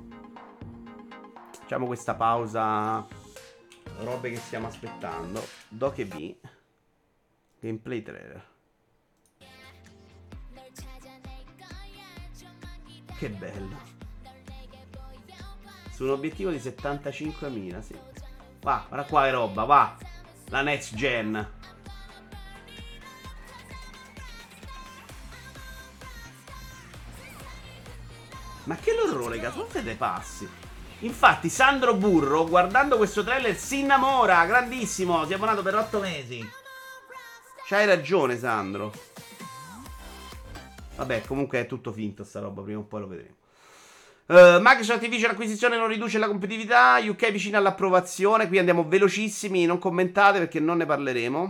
V. Facciamo questa pausa. Robe che stiamo aspettando. Doc e V. Gameplay trailer. Che bello. Su un obiettivo di settantacinquemila, sì. Va, guarda qua che roba, va. La next gen. Ma che l'orrore, cazzo, non fate passi. Infatti Sandro Burro, guardando questo trailer, si innamora. Grandissimo, si è abbonato per otto mesi. C'hai ragione, Sandro. Vabbè, comunque è tutto finto sta roba, prima o poi lo vedremo. Uh, Microsoft dice l'acquisizione non riduce la competitività, U K vicino all'approvazione. Qui andiamo velocissimi, non commentate perché non ne parleremo.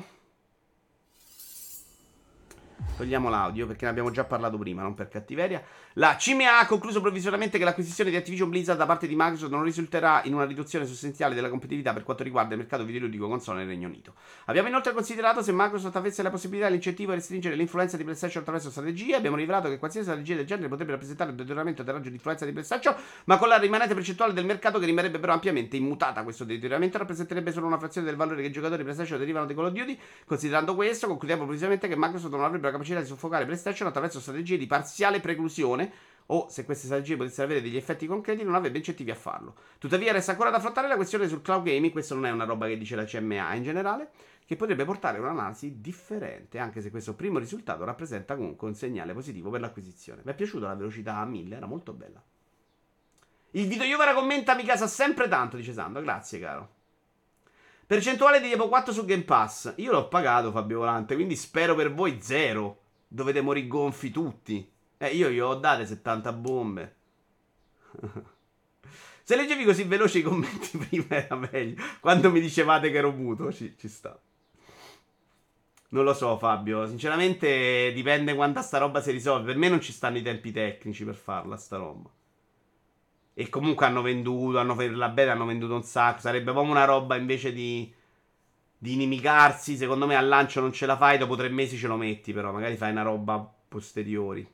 Togliamo l'audio perché ne abbiamo già parlato prima, non per cattiveria. La C M A ha concluso provvisoriamente che l'acquisizione di Activision Blizzard da parte di Microsoft non risulterà in una riduzione sostanziale della competitività per quanto riguarda il mercato videoludico console nel Regno Unito. Abbiamo inoltre considerato se Microsoft avesse la possibilità e l'incentivo a restringere l'influenza di PlayStation attraverso strategie. Abbiamo rivelato che qualsiasi strategia del genere potrebbe rappresentare un deterioramento del raggio di influenza di PlayStation, ma con la rimanente percentuale del mercato che rimarrebbe però ampiamente immutata. Questo deterioramento rappresenterebbe solo una frazione del valore che i giocatori PlayStation derivano dai Call of Duty. Considerando questo, concludiamo precisamente che Microsoft non avrebbe la capacità di soffocare PlayStation attraverso strategie di parziale preclusione, o se queste strategie potessero avere degli effetti concreti non avrebbe incentivi a farlo. Tuttavia resta ancora da affrontare la questione sul cloud gaming. Questa non è una roba che dice la C M A in generale, che potrebbe portare a un'analisi differente, anche se questo primo risultato rappresenta comunque un segnale positivo per l'acquisizione. Mi è piaciuta la velocità a mille, era molto bella. Il video Iovara commenta mi casa sempre tanto, dice Sandro, grazie caro. Percentuale di Diablo quattro su Game Pass. Io l'ho pagato, Fabio Volante, quindi spero per voi zero. Dovete morire gonfi tutti. Eh, io gli ho date settanta bombe. Se leggevi così veloce i commenti prima era meglio. Quando mi dicevate che ero muto, ci, ci sta. Non lo so, Fabio. Sinceramente dipende quanta sta roba si risolve. Per me non ci stanno i tempi tecnici per farla sta roba. E comunque hanno venduto, hanno fatto la beta, hanno venduto un sacco. Sarebbe proprio una roba invece di di inimicarsi. Secondo me al lancio non ce la fai, dopo tre mesi ce lo metti, però magari fai una roba posteriori.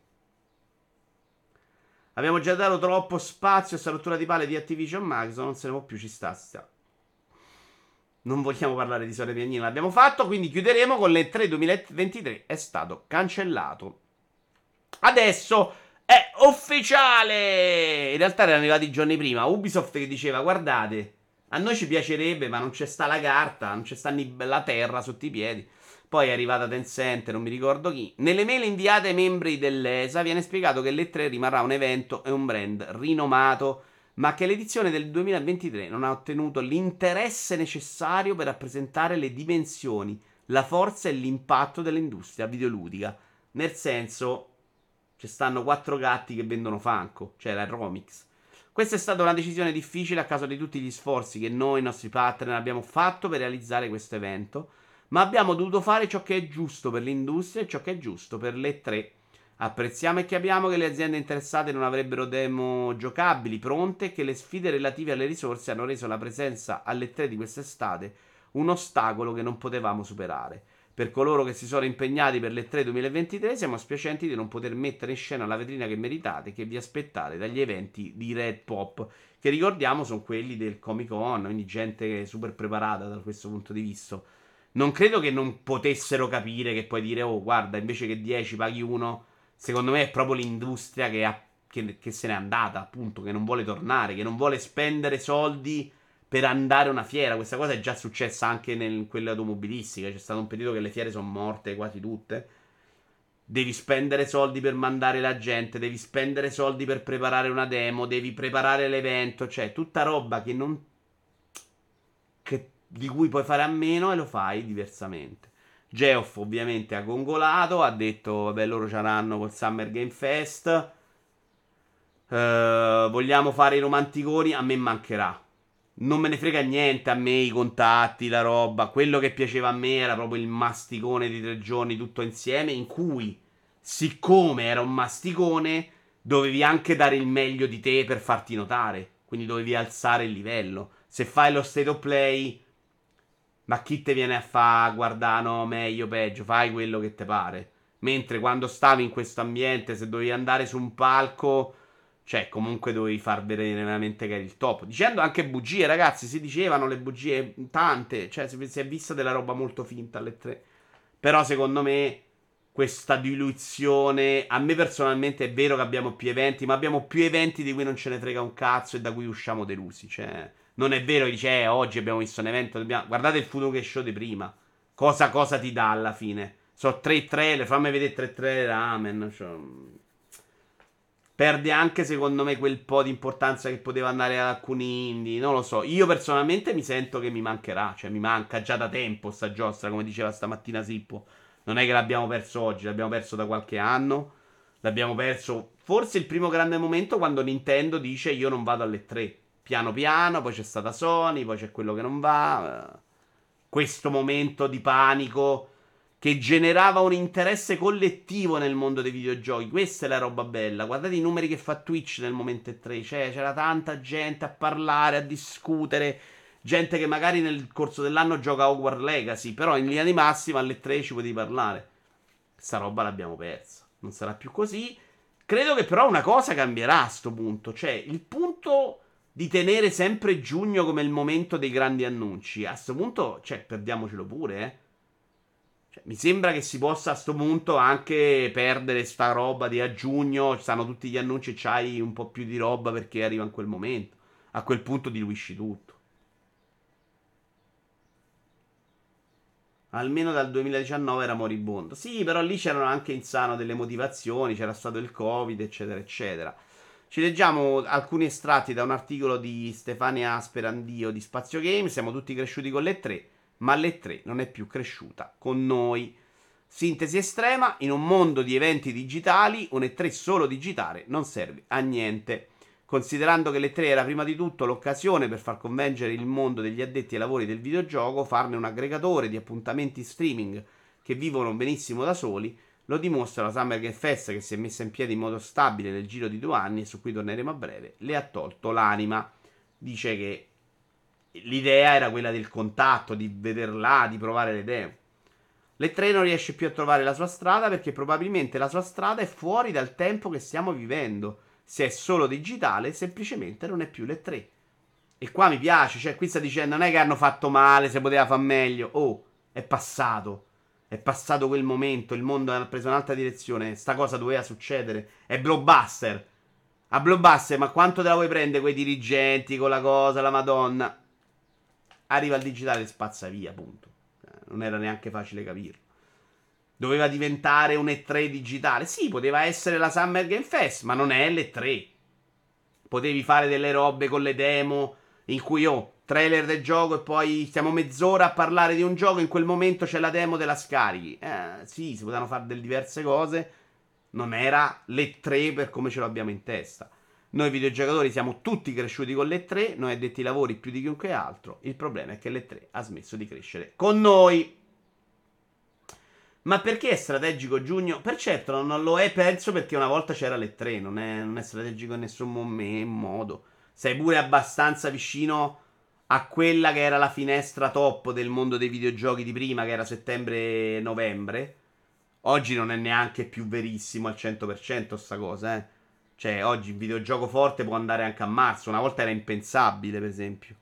Abbiamo già dato troppo spazio a questa rottura di palle di Activision Microsoft, non se ne può più, ci sta, ci sta. Non vogliamo parlare di Sony Piagnino, l'abbiamo fatto, quindi chiuderemo con le tre duemilaventitré, è stato cancellato. Adesso è ufficiale! In realtà erano arrivati i giorni prima, Ubisoft che diceva, guardate, a noi ci piacerebbe, ma non c'è sta la carta, non c'è sta la terra sotto i piedi. Poi è arrivata Tencent, non mi ricordo chi. Nelle mail inviate ai membri dell'E S A viene spiegato che l'E tre rimarrà un evento e un brand rinomato, ma che l'edizione del duemilaventitré non ha ottenuto l'interesse necessario per rappresentare le dimensioni, la forza e l'impatto dell'industria videoludica. Nel senso, ci stanno quattro gatti che vendono fanco, cioè la Romix. Questa è stata una decisione difficile a causa di tutti gli sforzi che noi, i nostri partner, abbiamo fatto per realizzare questo evento, ma abbiamo dovuto fare ciò che è giusto per l'industria e ciò che è giusto per le tre. Apprezziamo e capiamo che le aziende interessate non avrebbero demo giocabili pronte e che le sfide relative alle risorse hanno reso la presenza alle tre di quest'estate un ostacolo che non potevamo superare. Per coloro che si sono impegnati per le tre duemilaventitré siamo spiacenti di non poter mettere in scena la vetrina che meritate, che vi aspettate dagli eventi di Red Pop, che ricordiamo sono quelli del Comic Con, quindi gente super preparata da questo punto di vista. Non credo che non potessero capire che puoi dire, oh guarda, invece che dieci paghi uno. Secondo me è proprio l'industria che, ha, che, che se n'è andata, appunto, che non vuole tornare, che non vuole spendere soldi per andare a una fiera. Questa cosa è già successa anche in quelle automobilistiche. C'è stato un periodo che le fiere sono morte quasi tutte. Devi spendere soldi per mandare la gente, devi spendere soldi per preparare una demo, devi preparare l'evento, cioè tutta roba che non che, di cui puoi fare a meno e lo fai diversamente. Geoff ovviamente ha gongolato, ha detto vabbè loro ce l'hanno col Summer Game Fest, eh, vogliamo fare i romanticoni, a me mancherà. Non me ne frega niente a me i contatti, la roba. Quello che piaceva a me era proprio il masticone di tre giorni tutto insieme, in cui, siccome era un masticone, dovevi anche dare il meglio di te per farti notare. Quindi dovevi alzare il livello. Se fai lo state of play, ma chi te viene a fare, guarda, no, meglio, peggio, fai quello che te pare. Mentre quando stavi in questo ambiente, se dovevi andare su un palco, cioè comunque dovevi far vedere veramente che eri il top. Dicendo anche bugie, ragazzi, si dicevano le bugie tante, cioè si, si è vista della roba molto finta alle tre. Però secondo me questa diluizione, a me personalmente è vero che abbiamo più eventi, ma abbiamo più eventi di cui non ce ne frega un cazzo e da cui usciamo delusi, cioè non è vero che dice, eh, oggi abbiamo visto un evento, dobbiamo... guardate il Futuro Show di prima. Cosa, cosa ti dà alla fine? So tre trailer, fammi vedere tre trailer, amen. Cioè... Perde anche, secondo me, quel po' di importanza che poteva andare ad alcuni indie. Non lo so. Io personalmente mi sento che mi mancherà. Cioè, mi manca già da tempo sta giostra, come diceva stamattina Sippo. Non è che l'abbiamo perso oggi, l'abbiamo perso da qualche anno. L'abbiamo perso forse il primo grande momento quando Nintendo dice io non vado alle tre. Piano piano, poi c'è stata Sony, poi c'è quello che non va. Questo momento di panico che generava un interesse collettivo nel mondo dei videogiochi. Questa è la roba bella. Guardate i numeri che fa Twitch nel momento E tre. Cioè, c'era tanta gente a parlare, a discutere. Gente che magari nel corso dell'anno gioca a Hogwarts Legacy. Però in linea di massima alle tre ci potevi parlare. Questa roba l'abbiamo persa. Non sarà più così. Credo che però una cosa cambierà a sto punto. Cioè, il punto di tenere sempre giugno come il momento dei grandi annunci. A sto punto, cioè, perdiamocelo pure, eh. Cioè, mi sembra che si possa a sto punto anche perdere sta roba di a giugno, ci stanno tutti gli annunci e c'hai un po' più di roba perché arriva in quel momento. A quel punto diluisci tutto. Almeno dal duemiladiciannove era moribondo. Sì, però lì c'erano anche insano delle motivazioni, c'era stato il Covid, eccetera, eccetera. Ci leggiamo alcuni estratti da un articolo di Stefania Sperandio di Spazio Game. Siamo tutti cresciuti con le tre, ma le tre non è più cresciuta con noi. Sintesi estrema, in un mondo di eventi digitali, un E tre solo digitale non serve a niente. Considerando che l'E tre era prima di tutto l'occasione per far convergere il mondo degli addetti ai lavori del videogioco, farne un aggregatore di appuntamenti streaming che vivono benissimo da soli, lo dimostra la Summer Game Fest che si è messa in piedi in modo stabile nel giro di due anni e su cui torneremo a breve, le ha tolto l'anima. Dice che l'idea era quella del contatto, di vederla, di provare le demo. L'E tre non riesce più a trovare la sua strada perché probabilmente la sua strada è fuori dal tempo che stiamo vivendo. Se è solo digitale, semplicemente non è più l'E tre. E qua mi piace, cioè qui sta dicendo non è che hanno fatto male, se poteva far meglio. Oh, è passato. È passato quel momento, il mondo ha preso un'altra direzione. Sta cosa doveva succedere. È blockbuster. A blockbuster, ma quanto te la vuoi prendere quei dirigenti con la cosa, la Madonna? Arriva il digitale e spazza via, punto. Non era neanche facile capirlo. Doveva diventare un E tre digitale. Sì, poteva essere la Summer Game Fest, ma non è l'E tre. Potevi fare delle robe con le demo in cui oh, trailer del gioco e poi stiamo mezz'ora a parlare di un gioco, in quel momento c'è la demo, te la scarichi. Eh, sì, si potevano fare delle diverse cose. Non era l'E tre per come ce l'abbiamo in testa. Noi videogiocatori siamo tutti cresciuti con l'E tre, noi addetti ai lavori più di chiunque altro. Il problema è che l'E tre ha smesso di crescere con noi. Ma perché è strategico giugno? Per certo non lo è, penso, perché una volta c'era l'E tre, non è, non è strategico in nessun mom- modo. Sei pure abbastanza vicino a quella che era la finestra top del mondo dei videogiochi di prima, che era settembre-novembre. Oggi non è neanche più verissimo al cento per cento sta cosa, eh. Cioè, oggi il videogioco forte può andare anche a marzo. Una volta era impensabile, per esempio.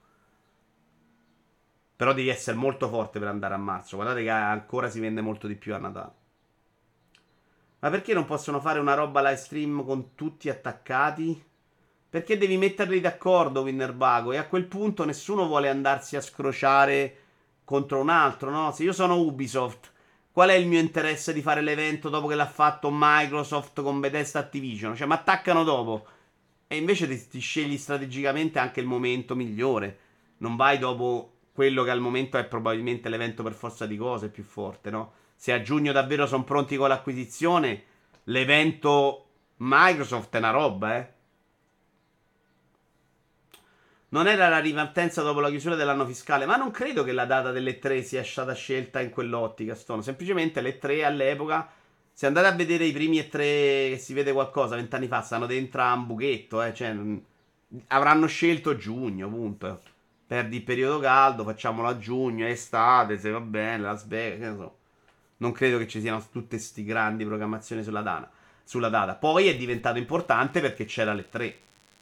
Però devi essere molto forte per andare a marzo. Guardate che ancora si vende molto di più a Natale. Ma perché non possono fare una roba live stream con tutti attaccati? Perché devi metterli d'accordo, Winnerbago. E a quel punto nessuno vuole andarsi a scrociare contro un altro, no? Se io sono Ubisoft, qual è il mio interesse di fare l'evento dopo che l'ha fatto Microsoft con Bethesda Activision? Cioè, mi attaccano dopo. E invece ti, ti scegli strategicamente anche il momento migliore. Non vai dopo quello che al momento è probabilmente l'evento per forza di cose più forte, no? Se a giugno davvero sono pronti con l'acquisizione, l'evento Microsoft è una roba, eh. Non era la ripartenza dopo la chiusura dell'anno fiscale, ma non credo che la data delle tre sia stata scelta in quell'ottica, Stone. Semplicemente le tre all'epoca, se andate a vedere i primi e tre che si vede qualcosa vent'anni fa, stanno dentro a un buchetto, eh. Cioè, mh, avranno scelto giugno, punto. Perdi il periodo caldo, facciamolo a giugno, è estate, se va bene, Las Vegas, che ne so. Non credo che ci siano tutte queste grandi programmazioni sulla data. Sulla data. Poi è diventato importante perché c'era le tre.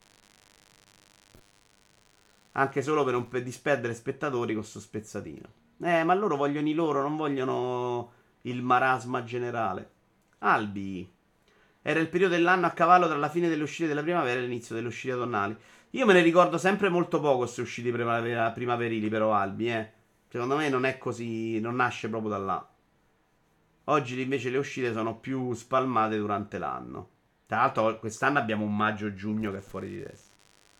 Anche solo per non per disperdere spettatori con sto spezzatino. Eh, ma loro vogliono i loro, non vogliono il marasma generale. Albi. Era il periodo dell'anno a cavallo tra la fine delle uscite della primavera e l'inizio delle uscite autunnali. Io me ne ricordo sempre molto poco queste uscite primavera- primaverili, però, Albi, eh. Secondo me non è così, non nasce proprio da là. Oggi invece le uscite sono più spalmate durante l'anno. Tra l'altro, quest'anno abbiamo un maggio-giugno che è fuori di testa.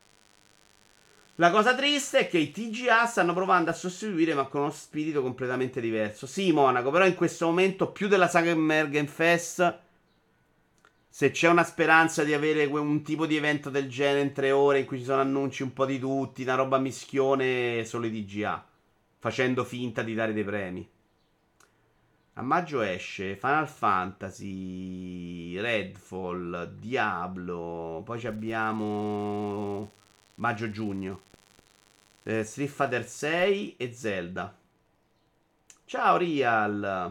La cosa triste è che i T G A stanno provando a sostituire, ma con uno spirito completamente diverso. Sì, Monaco, però in questo momento più della Summer Game Fest, se c'è una speranza di avere un tipo di evento del genere in tre ore in cui ci sono annunci un po' di tutti, una roba mischione, solo i T G A, facendo finta di dare dei premi. A maggio esce Final Fantasy, Redfall, Diablo, poi ci abbiamo maggio-giugno. Eh, Street Fighter sei e Zelda. Ciao Real.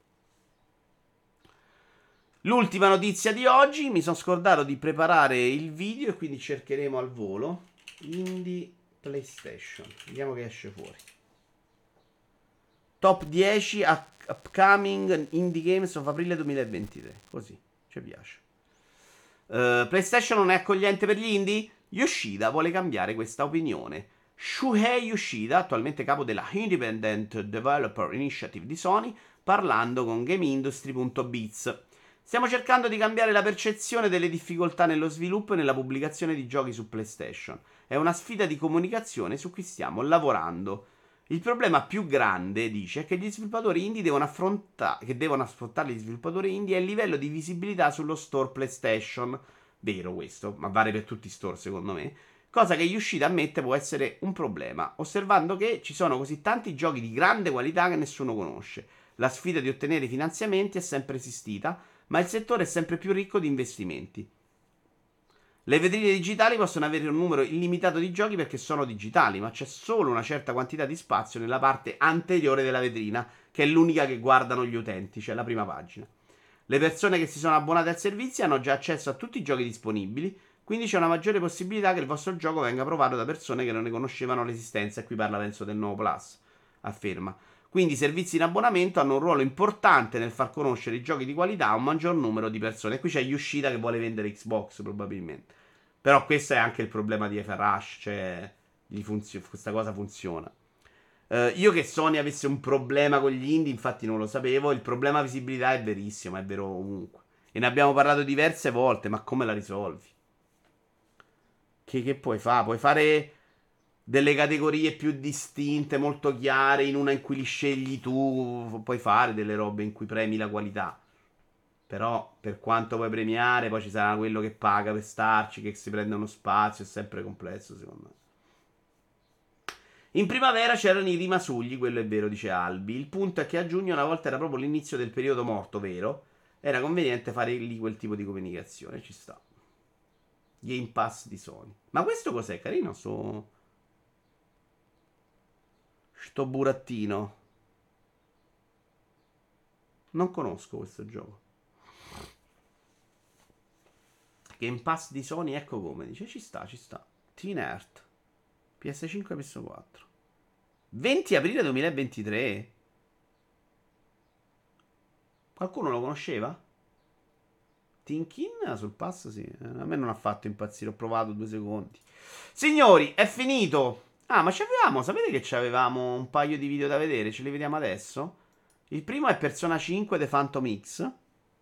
L'ultima notizia di oggi. Mi sono scordato di preparare il video e quindi cercheremo al volo. Indie PlayStation. Vediamo che esce fuori. Top dieci upcoming indie games of aprile duemilaventitré. Così, ci piace. Uh, PlayStation non è accogliente per gli indie? Yoshida vuole cambiare questa opinione. Shuhei Yoshida, attualmente capo della Independent Developer Initiative di Sony, parlando con GameIndustry.biz. Stiamo cercando di cambiare la percezione delle difficoltà nello sviluppo e nella pubblicazione di giochi su PlayStation. È una sfida di comunicazione su cui stiamo lavorando. Il problema più grande, dice, è che gli sviluppatori indie devono affrontare, che devono affrontare gli sviluppatori indie è il livello di visibilità sullo store PlayStation. Vero questo, ma vale per tutti i store secondo me. Cosa che Yoshida ammette può essere un problema, osservando che ci sono così tanti giochi di grande qualità che nessuno conosce. La sfida di ottenere finanziamenti è sempre esistita, ma il settore è sempre più ricco di investimenti. Le vetrine digitali possono avere un numero illimitato di giochi perché sono digitali, ma c'è solo una certa quantità di spazio nella parte anteriore della vetrina, che è l'unica che guardano gli utenti, cioè la prima pagina. Le persone che si sono abbonate al servizio hanno già accesso a tutti i giochi disponibili, quindi c'è una maggiore possibilità che il vostro gioco venga provato da persone che non ne conoscevano l'esistenza, e qui parla penso del nuovo Plus, afferma. Quindi i servizi in abbonamento hanno un ruolo importante nel far conoscere i giochi di qualità a un maggior numero di persone. E qui c'è Yoshida che vuole vendere Xbox probabilmente. Però questo è anche il problema di F-Rush, cioè funzio- questa cosa funziona. Uh, io che Sony avesse un problema con gli indie, infatti non lo sapevo, il problema visibilità è verissimo, è vero ovunque. E ne abbiamo parlato diverse volte, ma come la risolvi? Che, che puoi fare? Puoi fare delle categorie più distinte, molto chiare, in una in cui li scegli tu, puoi fare delle robe in cui premi la qualità. Però per quanto puoi premiare, poi ci sarà quello che paga per starci, che si prende uno spazio, è sempre complesso secondo me. In primavera c'erano i rimasugli, quello è vero, dice Albi. Il punto è che a giugno, una volta era proprio l'inizio del periodo morto, vero? Era conveniente fare lì quel tipo di comunicazione, ci sta. Game Pass di Sony. Ma questo cos'è? Carino, sto... Sto burattino. Non conosco questo gioco. Game Pass di Sony, ecco come. Dice, ci sta, ci sta. Teen Earth. P S cinque e P S quattro. venti aprile duemilaventitré. Qualcuno lo conosceva? Tinkin sul pass, sì. A me non ha fatto impazzire, ho provato due secondi. Signori, è finito. Ah, ma c'avevamo, sapete che c'avevamo un paio di video da vedere? Ce li vediamo adesso? Il primo è Persona cinque The Phantom X,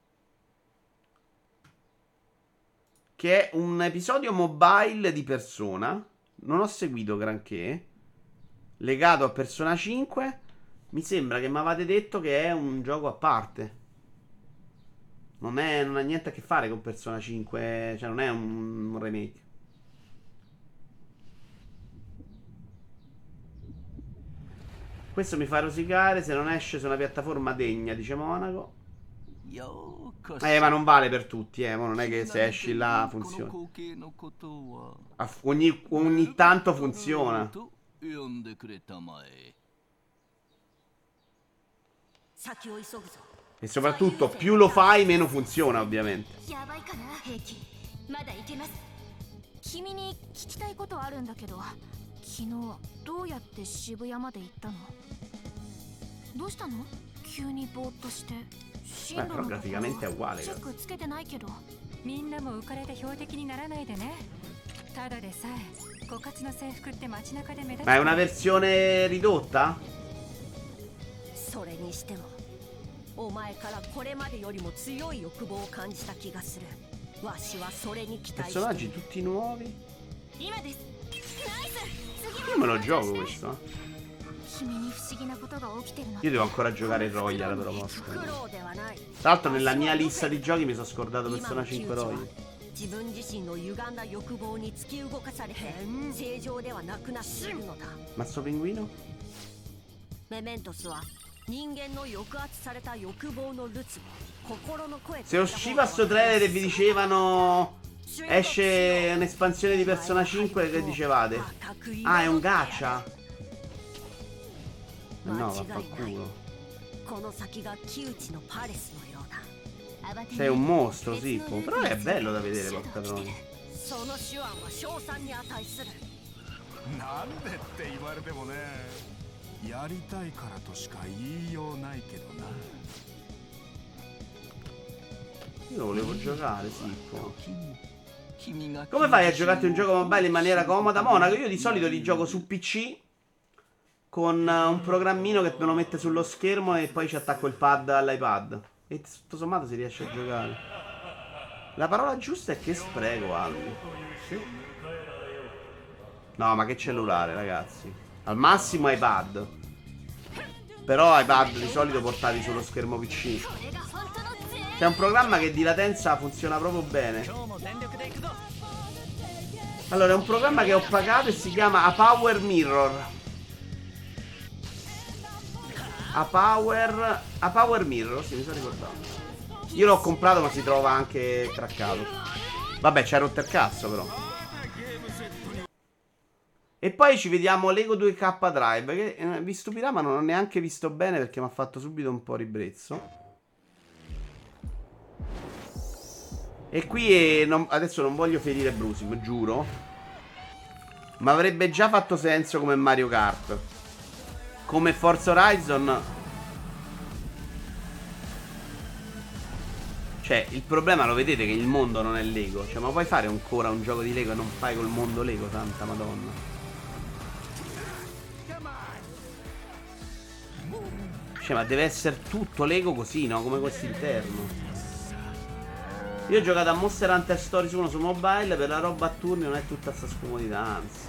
che è un episodio mobile di Persona. Non ho seguito granché. Legato a Persona cinque. Mi sembra che mi avete detto che è un gioco a parte. Non, è, non ha niente a che fare con Persona cinque. Cioè non è un, un remake. Questo mi fa rosicare. Se non esce su una piattaforma degna, dice Monaco. Eh, ma non vale per tutti, eh. Ma non è che se esci là funziona. Ogni, ogni tanto funziona. E soprattutto più lo fai meno funziona, ovviamente. 君に聞きたいことあるんだけど、昨日どうやって渋谷まで行ったの？どうしたの？急にぼーっとして。 Beh, però graficamente è uguale. チェックつけてないけど。 みんなも浮かれて標的にならないでね。ただでさえ枯渇の制服って街中で目立つ。 Ma è una versione ridotta? それにしてもお前からこれまでよりも強い欲望を感じた気がする。わしはそれに期待してる。 Personaggi tutti nuovi. 今です。ナイス。 Io me lo gioco questo. 君に不思議なことが起きてるの。 Io devo ancora giocare Royal però posso. Tra l'altro nella mia lista di giochi mi sono scordato Persona cinque Royal. 自分自身の歪んだ欲望に突き動かされて正常ではなくなっているのだ。 Ma sto pinguino? メメントスは人間の抑圧された欲望のルツ、心の声。 Se usciva sto trailer e vi dicevano esce un'espansione di Persona cinque, che dicevate? Ah, è un gacha? No, vaffanculo. この先が窮地のパレスのようだ。 Sei un mostro, Sippo. Però è bello da vedere, porca troia. その手腕は称賛に値する。 なんでって言われてもね。やりたいからとしか言いようないけどな。 Io lo volevo giocare, Sippo. Come fai a giocarti un gioco mobile in maniera comoda? Monaco, io di solito li gioco su P C con un programmino che me lo mette sullo schermo e poi ci attacco il pad all'iPad. E tutto sommato si riesce a giocare. La parola giusta è che spreco, Albi. Sì. No, ma che cellulare, ragazzi. Al massimo iPad. Però iPad di solito portati sullo schermo P C. C'è un programma che di latenza funziona proprio bene. Allora, è un programma che ho pagato e si chiama A Power Mirror. A Power... A Power Mirror, sì, mi sono ricordato. Io l'ho comprato ma si trova anche craccato. Vabbè, c'è rotto il cazzo però. E poi ci vediamo Lego due K Drive, che eh, vi stupirà ma non ho neanche visto bene perché mi ha fatto subito un po' ribrezzo. E qui eh, non, adesso non voglio ferire Brusim, giuro, ma avrebbe già fatto senso come Mario Kart. Come Forza Horizon. Cioè, il problema lo vedete che il mondo non è Lego. Cioè, ma puoi fare ancora un gioco di Lego e non fai col mondo Lego, santa madonna. Cioè, ma deve essere tutto Lego così, no? Come questo interno. Io ho giocato a Monster Hunter Stories uno su mobile. Per la roba a turni non è tutta sta scomodità, anzi.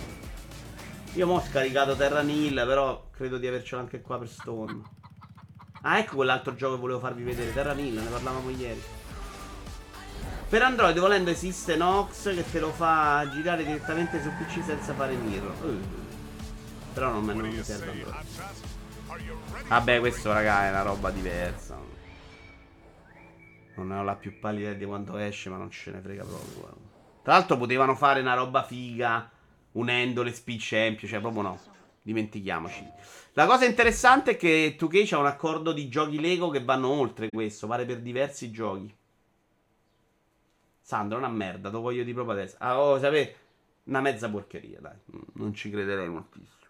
Io mo' ho scaricato Terra Nil, però credo di avercelo anche qua per Stone. Ah, ecco quell'altro gioco che volevo farvi vedere, Terra Mille, ne parlavamo ieri. Per Android volendo esiste Nox che te lo fa girare direttamente su P C senza fare mirror. Uh. Però non, me- non mi serve Android. Vabbè, questo raga è una roba diversa. Non ne ho la più pallida idea di quando esce, ma non ce ne frega proprio. Guarda. Tra l'altro potevano fare una roba figa unendo le Speed Champion, cioè proprio no. Dimentichiamoci. La cosa interessante è che due K c'ha un accordo di giochi Lego che vanno oltre questo, pare per diversi giochi. Sandro, una merda, te lo voglio di proprio adesso. Ah, oh, sapete, una mezza porcheria, dai. Non ci crederei moltissimo.